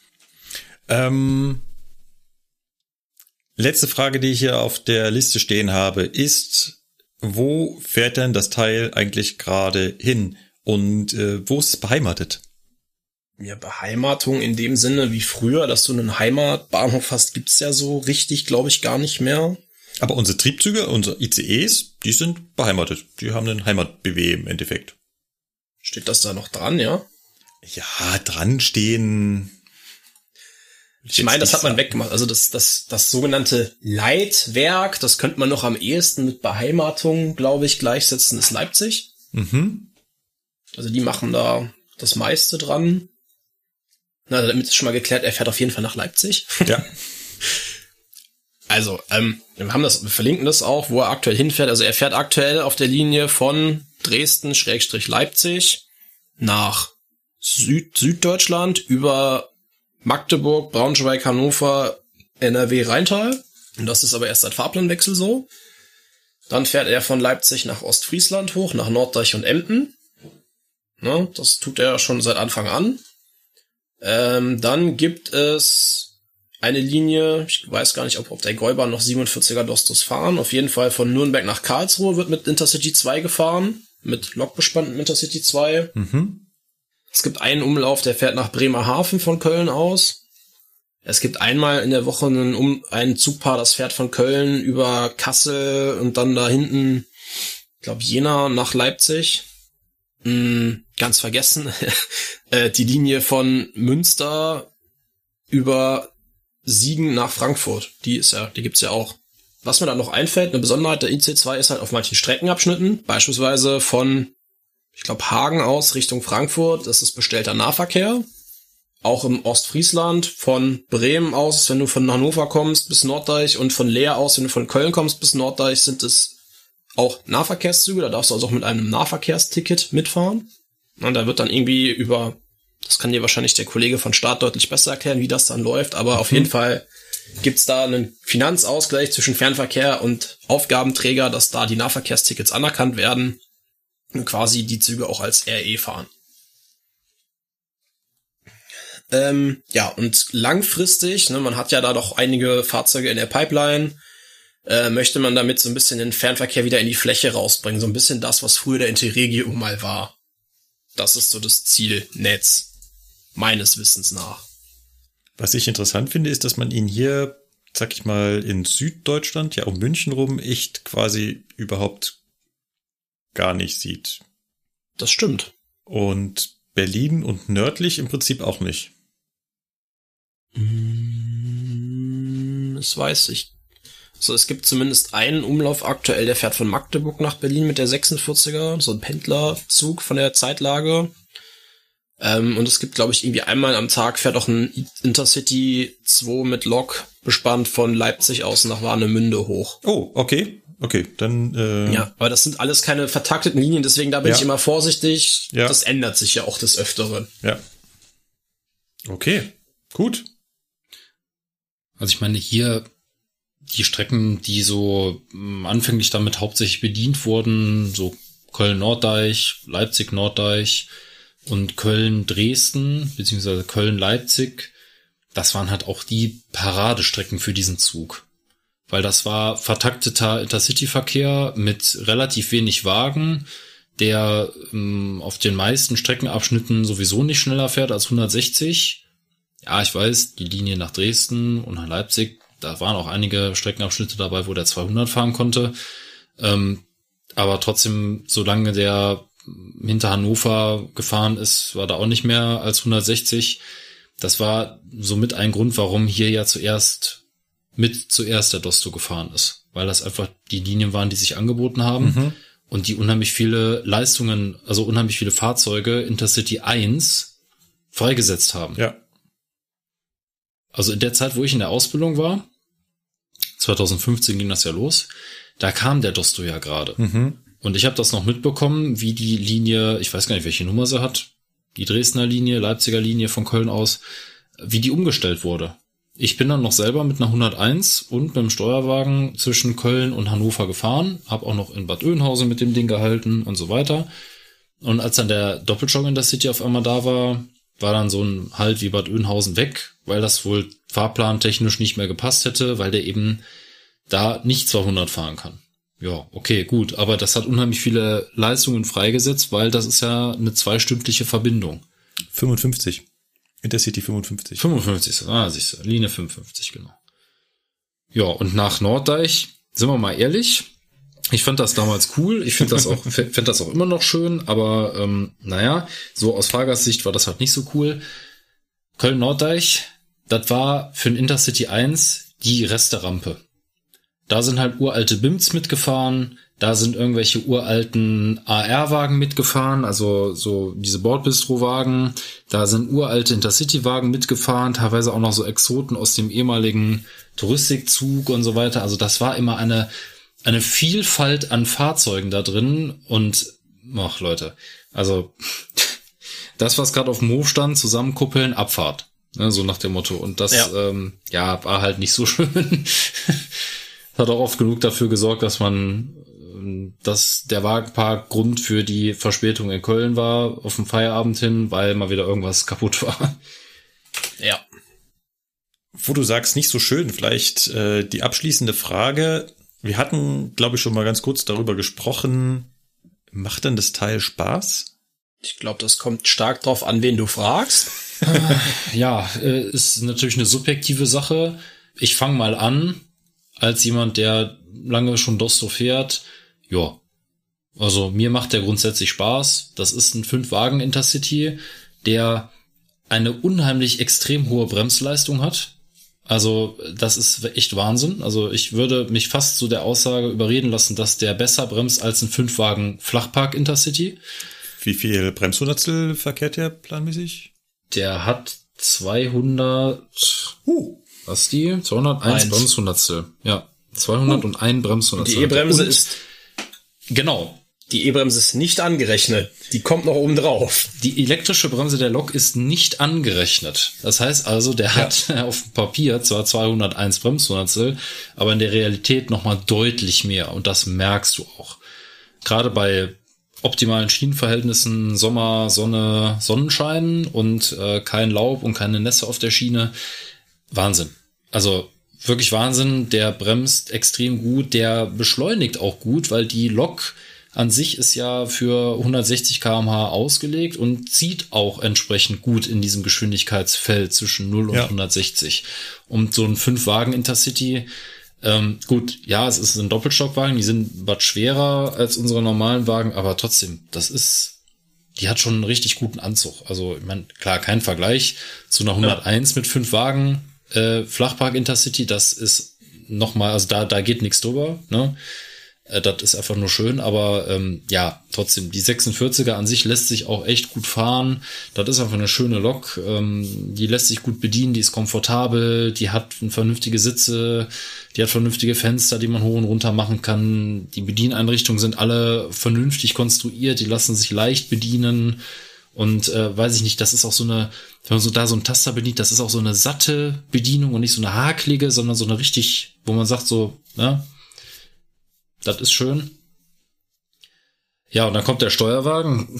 Letzte Frage, die ich hier auf der Liste stehen habe, ist, wo fährt denn das Teil eigentlich gerade hin? Und wo ist es beheimatet? Ja, Beheimatung in dem Sinne wie früher, dass du einen Heimatbahnhof hast, gibt's ja so richtig, glaube ich, gar nicht mehr. Aber unsere Triebzüge, unsere ICEs, die sind beheimatet. Die haben einen Heimat-BW im Endeffekt. Steht das da noch dran, ja? Ja, dran stehen. Ich meine, das hat man weggemacht. Also das sogenannte Leitwerk, das könnte man noch am ehesten mit Beheimatung, glaube ich, gleichsetzen, ist Leipzig. Mhm. Also die machen da das meiste dran. Na, damit ist schon mal geklärt, er fährt auf jeden Fall nach Leipzig. Ja. Also, wir verlinken das auch, wo er aktuell hinfährt. Also er fährt aktuell auf der Linie von Dresden-Leipzig nach Süddeutschland über Magdeburg, Braunschweig, Hannover, NRW, Rheintal. Und das ist aber erst seit Fahrplanwechsel so. Dann fährt er von Leipzig nach Ostfriesland hoch, nach Norddeich und Emden. Ne, das tut er schon seit Anfang an. Dann gibt es eine Linie, ich weiß gar nicht, ob auf der Gäubahn noch 47er Dostos fahren. Auf jeden Fall von Nürnberg nach Karlsruhe wird mit Intercity 2 gefahren. Mit lokbespanntem Intercity 2. Mhm. Es gibt einen Umlauf, der fährt nach Bremerhaven von Köln aus. Es gibt einmal in der Woche ein Zugpaar, das fährt von Köln über Kassel und dann da hinten, ich glaube, Jena nach Leipzig. Ganz vergessen. Die Linie von Münster über Siegen nach Frankfurt. Die gibt's ja auch. Was mir da noch einfällt, eine Besonderheit der IC2 ist halt auf manchen Streckenabschnitten, beispielsweise von ich glaube, Hagen aus Richtung Frankfurt. Das ist bestellter Nahverkehr. Auch im Ostfriesland von Bremen aus, wenn du von Hannover kommst bis Norddeich, und von Leer aus, wenn du von Köln kommst bis Norddeich, sind es auch Nahverkehrszüge. Da darfst du also auch mit einem Nahverkehrsticket mitfahren. Und da wird dann irgendwie das kann dir wahrscheinlich der Kollege von Start deutlich besser erklären, wie das dann läuft, aber auf jeden Fall gibt's da einen Finanzausgleich zwischen Fernverkehr und Aufgabenträger, dass da die Nahverkehrstickets anerkannt werden und quasi die Züge auch als RE fahren. Und langfristig, man hat ja da doch einige Fahrzeuge in der Pipeline, möchte man damit so ein bisschen den Fernverkehr wieder in die Fläche rausbringen. So ein bisschen das, was früher der Interregio mal war. Das ist so das Zielnetz, meines Wissens nach. Was ich interessant finde, ist, dass man ihn hier, sag ich mal, in Süddeutschland, ja um München rum, echt quasi überhaupt gar nicht sieht. Das stimmt. Und Berlin und nördlich im Prinzip auch nicht. Das weiß ich. Also es gibt zumindest einen Umlauf aktuell, der fährt von Magdeburg nach Berlin mit der 46er, so ein Pendlerzug von der Zeitlage. Und es gibt, glaube ich, irgendwie einmal am Tag fährt auch ein Intercity 2 mit Lok bespannt von Leipzig aus nach Warnemünde hoch. Oh, okay. Okay, dann... Ja, aber das sind alles keine vertakteten Linien, deswegen da bin ich immer vorsichtig. Ja. Das ändert sich ja auch des Öfteren. Ja. Okay, gut. Also ich meine, hier die Strecken, die so anfänglich damit hauptsächlich bedient wurden, so Köln-Norddeich, Leipzig-Norddeich und Köln-Dresden, beziehungsweise Köln-Leipzig, das waren halt auch die Paradestrecken für diesen Zug. Weil das war vertakteter Intercity-Verkehr mit relativ wenig Wagen, der auf den meisten Streckenabschnitten sowieso nicht schneller fährt als 160. Ja, ich weiß, die Linie nach Dresden und nach Leipzig, da waren auch einige Streckenabschnitte dabei, wo der 200 fahren konnte. Aber trotzdem, solange der hinter Hannover gefahren ist, war da auch nicht mehr als 160. Das war somit ein Grund, warum hier ja zuerst der Dosto gefahren ist. Weil das einfach die Linien waren, die sich angeboten haben und die unheimlich viele Leistungen, also unheimlich viele Fahrzeuge Intercity 1 freigesetzt haben. Ja. Also in der Zeit, wo ich in der Ausbildung war, 2015 ging das ja los, da kam der Dosto ja gerade. Und ich habe das noch mitbekommen, wie die Linie, ich weiß gar nicht, welche Nummer sie hat, die Dresdner Linie, Leipziger Linie von Köln aus, wie die umgestellt wurde. Ich bin dann noch selber mit einer 101 und mit dem Steuerwagen zwischen Köln und Hannover gefahren, habe auch noch in Bad Oeynhausen mit dem Ding gehalten und so weiter. Und als dann der Doppeljock in der City auf einmal da war, war dann so ein Halt wie Bad Oeynhausen weg, weil das wohl fahrplantechnisch nicht mehr gepasst hätte, weil der eben da nicht 200 fahren kann. Ja, okay, gut, aber das hat unheimlich viele Leistungen freigesetzt, weil das ist ja eine zweistündliche Verbindung. 55. Intercity 55. 55, siehst du, Linie 55, genau. Ja, und nach Norddeich, sind wir mal ehrlich, ich fand das damals cool, ich finde das auch immer noch schön, aber so aus Fahrgastsicht war das halt nicht so cool. Köln-Norddeich, das war für ein Intercity 1 die Resterampe. Da sind halt uralte BIMs mitgefahren, da sind irgendwelche uralten AR-Wagen mitgefahren, also so diese Bordbistro-Wagen, da sind uralte Intercity-Wagen mitgefahren, teilweise auch noch so Exoten aus dem ehemaligen Touristikzug und so weiter. Also das war immer eine Vielfalt an Fahrzeugen da drin und, ach Leute, also das, was gerade auf dem Hof stand, zusammenkuppeln, Abfahrt, ne, so nach dem Motto. Und das war halt nicht so schön. Hat auch oft genug dafür gesorgt, dass der Wagenpark Grund für die Verspätung in Köln war, auf dem Feierabend hin, weil mal wieder irgendwas kaputt war. Ja. Wo du sagst, nicht so schön, vielleicht die abschließende Frage. Wir hatten, glaube ich, schon mal ganz kurz darüber gesprochen. Macht denn das Teil Spaß? Ich glaube, das kommt stark drauf an, wen du fragst. Ja, ist natürlich eine subjektive Sache. Ich fange mal an. Als jemand, der lange schon Dosto fährt, ja, also mir macht der grundsätzlich Spaß. Das ist ein 5-Wagen-Intercity, der eine unheimlich extrem hohe Bremsleistung hat. Also das ist echt Wahnsinn. Also ich würde mich fast zu der Aussage überreden lassen, dass der besser bremst als ein 5-Wagen-Flachpark-Intercity. Wie viel Bremshundertstel verkehrt der planmäßig? Der hat 200, was die? 201 Bremshundertstel. Ja, 201 Bremshundertstel. Die E-Bremse ist, genau. die E-Bremse ist nicht angerechnet. Die kommt noch oben drauf. Die elektrische Bremse der Lok ist nicht angerechnet. Das heißt also, der hat auf dem Papier zwar 201 Bremshundertstel, aber in der Realität nochmal deutlich mehr. Und das merkst du auch. Gerade bei optimalen Schienenverhältnissen, Sommer, Sonne, Sonnenschein und kein Laub und keine Nässe auf der Schiene. Wahnsinn. Also wirklich Wahnsinn. Der bremst extrem gut. Der beschleunigt auch gut, weil die Lok an sich ist ja für 160 km/h ausgelegt und zieht auch entsprechend gut in diesem Geschwindigkeitsfeld zwischen 0 und 160. Und so ein 5-Wagen-Intercity, gut, ja, es ist ein Doppelstockwagen, die sind was schwerer als unsere normalen Wagen, aber trotzdem, die hat schon einen richtig guten Anzug. Also, ich meine, klar, kein Vergleich zu einer 101 mit 5 Wagen, Flachpark-Intercity, das ist nochmal, also da geht nichts drüber, ne? Das ist einfach nur schön, aber ja, trotzdem, die 46er an sich lässt sich auch echt gut fahren. Das ist einfach eine schöne Lok, die lässt sich gut bedienen, die ist komfortabel, die hat vernünftige Sitze, die hat vernünftige Fenster, die man hoch und runter machen kann. Die Bedieneinrichtungen sind alle vernünftig konstruiert, die lassen sich leicht bedienen und weiß ich nicht, das ist auch so eine, wenn man so da so einen Taster bedient, das ist auch so eine satte Bedienung und nicht so eine hakelige, sondern so eine richtig, wo man sagt so, ne? Das ist schön. Ja, und dann kommt der Steuerwagen.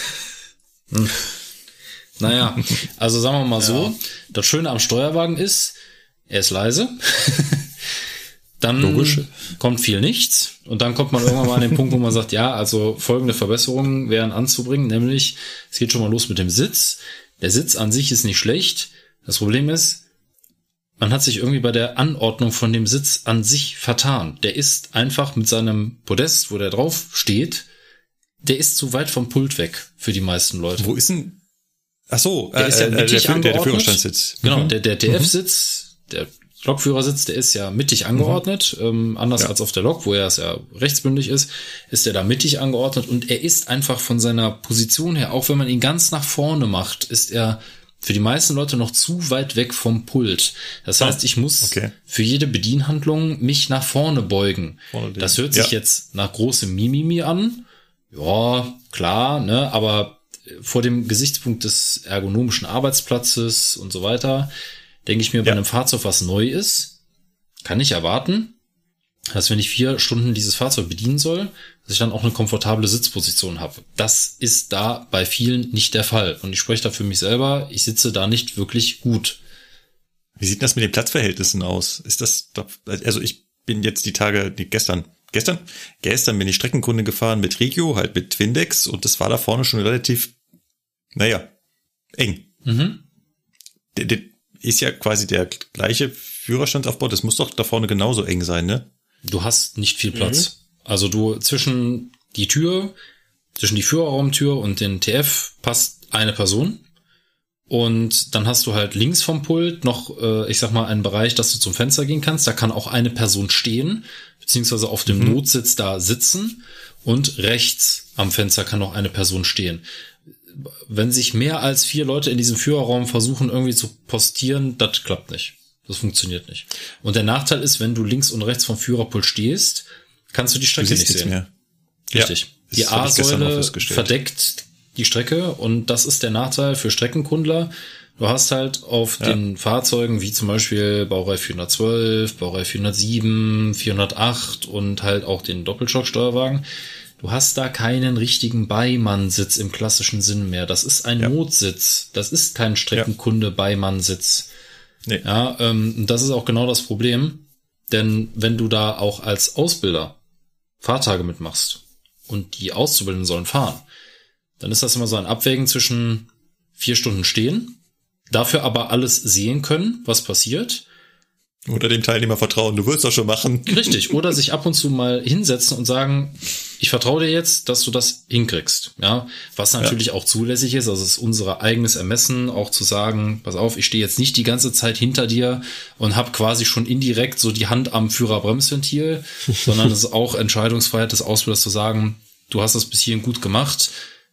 Naja, also sagen wir mal so, das Schöne am Steuerwagen ist, er ist leise. Dann Logisch. Kommt viel nichts. Und dann kommt man irgendwann mal an den Punkt, wo man sagt, ja, also folgende Verbesserungen wären anzubringen, nämlich, es geht schon mal los mit dem Sitz. Der Sitz an sich ist nicht schlecht. Das Problem ist, man hat sich irgendwie bei der Anordnung von dem Sitz an sich vertan. Der ist einfach mit seinem Podest, wo der drauf steht, der ist zu weit vom Pult weg für die meisten Leute. Wo ist denn? Ach so, der ist ja mittig angeordnet. Der Führerstandssitz. Genau, der TF-Sitz, der Lokführersitz, der ist ja mittig angeordnet, anders als auf der Lok, wo er es ja rechtsbündig ist der da mittig angeordnet und er ist einfach von seiner Position her, auch wenn man ihn ganz nach vorne macht, ist er für die meisten Leute noch zu weit weg vom Pult. Das heißt, ich muss für jede Bedienhandlung mich nach vorne beugen. Das hört sich jetzt nach großem Mimimi an. Ja, klar, ne, aber vor dem Gesichtspunkt des ergonomischen Arbeitsplatzes und so weiter, denke ich mir, bei einem Fahrzeug, was neu ist, kann ich erwarten, dass wenn ich 4 Stunden dieses Fahrzeug bedienen soll, dass ich dann auch eine komfortable Sitzposition habe. Das ist da bei vielen nicht der Fall. Und ich spreche da für mich selber, ich sitze da nicht wirklich gut. Wie sieht das mit den Platzverhältnissen aus? Ist das, also ich bin jetzt gestern bin ich Streckenkunde gefahren mit Regio, halt mit Twindex und das war da vorne schon relativ, eng. Der ist ja quasi der gleiche Führerstandsaufbau, das muss doch da vorne genauso eng sein, ne? Du hast nicht viel Platz. Also du zwischen die Führerraumtür und den TF passt eine Person. Und dann hast du halt links vom Pult noch, ich sag mal, einen Bereich, dass du zum Fenster gehen kannst. Da kann auch eine Person stehen, beziehungsweise auf dem Notsitz da sitzen. Und rechts am Fenster kann noch eine Person stehen. Wenn sich mehr als 4 Leute in diesem Führerraum versuchen, irgendwie zu postieren, das klappt nicht. Das funktioniert nicht. Und der Nachteil ist, wenn du links und rechts vom Führerpult stehst, kannst du die Strecke nicht sehen. Mehr. Richtig. Ja, die A-Säule verdeckt die Strecke und das ist der Nachteil für Streckenkundler. Du hast halt auf den Fahrzeugen wie zum Beispiel Baureihe 412, Baureihe 407, 408 und halt auch den Doppelstocksteuerwagen. Du hast da keinen richtigen Beimannsitz im klassischen Sinn mehr. Das ist ein Notsitz. Das ist kein Streckenkunde-Beimannsitz. Nee. Ja, das ist auch genau das Problem. Denn wenn du da auch als Ausbilder Fahrtage mitmachst und die Auszubildenden sollen fahren, dann ist das immer so ein Abwägen zwischen 4 Stunden stehen, dafür aber alles sehen können, was passiert. Oder dem Teilnehmer vertrauen, du wirst das schon machen. Richtig, oder sich ab und zu mal hinsetzen und sagen, ich vertraue dir jetzt, dass du das hinkriegst. Ja, was natürlich auch zulässig ist, also es ist unser eigenes Ermessen, auch zu sagen, pass auf, ich stehe jetzt nicht die ganze Zeit hinter dir und habe quasi schon indirekt so die Hand am Führerbremsventil, sondern es ist auch Entscheidungsfreiheit des Ausbilders zu sagen, du hast das bis hierhin gut gemacht,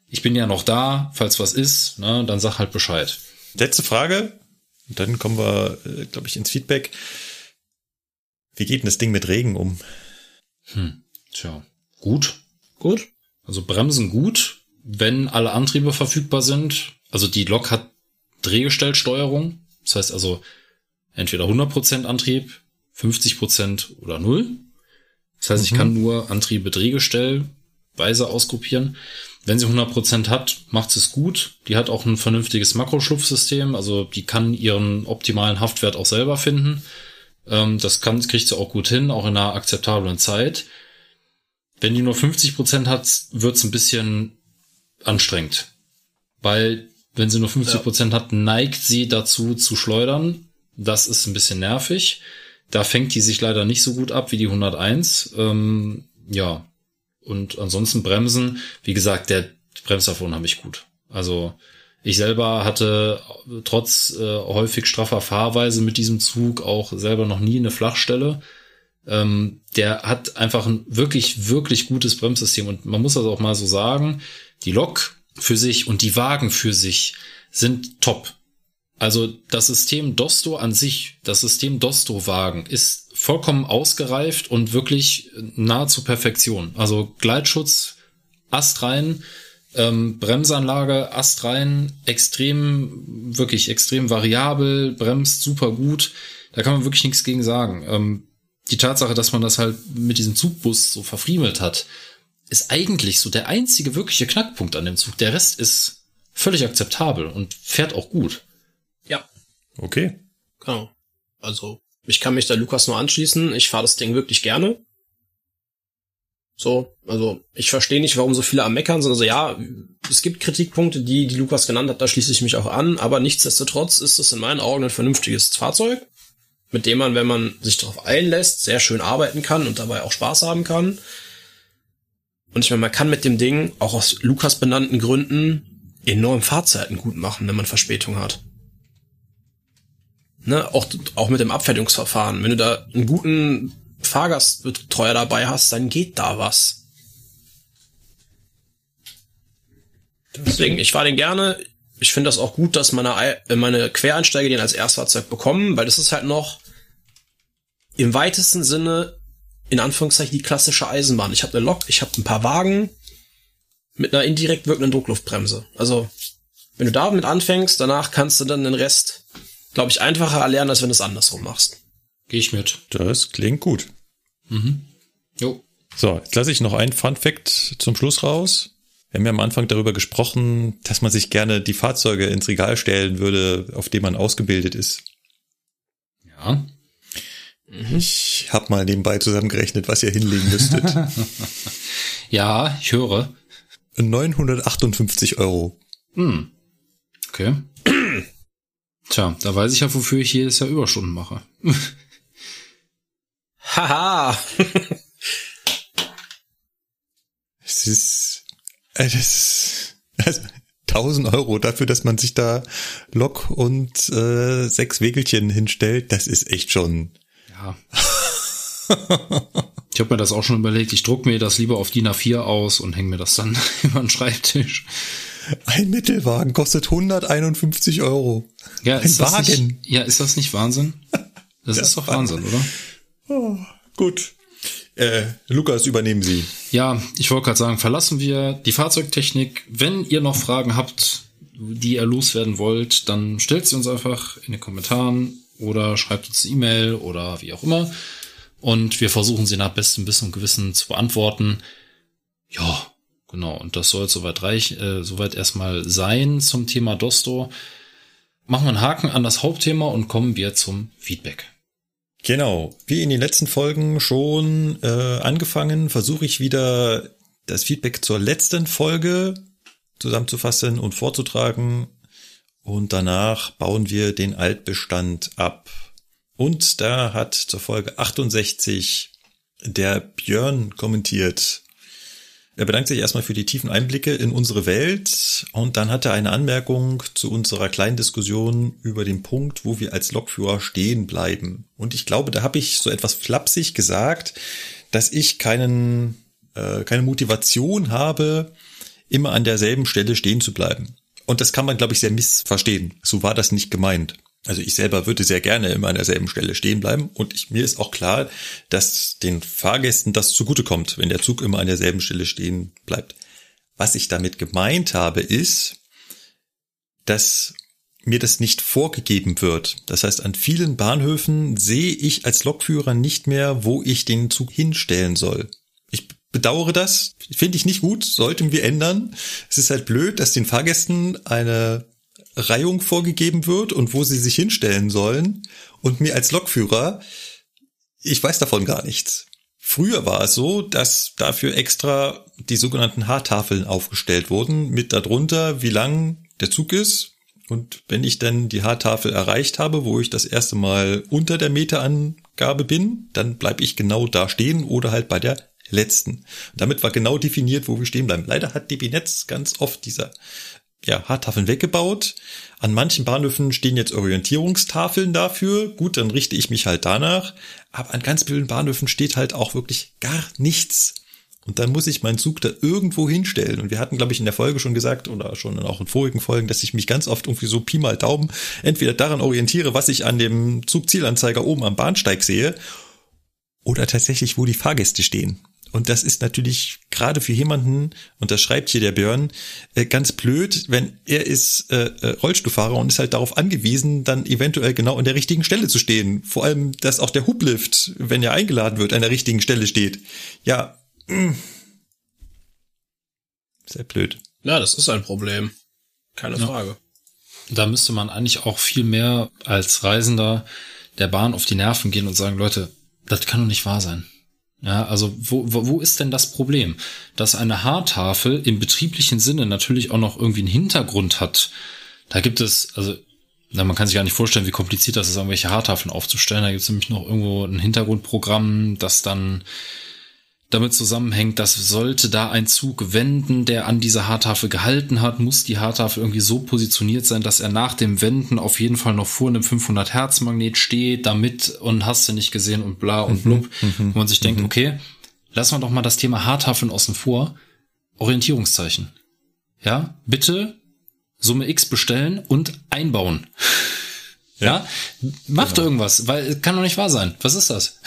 ich bin ja noch da, falls was ist, ne, dann sag halt Bescheid. Letzte Frage, und dann kommen wir, glaube ich, ins Feedback. Wie geht denn das Ding mit Regen um? Tja, gut. Gut. Also Bremsen gut, wenn alle Antriebe verfügbar sind. Also die Lok hat Drehgestellsteuerung. Das heißt also entweder 100% Antrieb, 50% oder 0. Das heißt, ich kann nur Antriebe drehgestellweise ausgruppieren. Wenn sie 100% hat, macht sie es gut. Die hat auch ein vernünftiges Makroschlupfsystem. Also die kann ihren optimalen Haftwert auch selber finden. Das kriegt sie auch gut hin, auch in einer akzeptablen Zeit. Wenn die nur 50% hat, wird's ein bisschen anstrengend. Weil, wenn sie nur 50% hat, neigt sie dazu zu schleudern. Das ist ein bisschen nervig. Da fängt die sich leider nicht so gut ab wie die 101. Ja. Und ansonsten Bremsen, wie gesagt, der bremst davon unheimlich gut. Also ich selber hatte trotz häufig straffer Fahrweise mit diesem Zug auch selber noch nie eine Flachstelle. Der hat einfach ein wirklich, wirklich gutes Bremssystem. Und man muss das auch mal so sagen, die Lok für sich und die Wagen für sich sind top. Also das System Dosto an sich, das System Dosto-Wagen ist vollkommen ausgereift und wirklich nahezu Perfektion. Also Gleitschutz, astrein, Bremsanlage, astrein, wirklich extrem variabel, bremst super gut. Da kann man wirklich nichts gegen sagen. Die Tatsache, dass man das halt mit diesem Zugbus so verfriemelt hat, ist eigentlich so der einzige wirkliche Knackpunkt an dem Zug. Der Rest ist völlig akzeptabel und fährt auch gut. Ja. Okay. Genau. Also, ich kann mich da Lukas nur anschließen. Ich fahre das Ding wirklich gerne. So, also, ich verstehe nicht, warum so viele am Meckern sind. Also ja, es gibt Kritikpunkte, die Lukas genannt hat, da schließe ich mich auch an. Aber nichtsdestotrotz ist es in meinen Augen ein vernünftiges Fahrzeug, mit dem man, wenn man sich darauf einlässt, sehr schön arbeiten kann und dabei auch Spaß haben kann. Und ich meine, man kann mit dem Ding auch aus Lukas benannten Gründen enorm Fahrzeiten gut machen, wenn man Verspätung hat. Ne, auch mit dem Abfertigungsverfahren. Wenn du da einen guten Fahrgastbetreuer dabei hast, dann geht da was. Deswegen, ich fahre den gerne. Ich finde das auch gut, dass meine Quereinsteiger den als Erstfahrzeug bekommen, weil das ist halt noch im weitesten Sinne, in Anführungszeichen, die klassische Eisenbahn. Ich habe eine Lok, ich habe ein paar Wagen mit einer indirekt wirkenden Druckluftbremse. Also, wenn du damit anfängst, danach kannst du dann den Rest, glaube ich, einfacher erlernen, als wenn du es andersrum machst. Gehe ich mit. Das klingt gut. Jo. So, jetzt lasse ich noch einen Fun-Fact zum Schluss raus. Wir haben ja am Anfang darüber gesprochen, dass man sich gerne die Fahrzeuge ins Regal stellen würde, auf dem man ausgebildet ist. Ja. Ich habe mal nebenbei zusammengerechnet, was ihr hinlegen müsstet. Ja, ich höre. 958 €. Okay. Tja, da weiß ich ja, wofür ich jedes Jahr Überstunden mache. Haha. Das ist also 1.000 € dafür, dass man sich da Lok und 6 Wägelchen hinstellt. Das ist echt schon. Ja. Ich habe mir das auch schon überlegt. Ich druck mir das lieber auf DIN A4 aus und hänge mir das dann über den Schreibtisch. Ein Mittelwagen kostet 151 €. Ja, ein Wagen. Nicht, ja, ist das nicht Wahnsinn? Das ist doch Wahnsinn, oder? Oh, gut. Lukas, übernehmen Sie. Ja, ich wollte gerade sagen, verlassen wir die Fahrzeugtechnik. Wenn ihr noch Fragen habt, die ihr loswerden wollt, dann stellt sie uns einfach in den Kommentaren oder schreibt uns eine E-Mail oder wie auch immer. Und wir versuchen sie nach bestem Wissen und Gewissen zu beantworten. Ja, genau. Und das soll soweit erstmal sein zum Thema Dosto. Machen wir einen Haken an das Hauptthema und kommen wir zum Feedback. Genau, wie in den letzten Folgen schon angefangen, versuche ich wieder das Feedback zur letzten Folge zusammenzufassen und vorzutragen. Und danach bauen wir den Altbestand ab. Und da hat zur Folge 68 der Björn kommentiert. Er bedankt sich erstmal für die tiefen Einblicke in unsere Welt und dann hat er eine Anmerkung zu unserer kleinen Diskussion über den Punkt, wo wir als Lokführer stehen bleiben. Und ich glaube, da habe ich so etwas flapsig gesagt, dass ich keine Motivation habe, immer an derselben Stelle stehen zu bleiben. Und das kann man, glaube ich, sehr missverstehen. So war das nicht gemeint. Also ich selber würde sehr gerne immer an derselben Stelle stehen bleiben und mir ist auch klar, dass den Fahrgästen das zugutekommt, wenn der Zug immer an derselben Stelle stehen bleibt. Was ich damit gemeint habe, ist, dass mir das nicht vorgegeben wird. Das heißt, an vielen Bahnhöfen sehe ich als Lokführer nicht mehr, wo ich den Zug hinstellen soll. Ich bedauere das, finde ich nicht gut, sollten wir ändern. Es ist halt blöd, dass den Fahrgästen eine Reihung vorgegeben wird und wo sie sich hinstellen sollen und mir als Lokführer, ich weiß davon gar nichts. Früher war es so, dass dafür extra die sogenannten Haartafeln aufgestellt wurden, mit darunter, wie lang der Zug ist. Und wenn ich dann die Haartafel erreicht habe, wo ich das erste Mal unter der Meterangabe bin, dann bleibe ich genau da stehen oder halt bei der letzten. Und damit war genau definiert, wo wir stehen bleiben. Leider hat DB Netz ganz oft diese Haartafeln weggebaut. An manchen Bahnhöfen stehen jetzt Orientierungstafeln dafür. Gut, dann richte ich mich halt danach. Aber an ganz vielen Bahnhöfen steht halt auch wirklich gar nichts. Und dann muss ich meinen Zug da irgendwo hinstellen. Und wir hatten, glaube ich, in der Folge schon gesagt, oder schon auch in vorigen Folgen, dass ich mich ganz oft irgendwie so Pi mal Daumen entweder daran orientiere, was ich an dem Zugzielanzeiger oben am Bahnsteig sehe, oder tatsächlich, wo die Fahrgäste stehen. Und das ist natürlich gerade für jemanden, und das schreibt hier der Björn, ganz blöd, wenn er ist Rollstuhlfahrer und ist halt darauf angewiesen, dann eventuell genau an der richtigen Stelle zu stehen. Vor allem, dass auch der Hublift, wenn er eingeladen wird, an der richtigen Stelle steht. Ja, sehr blöd. Ja, das ist ein Problem. Keine Frage. Da müsste man eigentlich auch viel mehr als Reisender der Bahn auf die Nerven gehen und sagen, Leute, das kann doch nicht wahr sein. Ja, also wo ist denn das Problem? Dass eine Haartafel im betrieblichen Sinne natürlich auch noch irgendwie einen Hintergrund hat. Da gibt es, man kann sich gar nicht vorstellen, wie kompliziert das ist, irgendwelche Haartafeln aufzustellen. Da gibt es nämlich noch irgendwo ein Hintergrundprogramm, das dann damit zusammenhängt, dass sollte da ein Zug wenden, der an dieser Haartafel gehalten hat, muss die Haartafel irgendwie so positioniert sein, dass er nach dem Wenden auf jeden Fall noch vor einem 500-Hertz-Magnet steht, damit und hast du nicht gesehen und bla und blub. Wo man sich denkt, okay, lassen wir doch mal das Thema Haartafeln außen vor. Orientierungszeichen. Ja, bitte Summe X bestellen und einbauen. Ja, macht irgendwas, weil kann doch nicht wahr sein. Was ist das?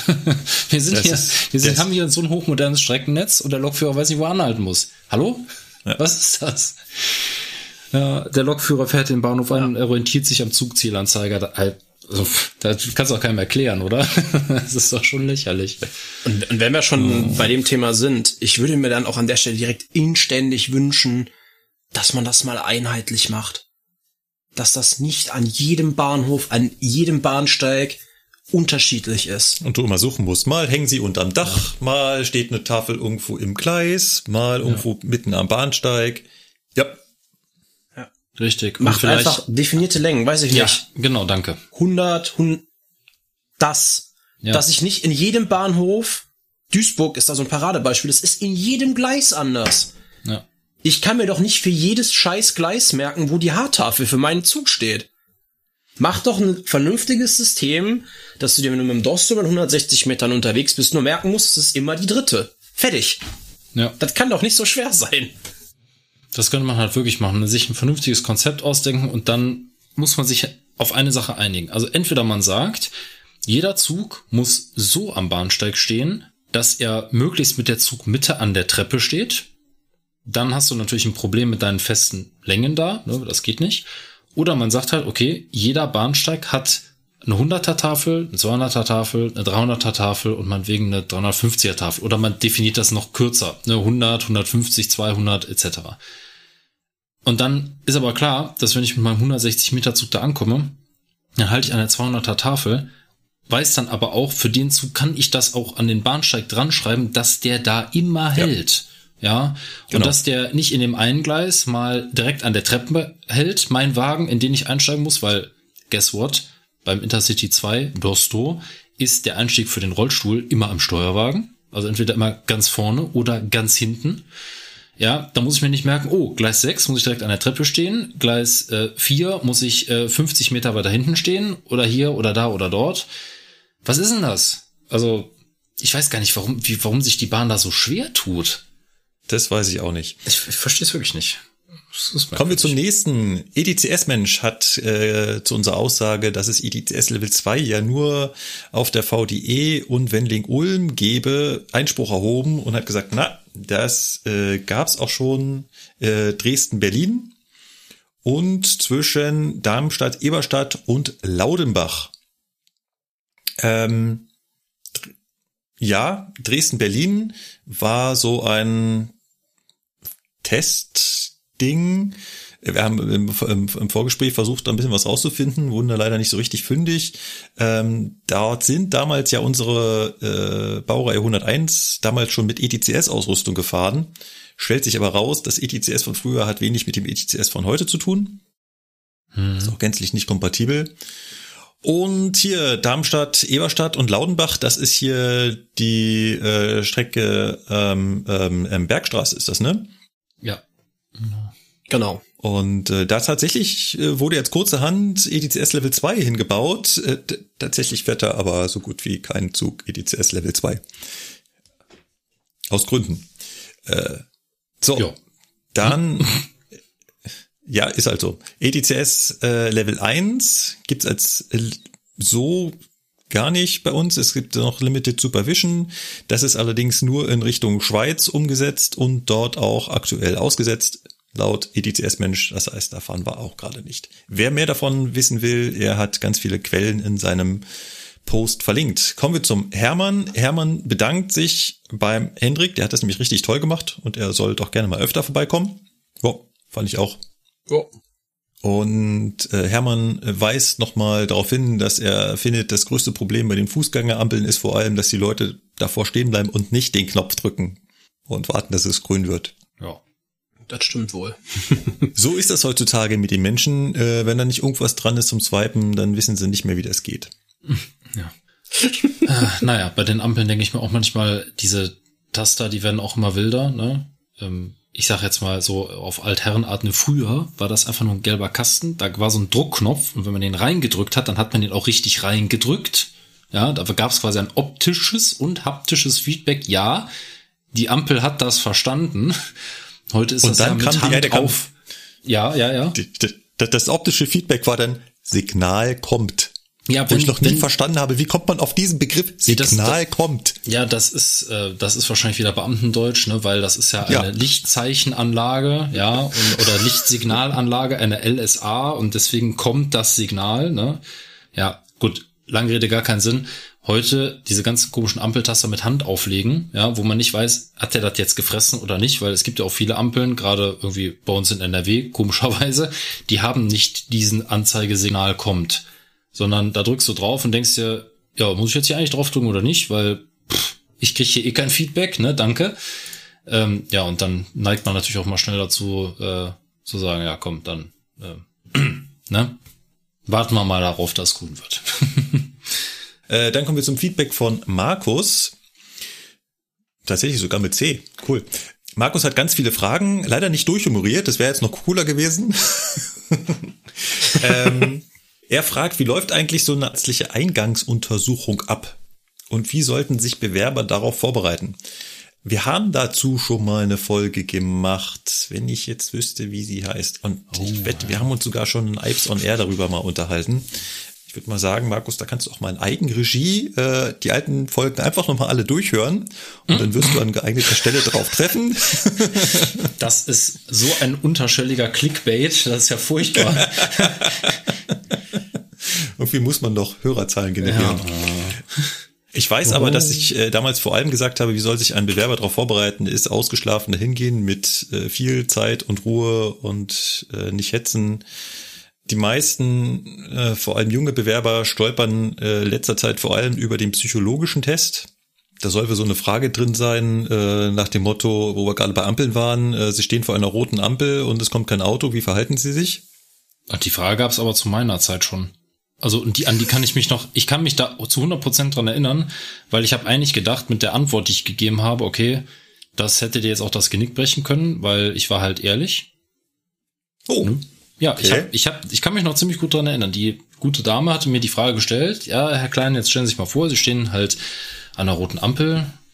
Haben hier so ein hochmodernes Streckennetz und der Lokführer weiß nicht, wo er anhalten muss. Hallo? Ja. Was ist das? Ja, der Lokführer fährt den Bahnhof an und orientiert sich am Zugzielanzeiger. Da kannst du auch keinem erklären, oder? Das ist doch schon lächerlich. Und wenn wir schon bei dem Thema sind, ich würde mir dann auch an der Stelle direkt inständig wünschen, dass man das mal einheitlich macht. Dass das nicht an jedem Bahnhof, an jedem Bahnsteig unterschiedlich ist. Und du immer suchen musst. Mal hängen sie unterm Dach, mal steht eine Tafel irgendwo im Gleis, mal irgendwo mitten am Bahnsteig. Ja. Richtig. Macht einfach definierte Längen, weiß ich nicht. Ja, genau, danke. 100, dass ich nicht in jedem Bahnhof, Duisburg ist da so ein Paradebeispiel, es ist in jedem Gleis anders. Ja. Ich kann mir doch nicht für jedes scheiß Gleis merken, wo die Haartafel für meinen Zug steht. Mach doch ein vernünftiges System, dass du dir, wenn du mit dem Dosto mit 160 Metern unterwegs bist, nur merken musst, es ist immer die dritte. Fertig. Ja. Das kann doch nicht so schwer sein. Das könnte man halt wirklich machen, sich ein vernünftiges Konzept ausdenken und dann muss man sich auf eine Sache einigen. Also entweder man sagt, jeder Zug muss so am Bahnsteig stehen, dass er möglichst mit der Zugmitte an der Treppe steht. Dann hast du natürlich ein Problem mit deinen festen Längen da, ne, das geht nicht. Oder man sagt halt, okay, jeder Bahnsteig hat eine 100er-Tafel, eine 200er-Tafel, eine 300er-Tafel und meinetwegen eine 350er-Tafel. Oder man definiert das noch kürzer, eine 100, 150, 200 etc. Und dann ist aber klar, dass wenn ich mit meinem 160-Meter-Zug da ankomme, dann halte ich an der 200er-Tafel, weiß dann aber auch, für den Zug kann ich das auch an den Bahnsteig dran schreiben, dass der da immer hält. Ja, und genau. Dass der nicht in dem einen Gleis mal direkt an der Treppe hält, mein Wagen, in den ich einsteigen muss, weil, guess what, beim Intercity 2 Dosto ist der Einstieg für den Rollstuhl immer am Steuerwagen, also entweder immer ganz vorne oder ganz hinten. Ja, da muss ich mir nicht merken, oh, Gleis 6 muss ich direkt an der Treppe stehen, Gleis 4 muss ich 50 Meter weiter hinten stehen oder hier oder da oder dort. Was ist denn das? Also, ich weiß gar nicht, warum sich die Bahn da so schwer tut. Das weiß ich auch nicht. Ich verstehe es wirklich nicht. Kommen wir zum nächsten. EDCS-Mensch hat zu unserer Aussage, dass es EDCS Level 2 ja nur auf der VDE und Wendling-Ulm gebe, Einspruch erhoben und hat gesagt, na, das gab's auch schon Dresden-Berlin und zwischen Darmstadt, Eberstadt und Laudenbach. Ja, Dresden-Berlin war so ein Testding. Wir haben im Vorgespräch versucht, da ein bisschen was rauszufinden, wurden da leider nicht so richtig fündig. Dort sind damals ja unsere Baureihe 101 damals schon mit ETCS-Ausrüstung gefahren. Stellt sich aber raus, das ETCS von früher hat wenig mit dem ETCS von heute zu tun. Ist auch gänzlich nicht kompatibel. Und hier Darmstadt, Eberstadt und Laudenbach, das ist hier die Strecke Bergstraße, ist das, ne? Ja. Genau. Und da tatsächlich wurde jetzt kurzerhand EDCS Level 2 hingebaut. Tatsächlich fährt da aber so gut wie kein Zug EDCS Level 2. Aus Gründen. So, dann... Ja, ist halt so. EDCS Level 1 gibt's als so gar nicht bei uns. Es gibt noch Limited Supervision. Das ist allerdings nur in Richtung Schweiz umgesetzt und dort auch aktuell ausgesetzt, laut EDCS-Mensch. Das heißt, da fahren wir auch gerade nicht. Wer mehr davon wissen will, er hat ganz viele Quellen in seinem Post verlinkt. Kommen wir zum Hermann. Hermann bedankt sich beim Hendrik. Der hat das nämlich richtig toll gemacht und er soll doch gerne mal öfter vorbeikommen. Ja, fand ich auch. Ja. Und Hermann weist nochmal darauf hin, dass er findet, das größte Problem bei den Fußgängerampeln ist vor allem, dass die Leute davor stehen bleiben und nicht den Knopf drücken und warten, dass es grün wird. Ja, das stimmt wohl. So ist das heutzutage mit den Menschen. Wenn da nicht irgendwas dran ist zum Swipen, dann wissen sie nicht mehr, wie das geht. Ja. Naja, bei den Ampeln denke ich mir auch manchmal, diese Taster, die werden auch immer wilder, ne? Ich sag jetzt mal so auf Altherrenart, früher war das einfach nur ein gelber Kasten, da war so ein Druckknopf und wenn man den reingedrückt hat, dann hat man den auch richtig reingedrückt. Ja, da gab es quasi ein optisches und haptisches Feedback. Ja, die Ampel hat das verstanden. Heute ist und das dann ja mit kam Hand auf. Ja. Das optische Feedback war dann, Signal kommt. Ja, wo ich noch nie verstanden habe, wie kommt man auf diesen Begriff Signal kommt? Ja, das ist wahrscheinlich wieder Beamtendeutsch, ne, weil das ist ja eine Lichtzeichenanlage, ja, oder Lichtsignalanlage, eine LSA und deswegen kommt das Signal, ne. Ja, gut, lange Rede, gar keinen Sinn. Heute diese ganzen komischen Ampeltaster mit Hand auflegen, ja, wo man nicht weiß, hat der das jetzt gefressen oder nicht, weil es gibt ja auch viele Ampeln, gerade irgendwie bei uns in NRW, komischerweise, die haben nicht diesen Anzeigesignal kommt, sondern da drückst du drauf und denkst dir, ja, muss ich jetzt hier eigentlich drauf drücken oder nicht, weil ich kriege hier kein Feedback, ne, danke. Ja, und dann neigt man natürlich auch mal schnell dazu, zu sagen, ja, komm, dann, ne, warten wir mal darauf, dass es grün wird. Dann kommen wir zum Feedback von Markus. Tatsächlich sogar mit C. Cool. Markus hat ganz viele Fragen, leider nicht durchhumoriert, das wäre jetzt noch cooler gewesen. Er fragt, wie läuft eigentlich so eine ärztliche Eingangsuntersuchung ab? Und wie sollten sich Bewerber darauf vorbereiten? Wir haben dazu schon mal eine Folge gemacht, wenn ich jetzt wüsste, wie sie heißt. Und ich wette, wir haben uns sogar schon in Ipes on Air darüber mal unterhalten. Ich würde mal sagen, Markus, da kannst du auch mal in Eigenregie die alten Folgen einfach nochmal alle durchhören. Und dann wirst du an geeigneter Stelle drauf treffen. Das ist so ein unterschwelliger Clickbait, das ist ja furchtbar. Irgendwie muss man doch Hörerzahlen generieren. Ja. Ich weiß aber, dass ich damals vor allem gesagt habe, wie soll sich ein Bewerber darauf vorbereiten, ist ausgeschlafen dahingehen mit viel Zeit und Ruhe und nicht hetzen. Die meisten, vor allem junge Bewerber, stolpern letzter Zeit vor allem über den psychologischen Test. Da soll wohl so eine Frage drin sein, nach dem Motto, wo wir gerade bei Ampeln waren, Sie stehen vor einer roten Ampel und es kommt kein Auto, wie verhalten Sie sich? Ach, die Frage gab es aber zu meiner Zeit schon. Also an die kann ich mich da zu 100% dran erinnern, weil ich habe eigentlich gedacht, mit der Antwort, die ich gegeben habe, okay, das hätte dir jetzt auch das Genick brechen können, weil ich war halt ehrlich. Oh. Ja, okay. Ich kann mich noch ziemlich gut dran erinnern. Die gute Dame hatte mir die Frage gestellt, ja, Herr Klein, jetzt stellen Sie sich mal vor, Sie stehen halt an einer roten Ampel,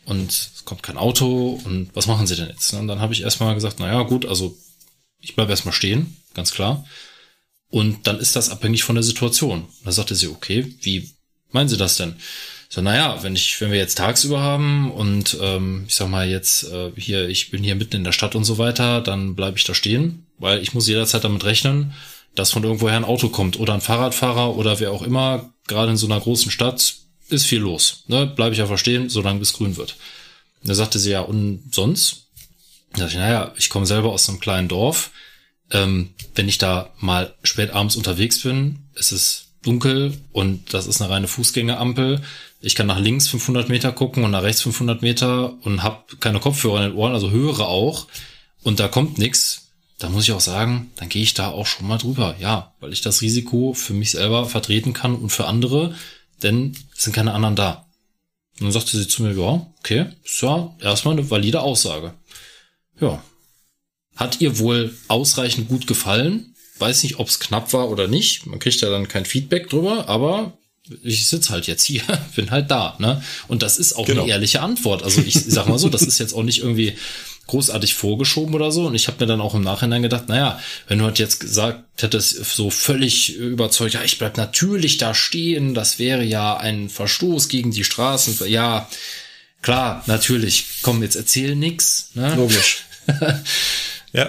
und es kommt kein Auto und was machen Sie denn jetzt? Und dann habe ich erstmal gesagt, naja gut, also ich bleibe erstmal stehen, ganz klar. Und dann ist das abhängig von der Situation. Da sagte sie, okay, wie meinen Sie das denn? So, naja, wenn wir jetzt tagsüber haben und ich sag mal jetzt ich bin hier mitten in der Stadt und so weiter, dann bleibe ich da stehen, weil ich muss jederzeit damit rechnen, dass von irgendwoher ein Auto kommt oder ein Fahrradfahrer oder wer auch immer. Gerade in so einer großen Stadt ist viel los. Ne? Bleibe ich einfach stehen, solange bis grün wird. Und da sagte sie, ja, und sonst? Da dachte ich, naja, ich komme selber aus einem kleinen Dorf. Wenn ich da mal spät abends unterwegs bin, es ist dunkel und das ist eine reine Fußgängerampel. Ich kann nach links 500 Meter gucken und nach rechts 500 Meter und habe keine Kopfhörer in den Ohren, also höre auch. Und da kommt nichts. Da muss ich auch sagen, dann gehe ich da auch schon mal drüber. Ja, weil ich das Risiko für mich selber vertreten kann und für andere, denn es sind keine anderen da. Und dann sagte sie zu mir, ja, okay, ist ja erstmal eine valide Aussage. Ja. Hat ihr wohl ausreichend gut gefallen. Weiß nicht, ob es knapp war oder nicht. Man kriegt ja dann kein Feedback drüber, aber ich sitze halt jetzt hier, bin halt da, ne? Und das ist auch eine ehrliche Antwort. Also ich sag mal so, das ist jetzt auch nicht irgendwie großartig vorgeschoben oder so. Und ich habe mir dann auch im Nachhinein gedacht, naja, wenn du halt jetzt gesagt hättest, so völlig überzeugt, ja, ich bleib natürlich da stehen, das wäre ja ein Verstoß gegen die Straßen. Ja, klar, natürlich. Komm, jetzt erzähl nix. Ne? Logisch. Ja.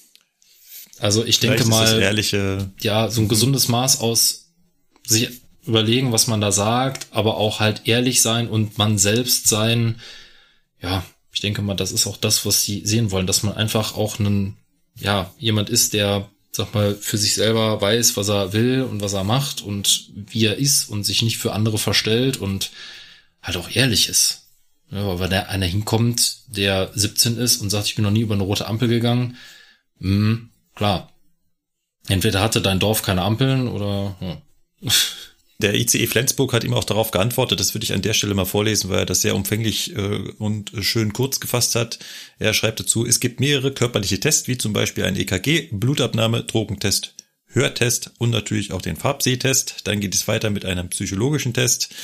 Also ich denke mal, ehrliche, ja, so ein gesundes Maß aus sich überlegen, was man da sagt, aber auch halt ehrlich sein und man selbst sein. Ja, ich denke mal, das ist auch das, was sie sehen wollen, dass man einfach auch jemand ist, der, sag mal, für sich selber weiß, was er will und was er macht und wie er ist und sich nicht für andere verstellt und halt auch ehrlich ist. Ja, weil wenn da einer hinkommt, der 17 ist und sagt, ich bin noch nie über eine rote Ampel gegangen, klar. Entweder hatte dein Dorf keine Ampeln oder... Ja. Der ICE Flensburg hat ihm auch darauf geantwortet, das würde ich an der Stelle mal vorlesen, weil er das sehr umfänglich und schön kurz gefasst hat. Er schreibt dazu, es gibt mehrere körperliche Tests, wie zum Beispiel ein EKG, Blutabnahme, Drogentest, Hörtest und natürlich auch den Farbsehtest. Dann geht es weiter mit einem psychologischen Test.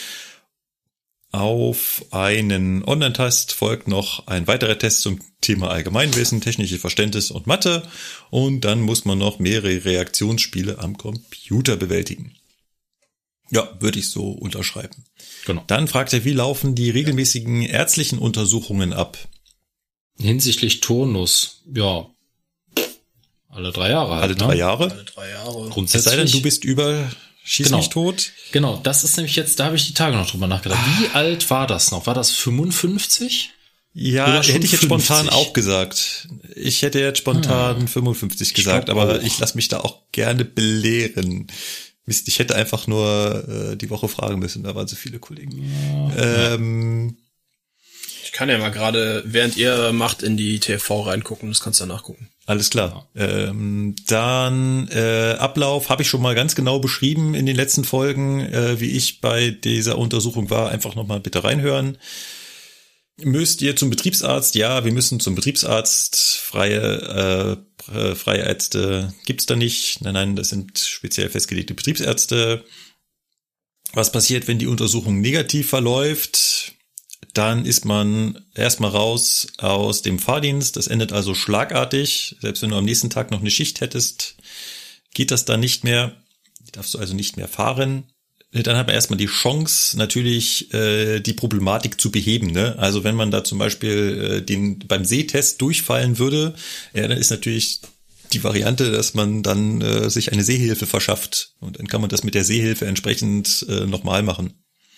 Auf einen Online-Test folgt noch ein weiterer Test zum Thema Allgemeinwissen, technisches Verständnis und Mathe. Und dann muss man noch mehrere Reaktionsspiele am Computer bewältigen. Ja, würde ich so unterschreiben. Genau. Dann fragt er, wie laufen die regelmäßigen ärztlichen Untersuchungen ab? Hinsichtlich Turnus, ja, alle 3 Jahre halt. Alle 3 Jahre? Alle 3 Jahre. Es sei denn, du bist über Schieß mich tot? Genau, das ist nämlich jetzt, da habe ich die Tage noch drüber nachgedacht. Wie alt war das noch? War das 55? Ja, hätte ich jetzt spontan auch gesagt. Ich hätte jetzt spontan 55 gesagt, aber ich lasse mich da auch gerne belehren. Mist, ich hätte einfach nur die Woche fragen müssen, da waren so viele Kollegen. Ja. Ich kann ja mal gerade, während ihr macht, in die TV reingucken, das kannst du ja nachgucken. Alles klar. Dann Ablauf habe ich schon mal ganz genau beschrieben in den letzten Folgen, wie ich bei dieser Untersuchung war. Einfach nochmal bitte reinhören. Müsst ihr zum Betriebsarzt? Ja, wir müssen zum Betriebsarzt. Freie Ärzte gibt's da nicht. Nein, das sind speziell festgelegte Betriebsärzte. Was passiert, wenn die Untersuchung negativ verläuft? Dann ist man erstmal raus aus dem Fahrdienst. Das endet also schlagartig. Selbst wenn du am nächsten Tag noch eine Schicht hättest, geht das dann nicht mehr. Darfst du also nicht mehr fahren. Dann hat man erstmal die Chance, natürlich die Problematik zu beheben. Ne? Also wenn man da zum Beispiel beim Sehtest durchfallen würde, ja, dann ist natürlich die Variante, dass man dann sich eine Sehhilfe verschafft. Und dann kann man das mit der Sehhilfe entsprechend nochmal machen.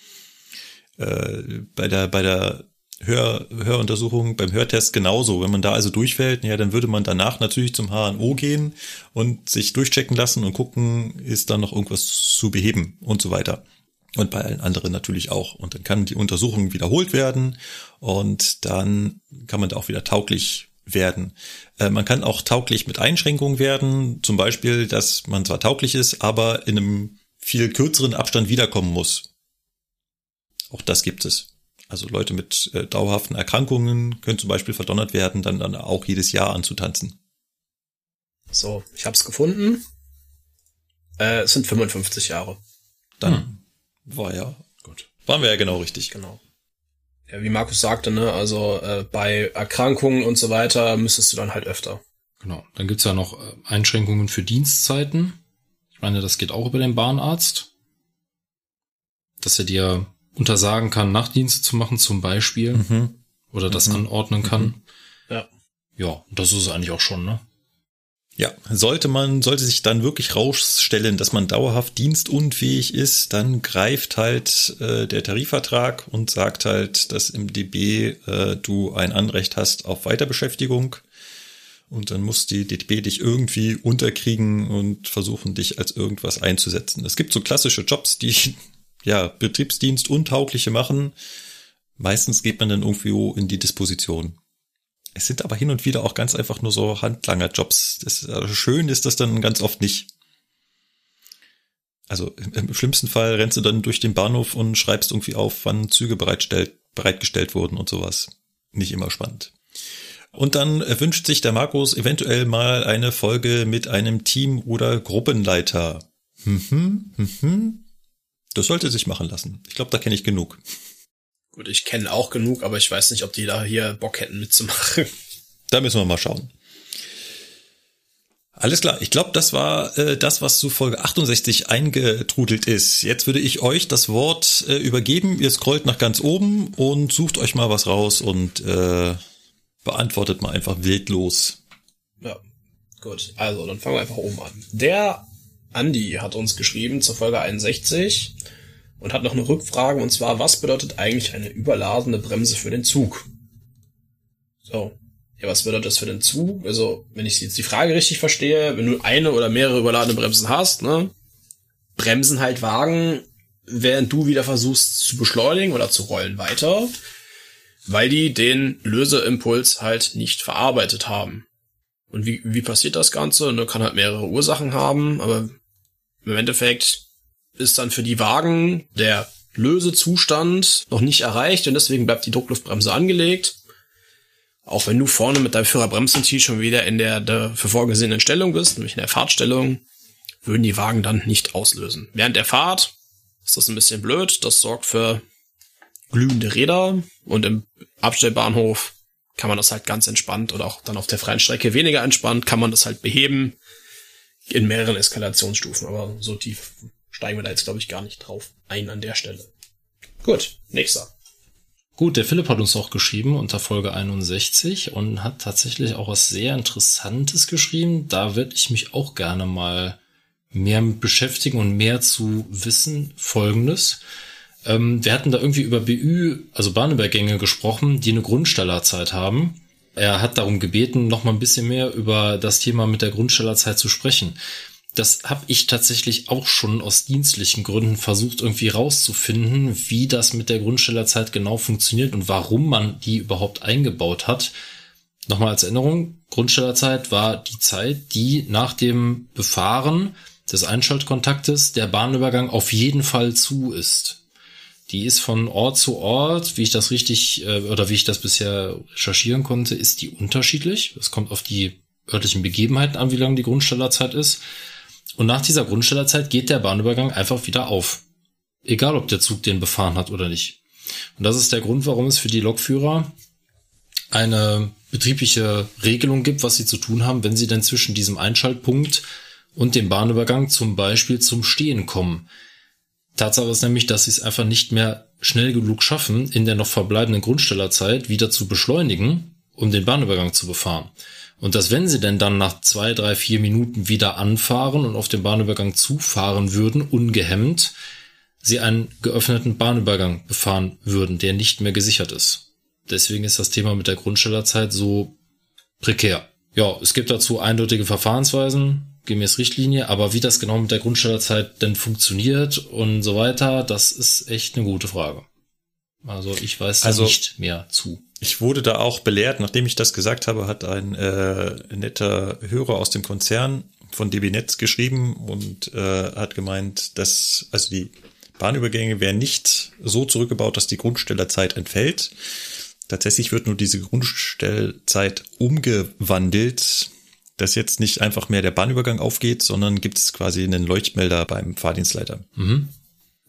Bei der Höruntersuchung, beim Hörtest genauso. Wenn man da also durchfällt, ja, dann würde man danach natürlich zum HNO gehen und sich durchchecken lassen und gucken, ist da noch irgendwas zu beheben und so weiter. Und bei allen anderen natürlich auch. Und dann kann die Untersuchung wiederholt werden und dann kann man da auch wieder tauglich werden. Man kann auch tauglich mit Einschränkungen werden. Zum Beispiel, dass man zwar tauglich ist, aber in einem viel kürzeren Abstand wiederkommen muss. Auch das gibt es. Also Leute mit dauerhaften Erkrankungen können zum Beispiel verdonnert werden, dann auch jedes Jahr anzutanzen. So, ich hab's gefunden. Es sind 55 Jahre. Dann waren wir ja genau richtig. Genau. Ja, wie Markus sagte, ne, also bei Erkrankungen und so weiter müsstest du dann halt öfter. Genau. Dann gibt's ja noch Einschränkungen für Dienstzeiten. Ich meine, das geht auch über den Bahnarzt. Dass er dir untersagen kann, Nachtdienste zu machen zum Beispiel. Oder das anordnen kann. Ja. Ja, das ist es eigentlich auch schon, ne? Ja, sollte sich dann wirklich rausstellen, dass man dauerhaft dienstunfähig ist, dann greift halt der Tarifvertrag und sagt halt, dass im DB du ein Anrecht hast auf Weiterbeschäftigung. Und dann muss die DB dich irgendwie unterkriegen und versuchen, dich als irgendwas einzusetzen. Es gibt so klassische Jobs, die ja Betriebsdienst untaugliche machen. Meistens geht man dann irgendwo in die Disposition. Es sind aber hin und wieder auch ganz einfach nur so Handlanger-Jobs. Also schön ist das dann ganz oft nicht. Also im schlimmsten Fall rennst du dann durch den Bahnhof und schreibst irgendwie auf, wann Züge bereitgestellt wurden und sowas. Nicht immer spannend. Und dann wünscht sich der Markus eventuell mal eine Folge mit einem Team- oder Gruppenleiter. Das sollte sich machen lassen. Ich glaube, da kenne ich genug. Gut, ich kenne auch genug, aber ich weiß nicht, ob die da hier Bock hätten mitzumachen. Da müssen wir mal schauen. Alles klar, ich glaube, das war das, was zu Folge 68 eingetrudelt ist. Jetzt würde ich euch das Wort übergeben. Ihr scrollt nach ganz oben und sucht euch mal was raus und beantwortet mal einfach wildlos. Ja, gut. Also, dann fangen wir einfach oben an. Der Andi hat uns geschrieben zur Folge 61 und hat noch eine Rückfrage, und zwar, was bedeutet eigentlich eine überladene Bremse für den Zug? So. Ja, was bedeutet das für den Zug? Also, wenn ich jetzt die Frage richtig verstehe, wenn du eine oder mehrere überladene Bremsen hast, ne, bremsen halt Wagen, während du wieder versuchst zu beschleunigen oder zu rollen weiter, weil die den Löseimpuls halt nicht verarbeitet haben. Und wie passiert das Ganze? Ne, kann halt mehrere Ursachen haben, aber im Endeffekt ist dann für die Wagen der Lösezustand noch nicht erreicht und deswegen bleibt die Druckluftbremse angelegt. Auch wenn du vorne mit deinem Führerbremsventil schon wieder in der dafür vorgesehenen Stellung bist, nämlich in der Fahrtstellung, würden die Wagen dann nicht auslösen. Während der Fahrt ist das ein bisschen blöd, das sorgt für glühende Räder und im Abstellbahnhof kann man das halt ganz entspannt oder auch dann auf der freien Strecke weniger entspannt, kann man das halt beheben in mehreren Eskalationsstufen, aber so tief steigen wir da jetzt, glaube ich, gar nicht drauf ein an der Stelle. Gut, nächster. Gut, der Philipp hat uns auch geschrieben unter Folge 61 und hat tatsächlich auch was sehr Interessantes geschrieben. Da würde ich mich auch gerne mal mehr mit beschäftigen und mehr zu wissen. Folgendes. Wir hatten da irgendwie über BÜ, also Bahnübergänge gesprochen, die eine Grundstellerzeit haben. Er hat darum gebeten, noch mal ein bisschen mehr über das Thema mit der Grundstellerzeit zu sprechen. Das habe ich tatsächlich auch schon aus dienstlichen Gründen versucht, irgendwie rauszufinden, wie das mit der Grundstellerzeit genau funktioniert und warum man die überhaupt eingebaut hat. Nochmal als Erinnerung, Grundstellerzeit war die Zeit, die nach dem Befahren des Einschaltkontaktes der Bahnübergang auf jeden Fall zu ist. Die ist von Ort zu Ort, wie ich das bisher recherchieren konnte, ist die unterschiedlich. Es kommt auf die örtlichen Begebenheiten an, wie lang die Grundstellerzeit ist. Und nach dieser Grundstellerzeit geht der Bahnübergang einfach wieder auf. Egal, ob der Zug den befahren hat oder nicht. Und das ist der Grund, warum es für die Lokführer eine betriebliche Regelung gibt, was sie zu tun haben, wenn sie denn zwischen diesem Einschaltpunkt und dem Bahnübergang zum Beispiel zum Stehen kommen. Tatsache ist nämlich, dass sie es einfach nicht mehr schnell genug schaffen, in der noch verbleibenden Grundstellerzeit wieder zu beschleunigen, um den Bahnübergang zu befahren. Und dass, wenn sie denn dann nach 2, 3, 4 Minuten wieder anfahren und auf den Bahnübergang zufahren würden, ungehemmt, sie einen geöffneten Bahnübergang befahren würden, der nicht mehr gesichert ist. Deswegen ist das Thema mit der Grundstellerzeit so prekär. Ja, es gibt dazu eindeutige Verfahrensweisen, gemäß Richtlinie, aber wie das genau mit der Grundstellerzeit denn funktioniert und so weiter, das ist echt eine gute Frage. Also ich weiß da nicht mehr zu. Ich wurde da auch belehrt, nachdem ich das gesagt habe, hat ein netter Hörer aus dem Konzern von DB Netz geschrieben und hat gemeint, dass also die Bahnübergänge werden nicht so zurückgebaut, dass die Grundstellerzeit entfällt. Tatsächlich wird nur diese Grundstellzeit umgewandelt, dass jetzt nicht einfach mehr der Bahnübergang aufgeht, sondern gibt es quasi einen Leuchtmelder beim Fahrdienstleiter. Mhm.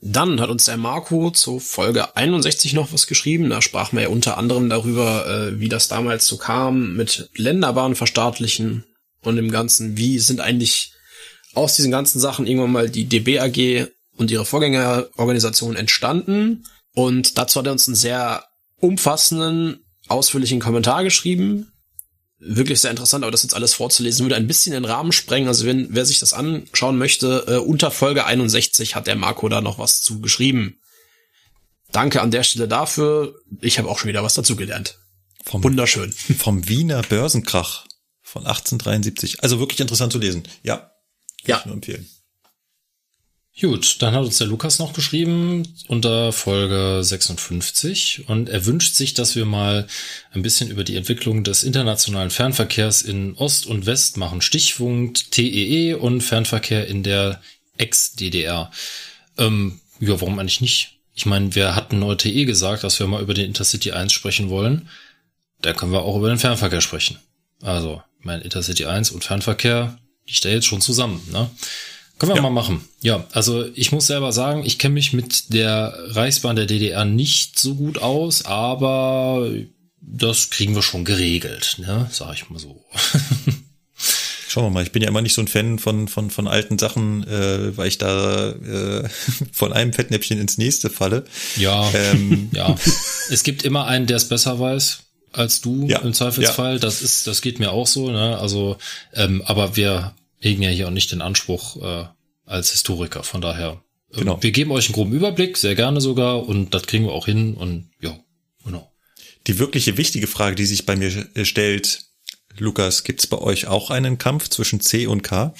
Dann hat uns der Marco zu Folge 61 noch was geschrieben. Da sprachen wir ja unter anderem darüber, wie das damals so kam mit Länderbahn verstaatlichen und dem Ganzen. Wie sind eigentlich aus diesen ganzen Sachen irgendwann mal die DB AG und ihre Vorgängerorganisation entstanden. Und dazu hat er uns einen sehr umfassenden, ausführlichen Kommentar geschrieben. Wirklich sehr interessant, aber das jetzt alles vorzulesen würde ein bisschen den Rahmen sprengen. Also wer sich das anschauen möchte, unter Folge 61 hat der Marco da noch was zu geschrieben. Danke an der Stelle dafür. Ich habe auch schon wieder was dazugelernt. Wunderschön. Vom Wiener Börsenkrach von 1873. Also wirklich interessant zu lesen. Ja. Kann ich nur empfehlen. Gut, dann hat uns der Lukas noch geschrieben unter Folge 56 und er wünscht sich, dass wir mal ein bisschen über die Entwicklung des internationalen Fernverkehrs in Ost und West machen. Stichpunkt TEE und Fernverkehr in der Ex-DDR. Ja, warum eigentlich nicht? Ich meine, wir hatten heute gesagt, dass wir mal über den Intercity 1 sprechen wollen. Da können wir auch über den Fernverkehr sprechen. Also, mein Intercity 1 und Fernverkehr, die stehen jetzt schon zusammen, ne? Können wir mal machen. Ja, also ich muss selber sagen, ich kenne mich mit der Reichsbahn der DDR nicht so gut aus, aber das kriegen wir schon geregelt, ne? Sag ich mal so. Schauen wir mal, ich bin ja immer nicht so ein Fan von alten Sachen, weil ich da von einem Fettnäpfchen ins nächste falle. Ja, ja. Es gibt immer einen, der es besser weiß als du im Zweifelsfall. Ja. Das geht mir auch so, ne? Also, aber wir hegen ja hier auch nicht den Anspruch als Historiker, von daher. Wir geben euch einen groben Überblick, sehr gerne sogar, und das kriegen wir auch hin und ja, genau. Die wirkliche wichtige Frage, die sich bei mir stellt, Lukas, gibt's bei euch auch einen Kampf zwischen C und K?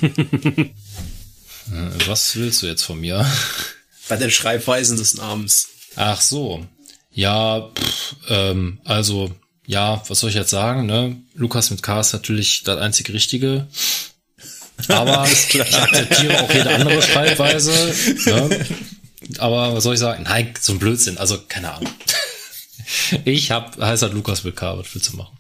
Was willst du jetzt von mir? Bei den Schreibweisen des Namens. Ach so. Ja, also, ja, was soll ich jetzt sagen, ne? Lukas mit K ist natürlich das einzig Richtige. Aber ich akzeptiere auch jede andere Schreibweise. Ne? Aber was soll ich sagen? Nein, so ein Blödsinn. Also, keine Ahnung. Heißt halt Lukas mit K, was willst du machen?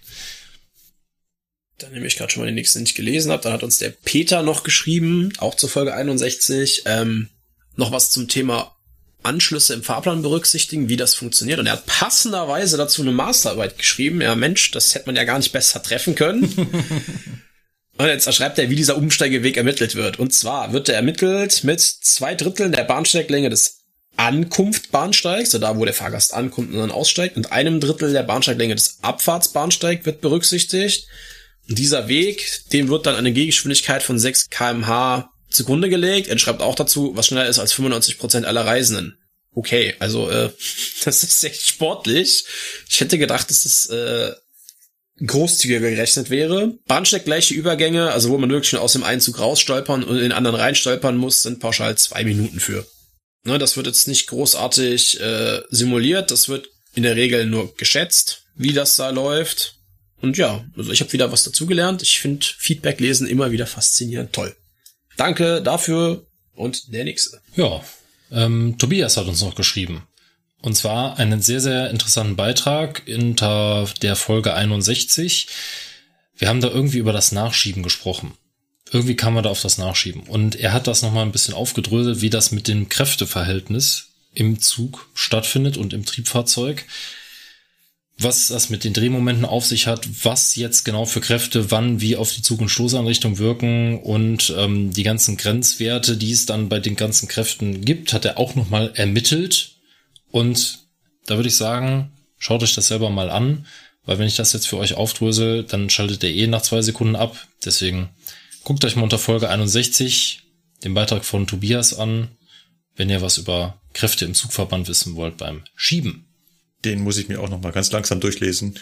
Dann nehme ich gerade schon mal den nächsten, den ich gelesen habe. Dann hat uns der Peter noch geschrieben, auch zur Folge 61, noch was zum Thema Anschlüsse im Fahrplan berücksichtigen, wie das funktioniert. Und er hat passenderweise dazu eine Masterarbeit geschrieben. Ja, Mensch, das hätte man ja gar nicht besser treffen können. Und jetzt schreibt er, wie dieser Umsteigeweg ermittelt wird. Und zwar wird er ermittelt mit 2/3 der Bahnsteiglänge des Ankunftbahnsteigs, so da, wo der Fahrgast ankommt und dann aussteigt, und 1/3 der Bahnsteiglänge des Abfahrtsbahnsteigs wird berücksichtigt. Und dieser Weg, dem wird dann eine Gehgeschwindigkeit von 6 km/h zugrunde gelegt. Er schreibt auch dazu, was schneller ist als 95% aller Reisenden. Okay, also das ist echt sportlich. Ich hätte gedacht, dass das großzügiger gerechnet wäre. Bahnsteiggleiche Übergänge, also wo man wirklich schon aus dem einen Zug rausstolpern und in den anderen reinstolpern muss, sind pauschal 2 Minuten für. Ne, das wird jetzt nicht großartig simuliert, das wird in der Regel nur geschätzt, wie das da läuft. Und ja, also ich habe wieder was dazugelernt. Ich finde Feedback lesen immer wieder faszinierend toll. Danke dafür und der nächste. Ja, Tobias hat uns noch geschrieben. Und zwar einen sehr, sehr interessanten Beitrag unter der Folge 61. Wir haben da irgendwie über das Nachschieben gesprochen. Irgendwie kam man da auf das Nachschieben. Und er hat das nochmal ein bisschen aufgedröselt, wie das mit dem Kräfteverhältnis im Zug stattfindet und im Triebfahrzeug. Was das mit den Drehmomenten auf sich hat, was jetzt genau für Kräfte wann wie auf die Zug- und Stoßanrichtung wirken und die ganzen Grenzwerte, die es dann bei den ganzen Kräften gibt, hat er auch nochmal ermittelt. Und da würde ich sagen, schaut euch das selber mal an, weil wenn ich das jetzt für euch aufdrösel, dann schaltet ihr nach 2 Sekunden ab. Deswegen guckt euch mal unter Folge 61 den Beitrag von Tobias an, wenn ihr was über Kräfte im Zugverband wissen wollt beim Schieben. Den muss ich mir auch noch mal ganz langsam durchlesen.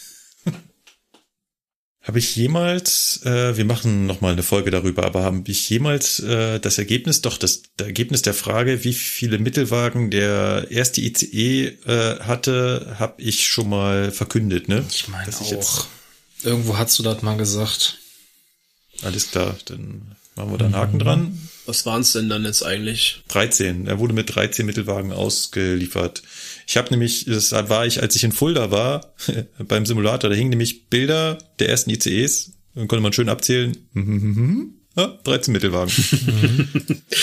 Habe ich jemals, wir machen noch mal eine Folge darüber, aber habe ich jemals das Ergebnis der Frage, wie viele Mittelwagen der erste ICE hatte, habe ich schon mal verkündet, ne? Ich meine auch. Irgendwo hast du das mal gesagt. Alles klar, dann machen wir da einen Haken dran. Was waren es denn dann jetzt eigentlich? 13. Er wurde mit 13 Mittelwagen ausgeliefert. Ich habe nämlich, das war ich, als ich in Fulda war, beim Simulator, da hingen nämlich Bilder der ersten ICEs, dann konnte man schön abzählen. Ja, 13 Mittelwagen.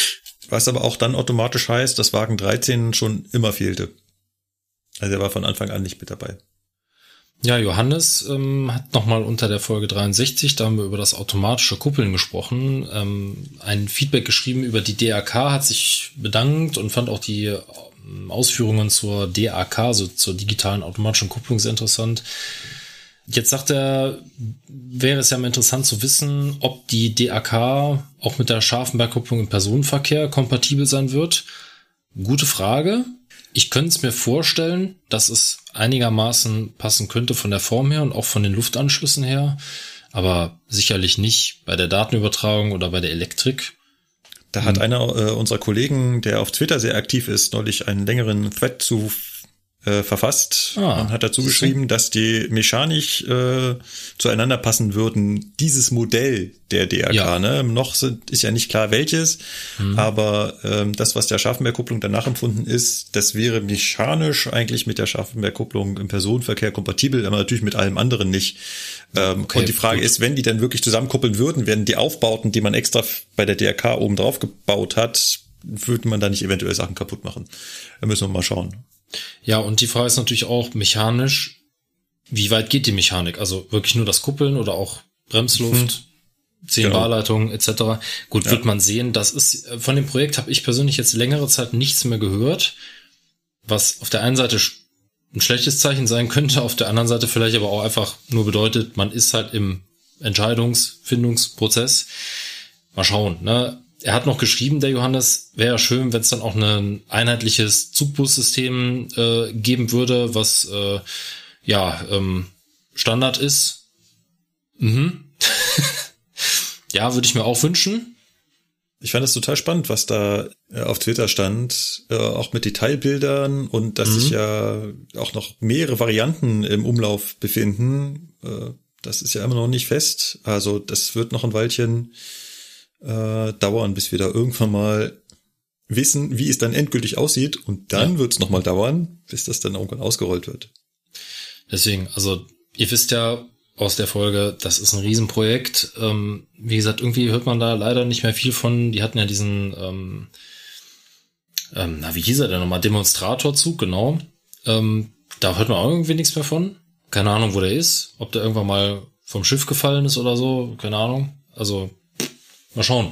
Was aber auch dann automatisch heißt, dass Wagen 13 schon immer fehlte. Also er war von Anfang an nicht mit dabei. Ja, Johannes hat nochmal unter der Folge 63, da haben wir über das automatische Kuppeln gesprochen, ein Feedback geschrieben über die DAK, hat sich bedankt und fand auch die Ausführungen zur DAK, also zur digitalen automatischen Kupplung, sehr interessant. Jetzt sagt er, wäre es ja mal interessant zu wissen, ob die DAK auch mit der Scharfenbergkupplung im Personenverkehr kompatibel sein wird. Gute Frage. Ich könnte es mir vorstellen, dass es einigermaßen passen könnte von der Form her und auch von den Luftanschlüssen her, aber sicherlich nicht bei der Datenübertragung oder bei der Elektrik. Da hat einer unserer Kollegen, der auf Twitter sehr aktiv ist, neulich einen längeren Thread zu verfasst und hat dazu geschrieben, dass die mechanisch zueinander passen würden. Dieses Modell der DAK, Ja. Ne? Noch ist ja nicht klar welches, aber das, was der Scharfenbergkupplung danach empfunden ist, das wäre mechanisch eigentlich mit der Scharfenbergkupplung im Personenverkehr kompatibel, aber natürlich mit allem anderen nicht. Okay, und die Frage gut. ist, wenn die dann wirklich zusammenkuppeln würden, werden die Aufbauten, die man extra bei der DAK oben drauf gebaut hat, würde man da nicht eventuell Sachen kaputt machen. Da müssen wir mal schauen. Ja, und die Frage ist natürlich auch mechanisch, wie weit geht die Mechanik? Also wirklich nur das Kuppeln oder auch Bremsluft, 10 Genau. Barleitungen etc. Gut, wird man sehen. Das ist, von dem Projekt habe ich persönlich jetzt längere Zeit nichts mehr gehört, was auf der einen Seite ein schlechtes Zeichen sein könnte, auf der anderen Seite vielleicht aber auch einfach nur bedeutet, man ist halt im Entscheidungsfindungsprozess. Mal schauen, ne? Er hat noch geschrieben, der Johannes, wäre ja schön, wenn es dann auch ein einheitliches Zugbussystem geben würde, was Standard ist. Ja, würde ich mir auch wünschen. Ich fand es total spannend, was da auf Twitter stand, auch mit Detailbildern und dass sich ja auch noch mehrere Varianten im Umlauf befinden. Das ist ja immer noch nicht fest. Also das wird noch ein Weilchen dauern, bis wir da irgendwann mal wissen, wie es dann endgültig aussieht. Und dann wird es nochmal dauern, bis das dann irgendwann ausgerollt wird. Deswegen, also ihr wisst ja aus der Folge, das ist ein Riesenprojekt. Wie gesagt, irgendwie hört man da leider nicht mehr viel von. Die hatten ja diesen, wie hieß er denn nochmal? Demonstratorzug, genau. Da hört man auch irgendwie nichts mehr von. Keine Ahnung, wo der ist. Ob der irgendwann mal vom Schiff gefallen ist oder so. Keine Ahnung. Also, mal schauen.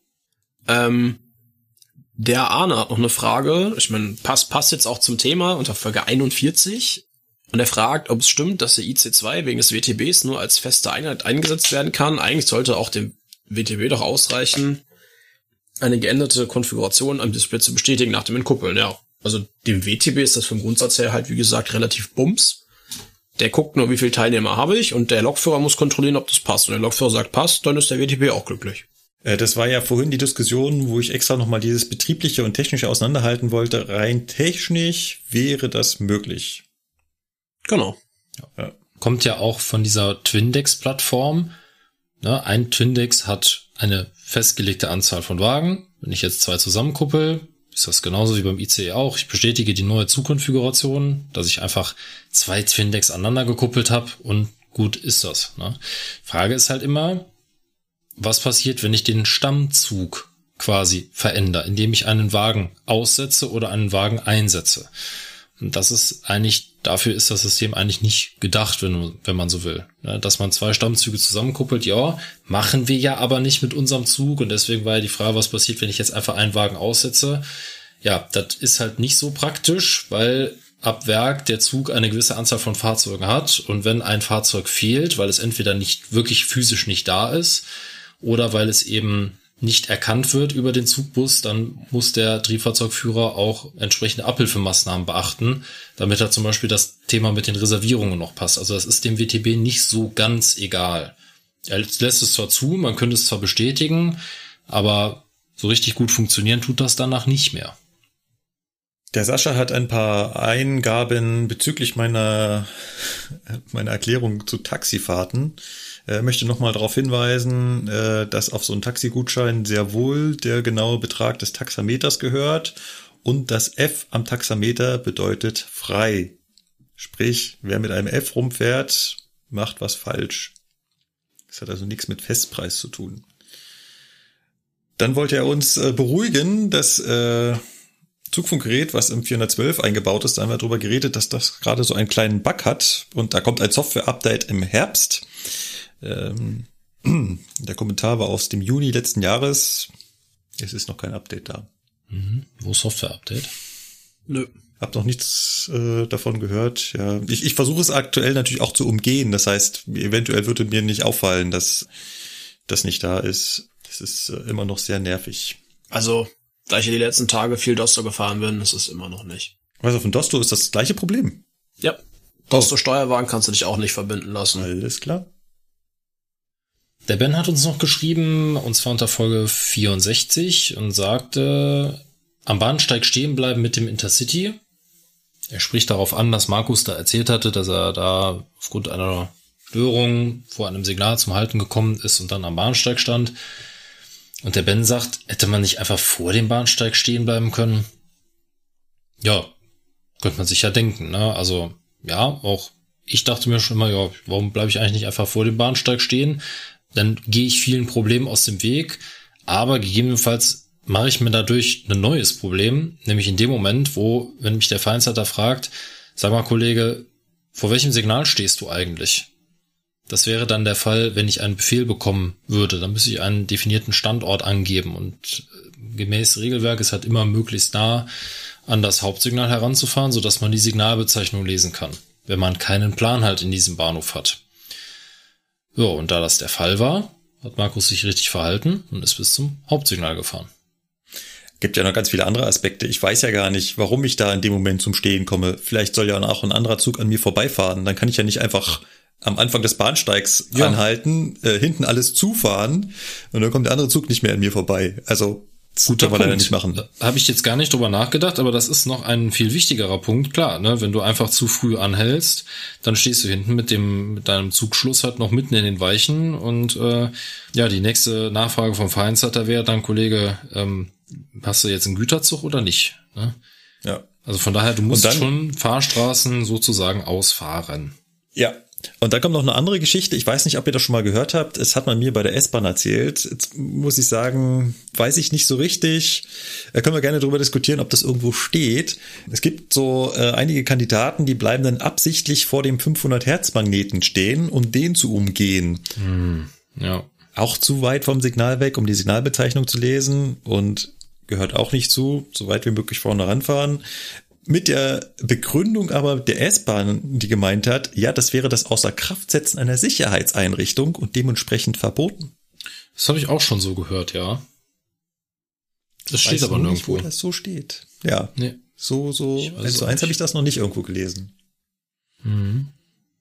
Der Arne hat noch eine Frage. Ich meine, passt jetzt auch zum Thema unter Folge 41. Und er fragt, ob es stimmt, dass der IC2 wegen des WTBs nur als feste Einheit eingesetzt werden kann. Eigentlich sollte auch dem WTB doch ausreichen, eine geänderte Konfiguration am Display zu bestätigen nach dem Entkuppeln. Ja, also dem WTB ist das vom Grundsatz her halt, wie gesagt, relativ bums. Der guckt nur, wie viele Teilnehmer habe ich, und der Lokführer muss kontrollieren, ob das passt. Und der Lokführer sagt, passt, dann ist der WTB auch glücklich. Das war ja vorhin die Diskussion, wo ich extra nochmal dieses betriebliche und technische auseinanderhalten wollte. Rein technisch wäre das möglich. Genau. Ja. Kommt ja auch von dieser Twindex-Plattform. Ne, ein Twindex hat eine festgelegte Anzahl von Wagen. Wenn ich jetzt 2 zusammenkuppel, ist das genauso wie beim ICE auch. Ich bestätige die neue Zugkonfiguration, dass ich einfach 2 Twindex aneinander gekuppelt habe und gut ist das. Ne? Frage ist halt immer, was passiert, wenn ich den Stammzug quasi verändere, indem ich einen Wagen aussetze oder einen Wagen einsetze. Und das ist eigentlich, dafür ist das System eigentlich nicht gedacht, wenn man so will. Dass man 2 Stammzüge zusammenkuppelt, ja, machen wir ja aber nicht mit unserem Zug. Und deswegen war ja die Frage, was passiert, wenn ich jetzt einfach einen Wagen aussetze. Ja, das ist halt nicht so praktisch, weil ab Werk der Zug eine gewisse Anzahl von Fahrzeugen hat. Und wenn ein Fahrzeug fehlt, weil es entweder nicht wirklich physisch nicht da ist oder weil es eben nicht erkannt wird über den Zugbus, dann muss der Triebfahrzeugführer auch entsprechende Abhilfemaßnahmen beachten, damit er zum Beispiel das Thema mit den Reservierungen noch passt. Also das ist dem WTB nicht so ganz egal. Er lässt es zwar zu, man könnte es zwar bestätigen, aber so richtig gut funktionieren tut das danach nicht mehr. Der Sascha hat ein paar Eingaben bezüglich meiner Erklärung zu Taxifahrten. Er möchte nochmal darauf hinweisen, dass auf so einen Taxigutschein sehr wohl der genaue Betrag des Taxameters gehört und das F am Taxameter bedeutet frei. Sprich, wer mit einem F rumfährt, macht was falsch. Das hat also nichts mit Festpreis zu tun. Dann wollte er uns beruhigen, dass Zugfunkgerät, was im 412 eingebaut ist, da haben wir drüber geredet, dass das gerade so einen kleinen Bug hat und da kommt ein Software-Update im Herbst. Der Kommentar war aus dem Juni letzten Jahres. Es ist noch kein Update da. Wo Software-Update? Nö. Hab noch nichts davon gehört. Ja, ich versuche es aktuell natürlich auch zu umgehen. Das heißt, eventuell würde mir nicht auffallen, dass das nicht da ist. Das ist immer noch sehr nervig. Also, da ich ja die letzten Tage viel Dosto gefahren bin, ist es immer noch nicht. Also auf dem Dosto ist das gleiche Problem? Ja. Dosto-Steuerwagen kannst du dich auch nicht verbinden lassen. Alles klar. Der Ben hat uns noch geschrieben, und zwar unter Folge 64, und sagte, am Bahnsteig stehen bleiben mit dem Intercity. Er spricht darauf an, dass Markus da erzählt hatte, dass er da aufgrund einer Störung vor einem Signal zum Halten gekommen ist und dann am Bahnsteig stand. Und der Ben sagt, hätte man nicht einfach vor dem Bahnsteig stehen bleiben können? Ja, könnte man sich ja denken, ne? Also, ja, auch ich dachte mir schon immer, ja, warum bleibe ich eigentlich nicht einfach vor dem Bahnsteig stehen? Dann gehe ich vielen Problemen aus dem Weg, aber gegebenenfalls mache ich mir dadurch ein neues Problem, nämlich in dem Moment, wo, wenn mich der Feindsleiter fragt, sag mal Kollege, vor welchem Signal stehst du eigentlich? Das wäre dann der Fall, wenn ich einen Befehl bekommen würde, dann müsste ich einen definierten Standort angeben und gemäß Regelwerk ist halt immer möglichst nah an das Hauptsignal heranzufahren, sodass man die Signalbezeichnung lesen kann, wenn man keinen Plan halt in diesem Bahnhof hat. Ja, und da das der Fall war, hat Markus sich richtig verhalten und ist bis zum Hauptsignal gefahren. Gibt ja noch ganz viele andere Aspekte. Ich weiß ja gar nicht, warum ich da in dem Moment zum Stehen komme. Vielleicht soll ja auch ein anderer Zug an mir vorbeifahren. Dann kann ich ja nicht einfach am Anfang des Bahnsteigs anhalten, hinten alles zufahren und dann kommt der andere Zug nicht mehr an mir vorbei. Also gut, kann man leider nicht machen. Habe ich jetzt gar nicht drüber nachgedacht, aber das ist noch ein viel wichtigerer Punkt. Klar, ne, wenn du einfach zu früh anhältst, dann stehst du hinten mit deinem Zugschluss halt noch mitten in den Weichen und ja, die nächste Nachfrage vom Vereinsleiter wäre dann, Kollege, hast du jetzt einen Güterzug oder nicht? Ne? Ja. Also von daher, du musst schon Fahrstraßen sozusagen ausfahren. Ja. Und dann kommt noch eine andere Geschichte. Ich weiß nicht, ob ihr das schon mal gehört habt. Es hat man mir bei der S-Bahn erzählt. Jetzt muss ich sagen, weiß ich nicht so richtig. Da können wir gerne drüber diskutieren, ob das irgendwo steht. Es gibt so einige Kandidaten, die bleiben dann absichtlich vor dem 500-Hertz-Magneten stehen, um den zu umgehen. Ja. Auch zu weit vom Signal weg, um die Signalbezeichnung zu lesen und gehört auch nicht zu, so weit wie möglich vorne ranfahren. Mit der Begründung aber der S-Bahn, die gemeint hat, ja, das wäre das Außerkraftsetzen einer Sicherheitseinrichtung und dementsprechend verboten. Das habe ich auch schon so gehört, ja. Das steht aber nirgendwo. Wo das so steht. Ja, nee. So 1:1 habe ich das noch nicht irgendwo gelesen. Mhm.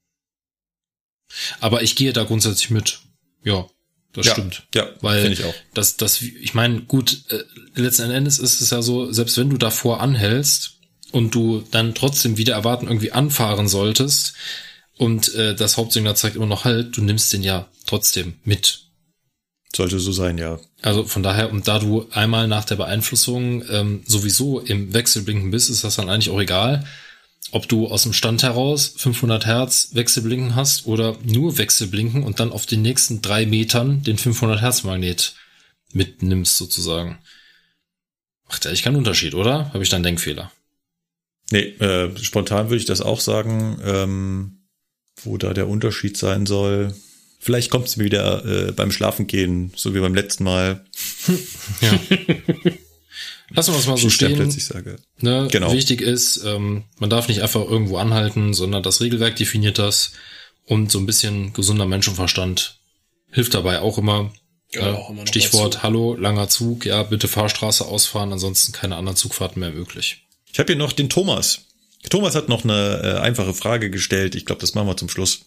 Aber ich gehe da grundsätzlich mit. Ja, das stimmt. Ja, weil finde ich auch. Ich meine, gut, letzten Endes ist es ja so, selbst wenn du davor anhältst, und du dann trotzdem wieder erwarten irgendwie anfahren solltest und das Hauptsignal zeigt immer noch Halt, du nimmst den ja trotzdem mit. Sollte so sein, ja. Also von daher, und da du einmal nach der Beeinflussung sowieso im Wechselblinken bist, ist das dann eigentlich auch egal, ob du aus dem Stand heraus 500 Hertz Wechselblinken hast oder nur Wechselblinken und dann auf den nächsten 3 Metern den 500 Hertz Magnet mitnimmst sozusagen. Macht ja eigentlich keinen Unterschied, oder? Habe ich da einen Denkfehler? Nee, spontan würde ich das auch sagen, wo da der Unterschied sein soll. Vielleicht kommt es mir wieder beim Schlafengehen, so wie beim letzten Mal. Ja. Lassen wir es mal so stehen. Plötzlich sage. Ne? Genau. Wichtig ist, man darf nicht einfach irgendwo anhalten, sondern das Regelwerk definiert das und so ein bisschen gesunder Menschenverstand hilft dabei auch immer. Auch immer noch Stichwort, dazu. Hallo, langer Zug, ja, bitte Fahrstraße ausfahren, ansonsten keine anderen Zugfahrten mehr möglich. Ich habe hier noch den Thomas. Thomas hat noch eine einfache Frage gestellt. Ich glaube, das machen wir zum Schluss.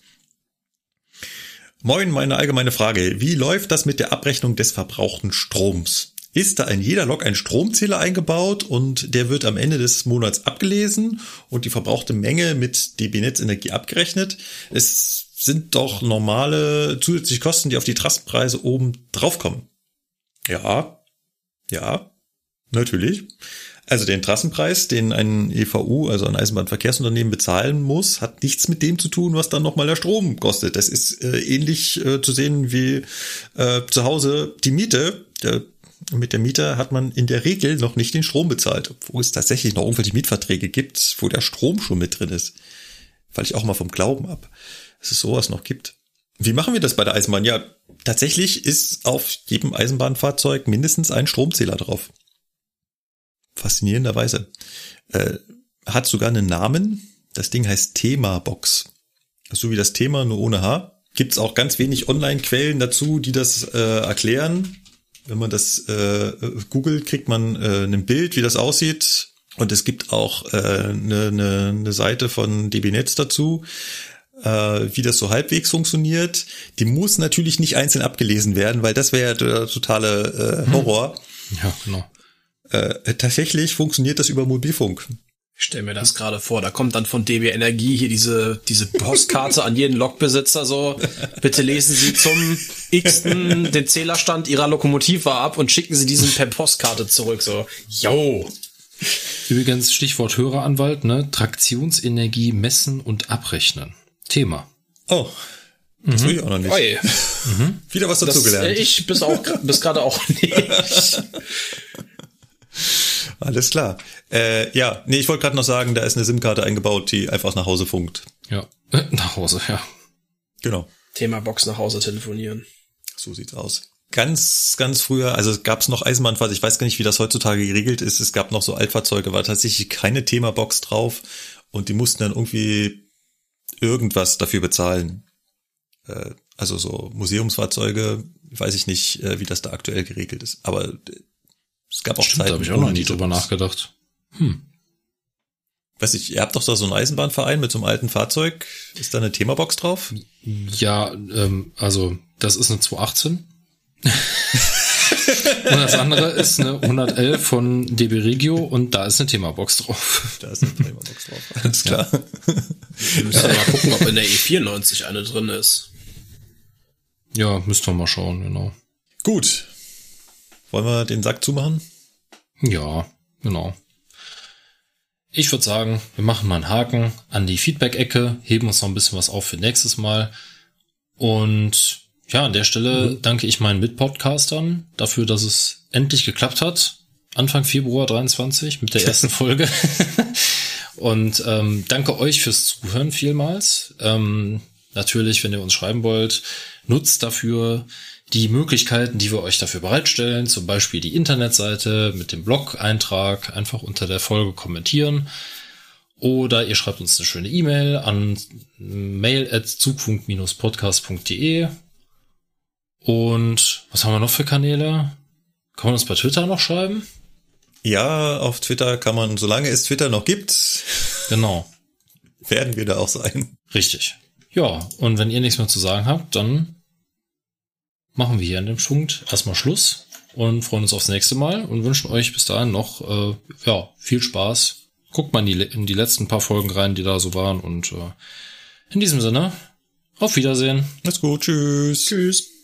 Moin, meine allgemeine Frage. Wie läuft das mit der Abrechnung des verbrauchten Stroms? Ist da in jeder Lok ein Stromzähler eingebaut und der wird am Ende des Monats abgelesen und die verbrauchte Menge mit DB Netzenergie abgerechnet? Es sind doch normale zusätzliche Kosten, die auf die Trassenpreise oben draufkommen. Ja, natürlich. Also den Trassenpreis, den ein EVU, also ein Eisenbahnverkehrsunternehmen, bezahlen muss, hat nichts mit dem zu tun, was dann nochmal der Strom kostet. Das ist ähnlich zu sehen wie zu Hause die Miete. mit der Miete hat man in der Regel noch nicht den Strom bezahlt, obwohl es tatsächlich noch irgendwelche Mietverträge gibt, wo der Strom schon mit drin ist. Falle ich auch mal vom Glauben ab, dass es sowas noch gibt. Wie machen wir das bei der Eisenbahn? Ja, tatsächlich ist auf jedem Eisenbahnfahrzeug mindestens ein Stromzähler drauf. Faszinierenderweise. Hat sogar einen Namen. Das Ding heißt Themabox. So wie das Thema, nur ohne H. Gibt's auch ganz wenig Online-Quellen dazu, die das erklären. Wenn man das googelt, kriegt man ein Bild, wie das aussieht. Und es gibt auch eine Seite von DB Netz dazu, wie das so halbwegs funktioniert. Die muss natürlich nicht einzeln abgelesen werden, weil das wäre ja der totale Horror. Ja, genau. Tatsächlich funktioniert das über Mobilfunk. Ich stell mir das gerade vor, da kommt dann von DB Energie hier diese Postkarte an jeden Lokbesitzer so, bitte lesen Sie zum X-ten den Zählerstand Ihrer Lokomotive ab und schicken Sie diesen per Postkarte zurück, so, yo. Übrigens Stichwort Höreranwalt, ne? Traktionsenergie messen und abrechnen. Thema. Oh, das will ich auch noch nicht. Oi. Wieder was dazugelernt. Ich bis gerade auch nicht. Alles klar. Ich wollte gerade noch sagen, da ist eine SIM-Karte eingebaut, die einfach nach Hause funkt. Ja, nach Hause, ja. Genau. Themabox nach Hause telefonieren. So sieht's aus. Ganz, ganz früher, also gab's noch Eisenbahnfahrzeuge, ich weiß gar nicht, wie das heutzutage geregelt ist, es gab noch so Altfahrzeuge, war tatsächlich keine Themabox drauf und die mussten dann irgendwie irgendwas dafür bezahlen. Also so Museumsfahrzeuge, weiß ich nicht, wie das da aktuell geregelt ist, aber es gab auch Zeiten, Zeiten. Da habe ich auch noch nie drüber nachgedacht. Weiß ich, ihr habt doch da so einen Eisenbahnverein mit so einem alten Fahrzeug. Ist da eine Themabox drauf? Ja, also das ist eine 218. Und das andere ist eine 111 von DB Regio und da ist eine Themabox drauf. Da ist eine Themabox drauf, alles klar. Ja. Wir müssen mal gucken, ob in der E94 eine drin ist. Ja, müsst ihr mal schauen, genau. Gut. Wollen wir den Sack zumachen? Ja, genau. Ich würde sagen, wir machen mal einen Haken an die Feedback-Ecke, heben uns noch ein bisschen was auf für nächstes Mal. Und ja, an der Stelle danke ich meinen Mitpodcastern dafür, dass es endlich geklappt hat. Anfang Februar 23 mit der ersten Folge. Und danke euch fürs Zuhören vielmals. Natürlich, wenn ihr uns schreiben wollt, nutzt dafür die Möglichkeiten, die wir euch dafür bereitstellen, zum Beispiel die Internetseite mit dem Blog-Eintrag, einfach unter der Folge kommentieren. Oder ihr schreibt uns eine schöne E-Mail an mail@zugfunk-podcast.de. Und was haben wir noch für Kanäle? Kann man uns bei Twitter noch schreiben? Ja, auf Twitter kann man, solange es Twitter noch gibt, genau, werden wir da auch sein. Richtig. Ja, und wenn ihr nichts mehr zu sagen habt, dann machen wir hier an dem Punkt erstmal Schluss und freuen uns aufs nächste Mal und wünschen euch bis dahin noch viel Spaß. Guckt mal in die letzten paar Folgen rein, die da so waren und in diesem Sinne, auf Wiedersehen. Macht's gut, tschüss. Tschüss.